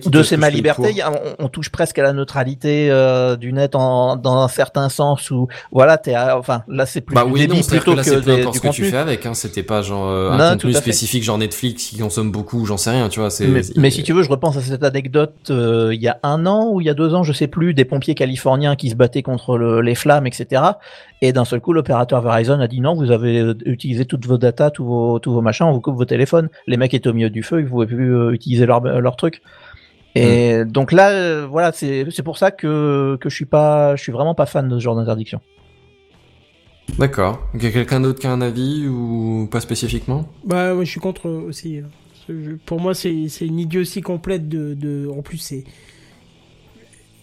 On touche presque à la neutralité du net dans un certain sens où voilà là c'est plus du débit plutôt que du contenu. Que tu fais avec c'était pas genre un contenu spécifique genre Netflix qui consomme beaucoup, j'en sais rien, tu vois, mais si tu veux, je repense à cette anecdote il y a 1 an ou il y a 2 ans, je sais plus, des pompiers californiens qui se battaient contre les flammes, etc. Et d'un seul coup, l'opérateur Verizon a dit non, vous avez utilisé toutes vos datas, tous vos machins, on vous coupe vos téléphones. Les mecs étaient au milieu du feu, ils pouvaient plus utiliser leur truc. Et donc là, voilà, c'est pour ça que je suis vraiment pas fan de ce genre d'interdiction. D'accord. Il y a quelqu'un d'autre qui a un avis ou pas spécifiquement ? Bah, moi, je suis contre aussi. Pour moi, c'est une idiotie complète en plus,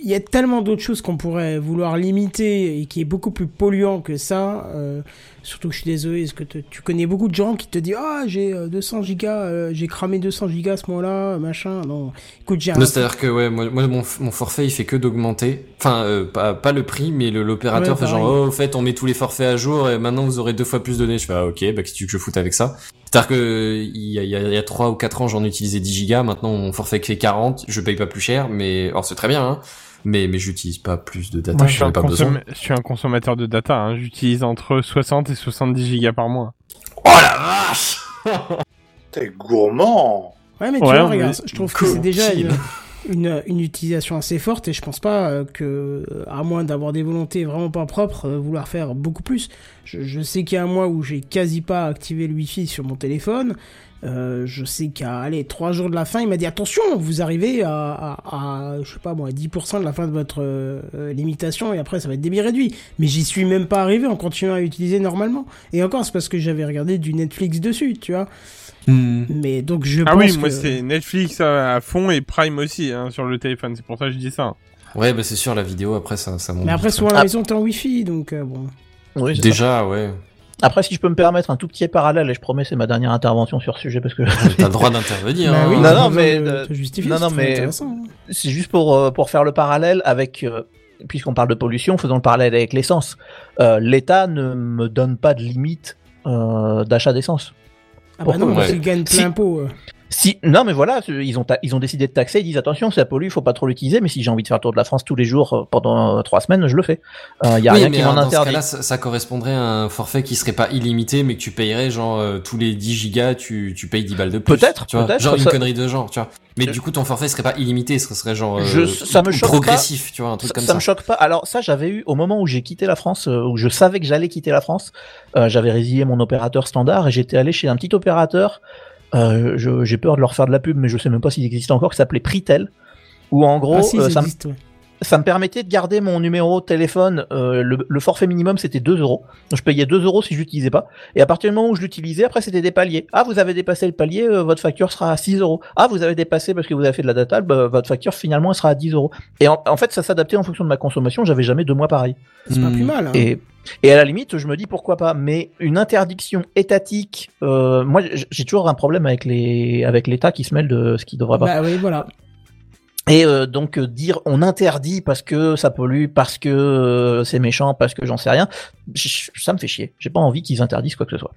il y a tellement d'autres choses qu'on pourrait vouloir limiter et qui est beaucoup plus polluant que ça. Surtout que je suis désolé, est-ce que tu connais beaucoup de gens qui te disent j'ai 200 gigas, j'ai cramé 200 gigas à ce moment-là, machin. Non, écoute, c'est-à-dire que moi mon forfait il fait que d'augmenter. Enfin, pas le prix, mais l'opérateur fait genre au fait on met tous les forfaits à jour et maintenant vous aurez 2 fois plus de données. Je fais ok, qu'est-ce que tu veux que je foute avec ça? C'est-à-dire que il y a 3 ou 4 ans j'en utilisais 10 gigas, maintenant mon forfait fait 40, je paye pas plus cher, mais alors c'est très bien hein. Mais j'utilise pas plus de data. Moi, je suis un consommateur de data. Hein. J'utilise entre 60 et 70 gigas par mois. Oh la vache! T'es gourmand. Ouais, mais tu vois, regarde, je trouve que c'est déjà une utilisation assez forte et je pense pas que, à moins d'avoir des volontés vraiment pas propres, vouloir faire beaucoup plus. Je sais qu'il y a un mois où j'ai quasi pas activé le Wi-Fi sur mon téléphone. Je sais qu'à 3 jours de la fin, il m'a dit attention, vous arrivez à je sais pas moi, 10% de la fin de votre limitation et après ça va être débit réduit. Mais j'y suis même pas arrivé en continuant à utiliser normalement. Et encore, c'est parce que j'avais regardé du Netflix dessus, tu vois. Mais donc je pense moi c'est Netflix à fond et Prime aussi hein, sur le téléphone, c'est pour ça que je dis ça. Ouais, c'est sûr, la vidéo après ça monte. Mais après souvent à la maison t'es en Wi-Fi, donc bon. Oui, déjà ça. Ouais. Après, si je peux me permettre un tout petit parallèle, et je promets, c'est ma dernière intervention sur ce sujet parce que t'as le droit d'intervenir. Bah oui, mais c'est juste pour faire le parallèle avec, puisqu'on parle de pollution, faisons le parallèle avec l'essence. L'État ne me donne pas de limite d'achat d'essence. Ah bah non, parce qu'ils gagnent plein pot. Non, mais voilà, ils ont décidé de taxer, ils disent attention, ça pollue, faut pas trop l'utiliser, mais si j'ai envie de faire le tour de la France tous les jours pendant 3 semaines, je le fais. Y a rien qui m'en interdit. Dans ce cas-là, ça correspondrait à un forfait qui serait pas illimité, mais que tu payerais genre tous les 10 gigas, tu payes 10 balles de plus. Peut-être. Genre une connerie de genre, tu vois. Mais du coup, ton forfait serait pas illimité, ce serait genre ça me choque progressif, pas. Tu vois, un truc comme ça. Ça me choque pas. Alors ça, j'avais eu au moment où j'ai quitté la France, où je savais que j'allais quitter la France, j'avais résilié mon opérateur standard et j'étais allé chez un petit opérateur. J'ai peur de leur faire de la pub, mais je sais même pas s'il existe encore, qui s'appelait Pritel, où en gros, ça me permettait de garder mon numéro de téléphone, le forfait minimum c'était 2€, donc je payais 2€ si je l'utilisais pas, et à partir du moment où je l'utilisais, après c'était des paliers. Ah, vous avez dépassé le palier, votre facture sera à 6€. Ah, vous avez dépassé parce que vous avez fait de la data, votre facture finalement elle sera à 10€. Et en fait ça s'adaptait en fonction de ma consommation, j'avais jamais 2 mois pareil. C'est pas plus mal, hein. Et à la limite, je me dis pourquoi pas, mais une interdiction étatique, moi j'ai toujours un problème avec l'État qui se mêle de ce qui devrait pas. Bah oui, voilà. Et donc dire on interdit parce que ça pollue, parce que c'est méchant, parce que j'en sais rien, ça me fait chier. J'ai pas envie qu'ils interdisent quoi que ce soit.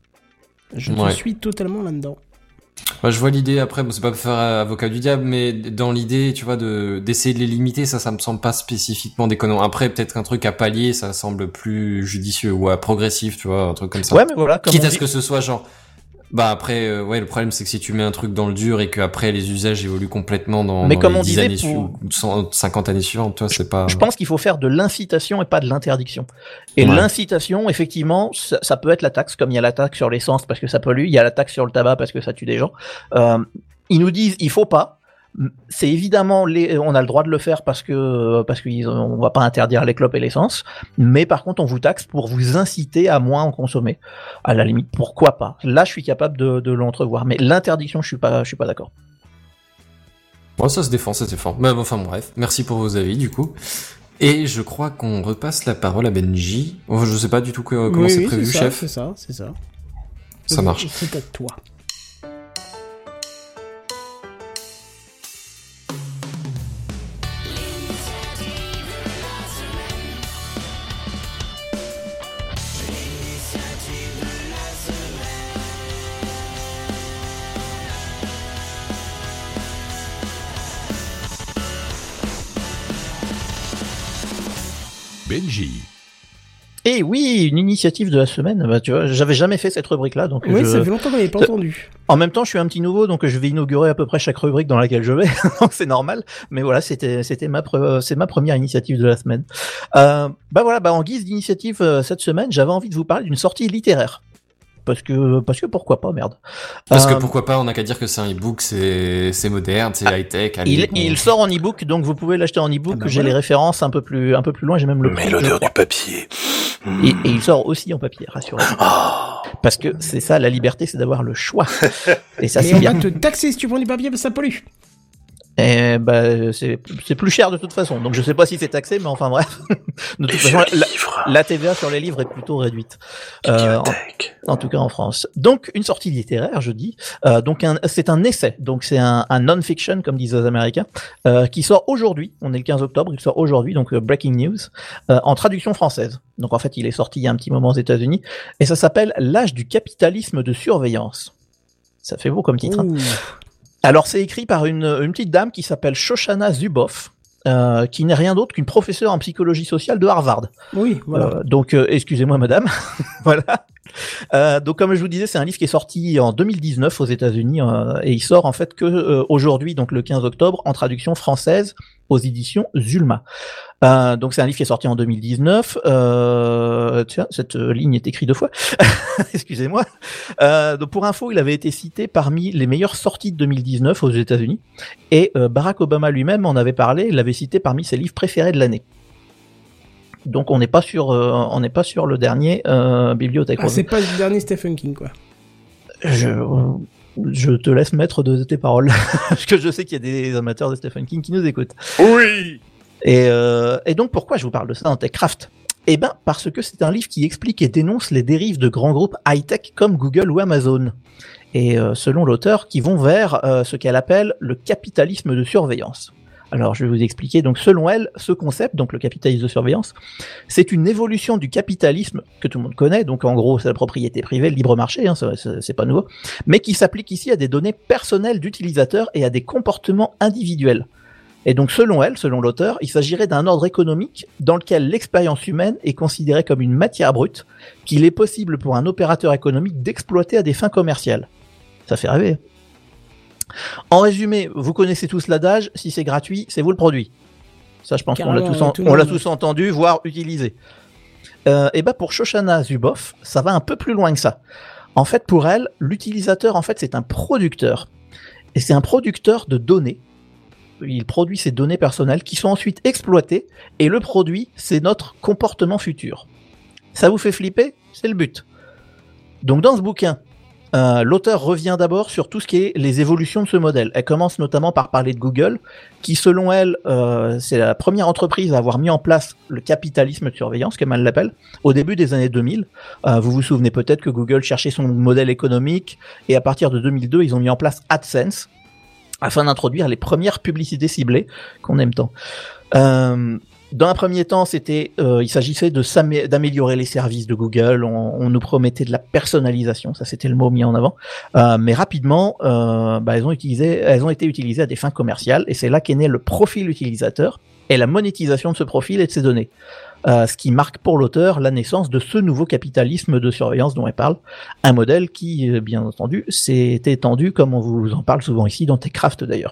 Je suis totalement là-dedans. Ouais, je vois l'idée, après, c'est pas pour faire avocat du diable, mais dans l'idée, tu vois, d'essayer de les limiter, ça me semble pas spécifiquement déconnant. Après, peut-être qu'un truc à palier, ça semble plus judicieux, ou à progressif, tu vois, un truc comme ça. Ouais, mais voilà, quitte à ce que ce soit genre, bah après, le problème c'est que si tu mets un truc dans le dur et que après les usages évoluent complètement dans les 10 années suivantes, 50 années suivantes, toi, c'est pas... Je pense qu'il faut faire de l'incitation et pas de l'interdiction. Et l'incitation, effectivement, ça peut être la taxe, comme il y a la taxe sur l'essence parce que ça pollue, il y a la taxe sur le tabac parce que ça tue des gens. Ils nous disent, il faut pas. C'est évidemment on a le droit de le faire parce que on va pas interdire les clopes et l'essence, mais par contre on vous taxe pour vous inciter à moins en consommer. À la limite, pourquoi pas? Là, je suis capable de l'entrevoir, mais l'interdiction, je suis pas d'accord. Bon, ça se défend. Mais enfin bref, merci pour vos avis du coup. Et je crois qu'on repasse la parole à Benji. Je sais pas du tout comment c'est prévu, chef. C'est ça. Ça marche. C'est à toi. Benji. Et oui, une initiative de la semaine. Bah, tu vois, j'avais jamais fait cette rubrique-là, donc. Oui, ça fait longtemps qu'on l'avait pas entendu. En même temps, je suis un petit nouveau, donc je vais inaugurer à peu près chaque rubrique dans laquelle je vais. Donc c'est normal. Mais voilà, c'est ma première initiative de la semaine. En guise d'initiative cette semaine, j'avais envie de vous parler d'une sortie littéraire. Parce que pourquoi pas, merde. Parce que pourquoi pas, on n'a qu'à dire que c'est un e-book, c'est moderne, c'est high-tech. Il sort en e-book, donc vous pouvez l'acheter en e-book. J'ai les références un peu plus loin, j'ai même le prix. Mais l'odeur du papier. Et il sort aussi en papier, rassurez-vous. Parce que c'est ça, la liberté, c'est d'avoir le choix. Et ça, c'est bien. On va te taxer si tu prends du papier, parce que ça pollue. Et c'est plus cher de toute façon. Donc je sais pas si c'est taxé, mais enfin bref. De toute façon, la TVA sur les livres est plutôt réduite. En tout cas en France. Donc une sortie littéraire, je dis. Donc c'est un essai. Donc c'est un non-fiction, comme disent les Américains, qui sort aujourd'hui. On est le 15 octobre, il sort aujourd'hui, donc breaking news, en traduction française. Donc en fait, il est sorti il y a un petit moment aux États-Unis, et ça s'appelle L'âge du capitalisme de surveillance. Ça fait beau comme titre. Hein. Alors c'est écrit par une petite dame qui s'appelle Shoshana Zuboff, qui n'est rien d'autre qu'une professeure en psychologie sociale de Harvard. Oui, voilà. Donc excusez-moi madame. Voilà. Donc comme je vous disais, c'est un livre qui est sorti en 2019 aux États-Unis et il sort en fait que aujourd'hui, donc le 15 octobre, en traduction française aux éditions Zulma. Donc c'est un livre qui est sorti en 2019. Tiens, cette ligne est écrite 2 fois. Excusez-moi. Donc pour info, il avait été cité parmi les meilleures sorties de 2019 aux États-Unis. Et Barack Obama lui-même en avait parlé. Il l'avait cité parmi ses livres préférés de l'année. Donc on n'est pas sur le dernier bibliothèque. Ah, c'est pas le dernier Stephen King, quoi. Je te laisse mettre de tes paroles, parce que je sais qu'il y a des amateurs de Stephen King qui nous écoutent. Oui. Et donc pourquoi je vous parle de ça dans TechCraft ? Eh ben parce que c'est un livre qui explique et dénonce les dérives de grands groupes high-tech comme Google ou Amazon. Et selon l'auteur, qui vont vers ce qu'elle appelle le capitalisme de surveillance. Alors, je vais vous expliquer. Donc, selon elle, ce concept, donc le capitalisme de surveillance, c'est une évolution du capitalisme que tout le monde connaît. Donc, en gros, c'est la propriété privée, le libre marché, hein, c'est pas nouveau, mais qui s'applique ici à des données personnelles d'utilisateurs et à des comportements individuels. Et donc, selon elle, selon l'auteur, il s'agirait d'un ordre économique dans lequel l'expérience humaine est considérée comme une matière brute qu'il est possible pour un opérateur économique d'exploiter à des fins commerciales. Ça fait rêver. En résumé, vous connaissez tous l'adage, si c'est gratuit, c'est vous le produit. Ça, je pense qu'on l'a tous entendu, voire utilisé. Et ben pour Shoshana Zuboff, ça va un peu plus loin que ça. En fait, pour elle, l'utilisateur, en fait, c'est un producteur. Et c'est un producteur de données. Il produit ces données personnelles qui sont ensuite exploitées, et le produit, c'est notre comportement futur. Ça vous fait flipper ? C'est le but. Donc dans ce bouquin, l'auteur revient d'abord sur tout ce qui est les évolutions de ce modèle. Elle commence notamment par parler de Google, qui selon elle, c'est la première entreprise à avoir mis en place le capitalisme de surveillance, comme elle l'appelle, au début des années 2000. Vous vous souvenez peut-être que Google cherchait son modèle économique, et à partir de 2002, ils ont mis en place AdSense, afin d'introduire les premières publicités ciblées qu'on aime tant. Dans un premier temps, il s'agissait d'améliorer les services de Google. On nous promettait de la personnalisation, ça c'était le mot mis en avant. Mais rapidement, elles ont été utilisées à des fins commerciales, et c'est là qu'est né le profil utilisateur et la monétisation de ce profil et de ces données. Ce qui marque pour l'auteur la naissance de ce nouveau capitalisme de surveillance dont elle parle, un modèle qui, bien entendu, s'est étendu, comme on vous en parle souvent ici dans TechCraft d'ailleurs.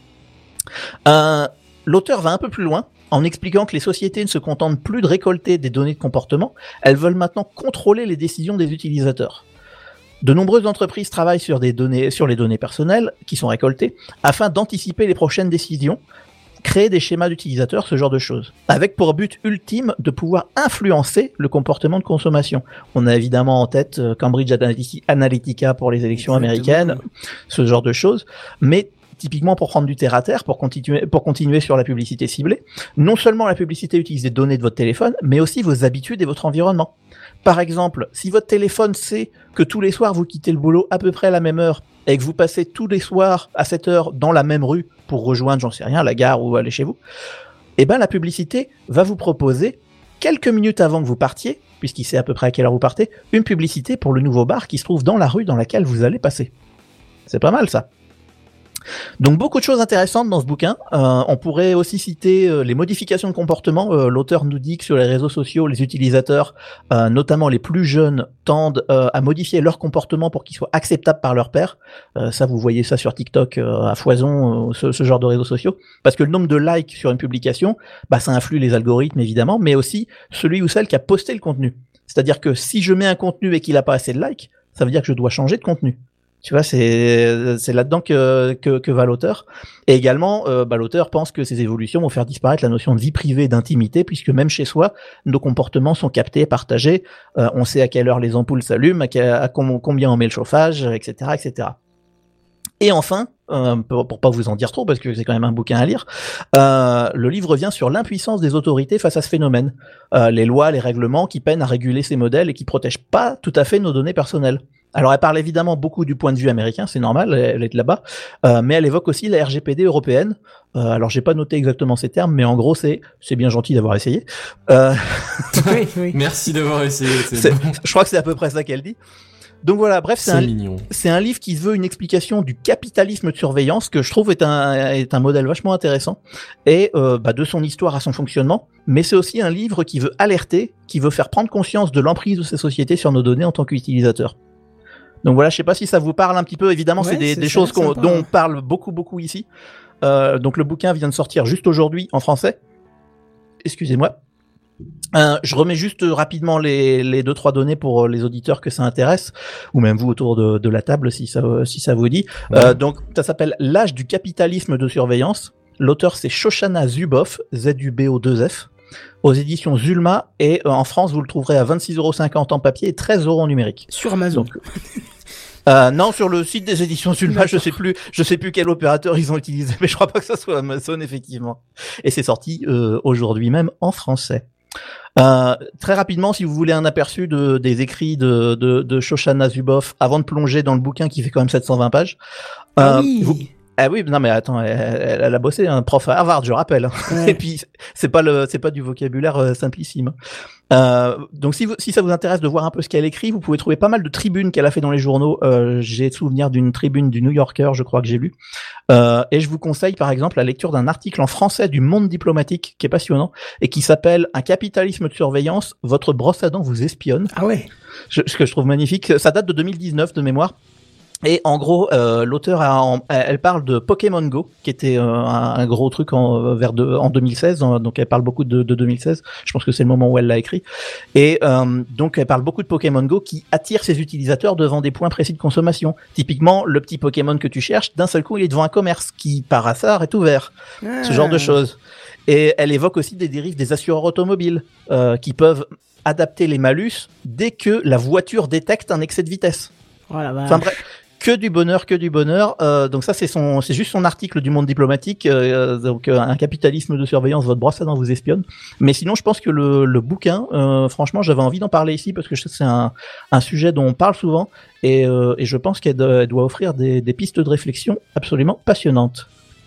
L'auteur va un peu plus loin, en expliquant que les sociétés ne se contentent plus de récolter des données de comportement, elles veulent maintenant contrôler les décisions des utilisateurs. De nombreuses entreprises travaillent sur les données personnelles qui sont récoltées, afin d'anticiper les prochaines décisions, créer des schémas d'utilisateurs, ce genre de choses, avec pour but ultime de pouvoir influencer le comportement de consommation. On a évidemment en tête Cambridge Analytica pour les élections américaines, ce genre de choses, mais typiquement pour prendre du terre-à-terre, pour continuer sur la publicité ciblée, non seulement la publicité utilise des données de votre téléphone, mais aussi vos habitudes et votre environnement. Par exemple, si votre téléphone sait que tous les soirs vous quittez le boulot à peu près à la même heure, et que vous passez tous les soirs à cette heure dans la même rue pour rejoindre, j'en sais rien, la gare ou aller chez vous, eh ben la publicité va vous proposer, quelques minutes avant que vous partiez, puisqu'il sait à peu près à quelle heure vous partez, une publicité pour le nouveau bar qui se trouve dans la rue dans laquelle vous allez passer. C'est pas mal ça. Donc beaucoup de choses intéressantes dans ce bouquin. On pourrait aussi citer les modifications de comportement. L'auteur nous dit que sur les réseaux sociaux, les utilisateurs, notamment les plus jeunes, tendent à modifier leur comportement pour qu'il soit acceptable par leur pairs. Ça, vous voyez ça sur TikTok à foison, ce genre de réseaux sociaux. Parce que le nombre de likes sur une publication, ça influe les algorithmes évidemment, mais aussi celui ou celle qui a posté le contenu. C'est-à-dire que si je mets un contenu et qu'il n'a pas assez de likes, ça veut dire que je dois changer de contenu. Tu vois, c'est là-dedans que va l'auteur. Et également, l'auteur pense que ces évolutions vont faire disparaître la notion de vie privée et d'intimité, puisque même chez soi, nos comportements sont captés et partagés. On sait à quelle heure les ampoules s'allument, à combien on met le chauffage, etc., etc. Et enfin, pour pas vous en dire trop, parce que c'est quand même un bouquin à lire, le livre revient sur l'impuissance des autorités face à ce phénomène. Les lois, les règlements qui peinent à réguler ces modèles et qui protègent pas tout à fait nos données personnelles. Alors elle parle évidemment beaucoup du point de vue américain, c'est normal, elle est de là-bas, mais elle évoque aussi la RGPD européenne. Alors j'ai pas noté exactement ces termes, mais en gros c'est bien gentil d'avoir essayé. Oui. Merci d'avoir essayé. Bon. Je crois que c'est à peu près ça qu'elle dit. Donc voilà, bref, c'est un livre qui veut une explication du capitalisme de surveillance que je trouve est un modèle vachement intéressant et de son histoire à son fonctionnement. Mais c'est aussi un livre qui veut alerter, qui veut faire prendre conscience de l'emprise de ces sociétés sur nos données en tant qu'utilisateurs. Donc voilà, je sais pas si ça vous parle un petit peu. Évidemment, c'est des choses dont on parle beaucoup ici. Donc le bouquin vient de sortir juste aujourd'hui en français. Excusez-moi. Je remets juste rapidement les 2-3 données pour les auditeurs que ça intéresse, ou même vous autour de la table si ça vous dit. Ouais. Donc ça s'appelle L'âge du capitalisme de surveillance. L'auteur c'est Shoshana Zuboff, ZUBO2F, aux éditions Zulma, et en France vous le trouverez à 26,50€ en papier et 13€ en numérique. Sur Amazon. Donc, non, sur le site des éditions Zulma, je sais plus quel opérateur ils ont utilisé, mais je crois pas que ça soit Amazon effectivement. Et c'est sorti aujourd'hui même en français. Très rapidement, si vous voulez un aperçu des écrits de Shoshana Zuboff avant de plonger dans le bouquin qui fait quand même 720 pages. Oui. Ah oui, non mais attends, elle a bossé, un prof à Harvard, je rappelle. Ouais. Et puis c'est pas du vocabulaire simplissime. Donc si ça vous intéresse de voir un peu ce qu'elle écrit, vous pouvez trouver pas mal de tribunes qu'elle a fait dans les journaux. J'ai souvenir d'une tribune du New Yorker, je crois que j'ai lu. Et je vous conseille par exemple la lecture d'un article en français du Monde diplomatique qui est passionnant et qui s'appelle Un capitalisme de surveillance, votre brosse à dents vous espionne. Ah ouais. Ce que je trouve magnifique. Ça date de 2019 de mémoire. Et en gros, l'auteur elle parle de Pokémon Go, qui était un gros truc en 2016. Donc elle parle beaucoup de 2016. Je pense que c'est le moment où elle l'a écrit. Et donc elle parle beaucoup de Pokémon Go qui attire ses utilisateurs devant des points précis de consommation. Typiquement, le petit Pokémon que tu cherches, d'un seul coup, il est devant un commerce qui, par hasard, est ouvert. Ce genre de choses. Et elle évoque aussi des dérives des assureurs automobiles qui peuvent adapter les malus dès que la voiture détecte un excès de vitesse. Voilà, bah. Enfin bref. Que du bonheur. Donc ça, c'est juste son article du Monde diplomatique. Donc un capitalisme de surveillance, votre brosse à dents vous espionne. Mais sinon, je pense que le bouquin, franchement, j'avais envie d'en parler ici parce que je sais que c'est un sujet dont on parle souvent et je pense qu'elle doit offrir des pistes de réflexion absolument passionnantes.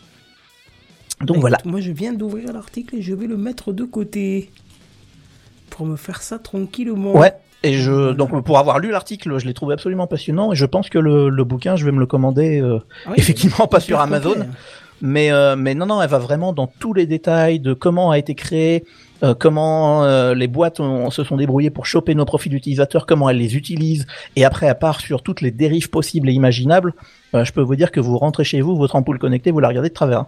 Donc voilà. Moi, je viens d'ouvrir l'article et je vais le mettre de côté pour me faire ça tranquillement. Ouais. Et donc pour avoir lu l'article, je l'ai trouvé absolument passionnant et je pense que le bouquin, je vais me le commander effectivement pas sur Amazon, mais non, elle va vraiment dans tous les détails de comment a été créé, comment les boîtes se sont débrouillées pour choper nos profils d'utilisateurs, comment elles les utilisent, et après elle part sur toutes les dérives possibles et imaginables. Je peux vous dire que vous rentrez chez vous, votre ampoule connectée, vous la regardez de travers.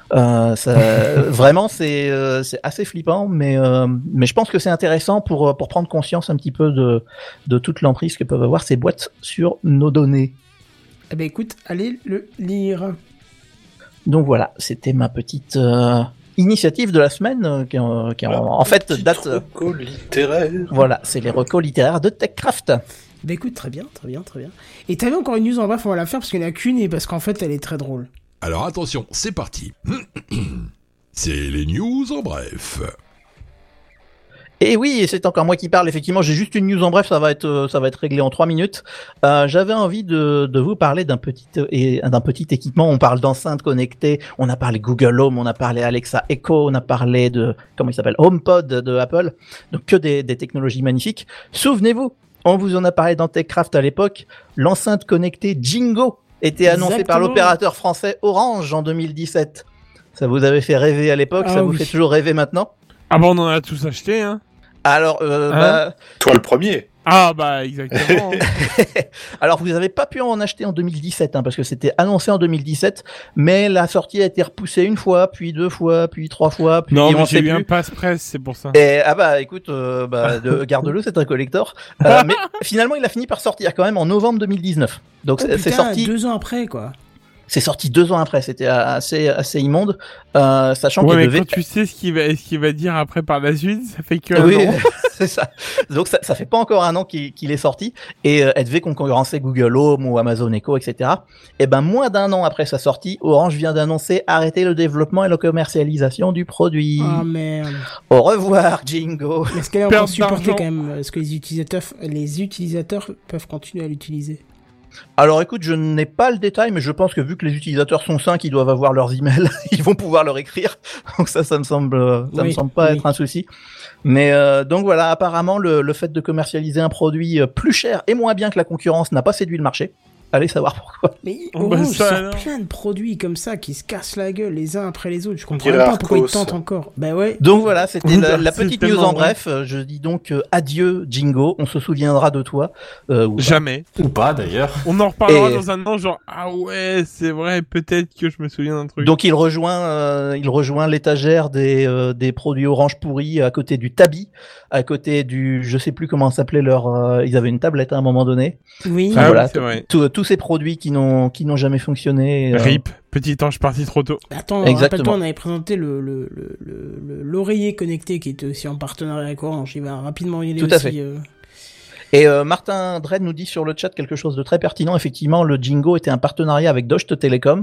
Vraiment, c'est assez flippant, mais je pense que c'est intéressant pour prendre conscience un petit peu de toute l'emprise que peuvent avoir ces boîtes sur nos données. Eh ben écoute, allez le lire. Donc voilà, c'était ma petite initiative de la semaine qui en fait date. Recos littéraires. Voilà, c'est les recos littéraires de TechCraft. Bah écoute, très bien. Et t'avais encore une news en bref, on va la faire parce qu'il n'y en a qu'une et parce qu'en fait elle est très drôle. Alors attention, c'est parti. C'est les news en bref. Et oui, c'est encore moi qui parle. Effectivement, j'ai juste une news en bref, ça va être réglé en 3 minutes. J'avais envie de vous parler d'un petit équipement. On parle d'enceintes connectées, on a parlé Google Home, on a parlé Alexa Echo, on a parlé de comment il s'appelle HomePod de Apple. Donc que des technologies magnifiques. Souvenez-vous, on vous en a parlé dans TechCraft à l'époque. L'enceinte connectée Jingo était annoncée par l'opérateur français Orange en 2017. Ça vous avait fait rêver à l'époque, ça vous fait toujours rêver maintenant? Ah bah on en a tous acheté, hein. Alors, toi le premier. Ah bah exactement. Alors vous avez pas pu en acheter en 2017 parce que c'était annoncé en 2017, mais la sortie a été repoussée 1 fois, puis 2 fois, puis 3 fois, puis non, mais j'ai eu un passe-presse, c'est pour ça. Et écoute, garde-le, c'est un collector. Mais finalement, il a fini par sortir quand même en novembre 2019. Donc c'est sorti 2 ans après quoi. C'est sorti 2 ans après, c'était assez immonde, sachant qu'il mais devait... quand tu sais ce qu'il va dire après par la suite, ça fait que... Oui, c'est ça. Donc ça fait pas encore un an qu'il est sorti et elle devait concurrencer Google Home ou Amazon Echo, etc. Et ben moins d'un an après sa sortie, Orange vient d'annoncer arrêter le développement et la commercialisation du produit. Oh merde. Au revoir, Jingo. Est-ce qu'elle est encore supportée quand même? Est-ce que les utilisateurs peuvent continuer à l'utiliser? Alors écoute, je n'ai pas le détail, mais je pense que vu que les utilisateurs sont 5, ils doivent avoir leurs emails, ils vont pouvoir leur écrire. Donc ça me semble pas être un souci. Mais donc voilà, apparemment le fait de commercialiser un produit plus cher et moins bien que la concurrence n'a pas séduit le marché. Allez savoir pourquoi. Mais Orange sort plein de produits comme ça qui se cassent la gueule les uns après les autres. Je comprends pas pourquoi ils tentent encore. Bah ouais. Donc voilà, c'était la petite news en bref. Je dis donc adieu Jingo, on se souviendra de toi. Jamais. Ou pas d'ailleurs. On en reparlera dans un an, genre ah ouais, c'est vrai, peut-être que je me souviens d'un truc. Donc il rejoint l'étagère des produits Orange pourris à côté du Tabi, à côté du, je sais plus comment s'appelait ils avaient une tablette à un moment donné. Oui. Enfin, voilà, c'est vrai. Tous ces produits qui n'ont jamais fonctionné. RIP, petit ange parti trop tôt. Attends, rappelle-toi, on avait présenté l'oreiller connecté qui était aussi en partenariat avec Orange. Il va rapidement y aller aussi. Tout à fait. Et Martin Dredd nous dit sur le chat quelque chose de très pertinent. Effectivement, le Jingo était un partenariat avec Deutsche Telekom.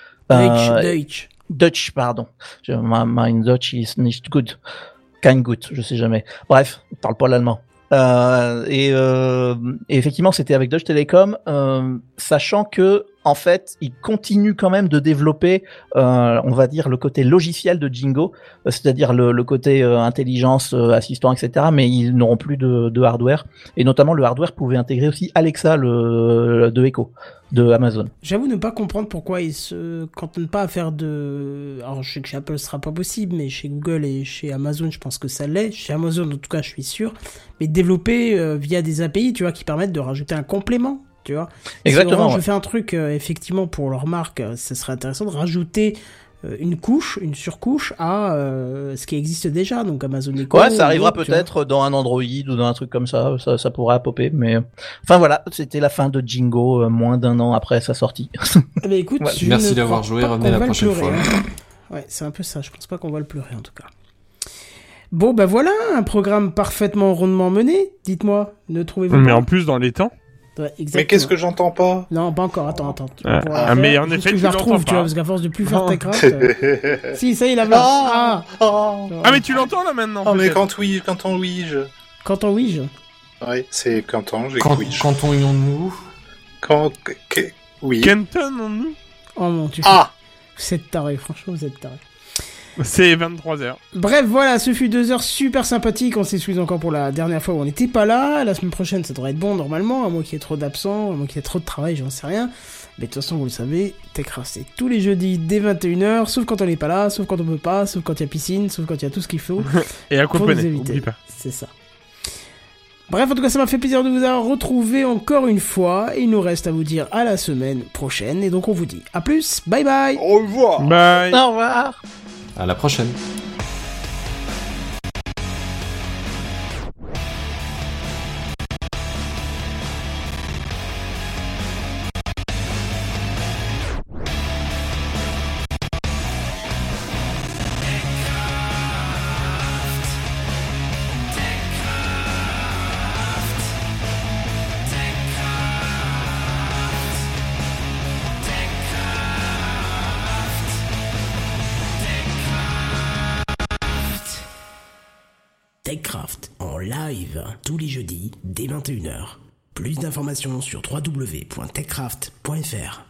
Deutsch, pardon. My Deutsch is nicht good. Kein gut, je sais jamais. Bref, on parle pas l'allemand. Et effectivement, c'était avec Deutsche Telekom, sachant que en fait, ils continuent quand même de développer, on va dire, le côté logiciel de Jingo, c'est-à-dire le côté intelligence, assistant, etc. Mais ils n'auront plus de hardware. Et notamment, le hardware pouvait intégrer aussi Alexa de Echo, de Amazon. J'avoue ne pas comprendre pourquoi ils se cantonnent pas à faire Alors, je sais que chez Apple, ce sera pas possible, mais chez Google et chez Amazon, je pense que ça l'est. Chez Amazon, en tout cas, je suis sûr. Mais développer via des API, tu vois, qui permettent de rajouter un complément. Tu vois. Exactement. Si je fais un truc effectivement pour leur marque, ce serait intéressant de rajouter une surcouche à ce qui existe déjà, donc Amazon Echo. Ouais, ça arrivera peut-être dans un Android ou dans un truc comme ça pourra popper, mais enfin voilà, c'était la fin de Jingo moins d'un an après sa sortie. Mais écoute, ouais, merci d'avoir joué, revenez la prochaine fois. Ouais, c'est un peu ça, je pense pas qu'on va le pleurer en tout cas. Bon bah voilà, un programme parfaitement rondement mené, dites-moi, ne trouvez-vous pas? Mais en plus dans les temps. Ouais, mais qu'est-ce que j'entends pas? Non, pas encore, attends. Mais en effet, je la retrouve, tu vois, parce qu'à force de plus faire TechCraft... Si, ça y est, là-bas. Ah, mais tu l'entends, là, maintenant? Ah, mais quand on ouige. Quand on ouige? Ouais, c'est quand on ouige. Quand on nous. Oui. Canton, on nous? Oh mon Dieu. Ah! Vous êtes tarés, franchement, vous êtes tarés. C'est 23h. Bref, voilà, ce fut 2 heures super sympathiques. On s'excuse encore pour la dernière fois où on n'était pas là. La semaine prochaine, ça devrait être bon normalement, à moins qu'il y ait trop d'absents, à moins qu'il y ait trop de travail, j'en sais rien. Mais de toute façon, vous le savez, TechCraft, c'est tous les jeudis dès 21h, sauf quand on n'est pas là, sauf quand on peut pas, sauf quand il y a piscine, sauf quand il y a tout ce qu'il faut. Et à Copenhague, n'oublie pas. C'est ça. Bref, en tout cas, ça m'a fait plaisir de vous avoir retrouvé encore une fois. Et il nous reste à vous dire à la semaine prochaine. Et donc, on vous dit à plus. Bye bye. Au revoir. Bye. Au revoir. À la prochaine. TechCraft en live tous les jeudis dès 21h. Plus d'informations sur www.techcraft.fr.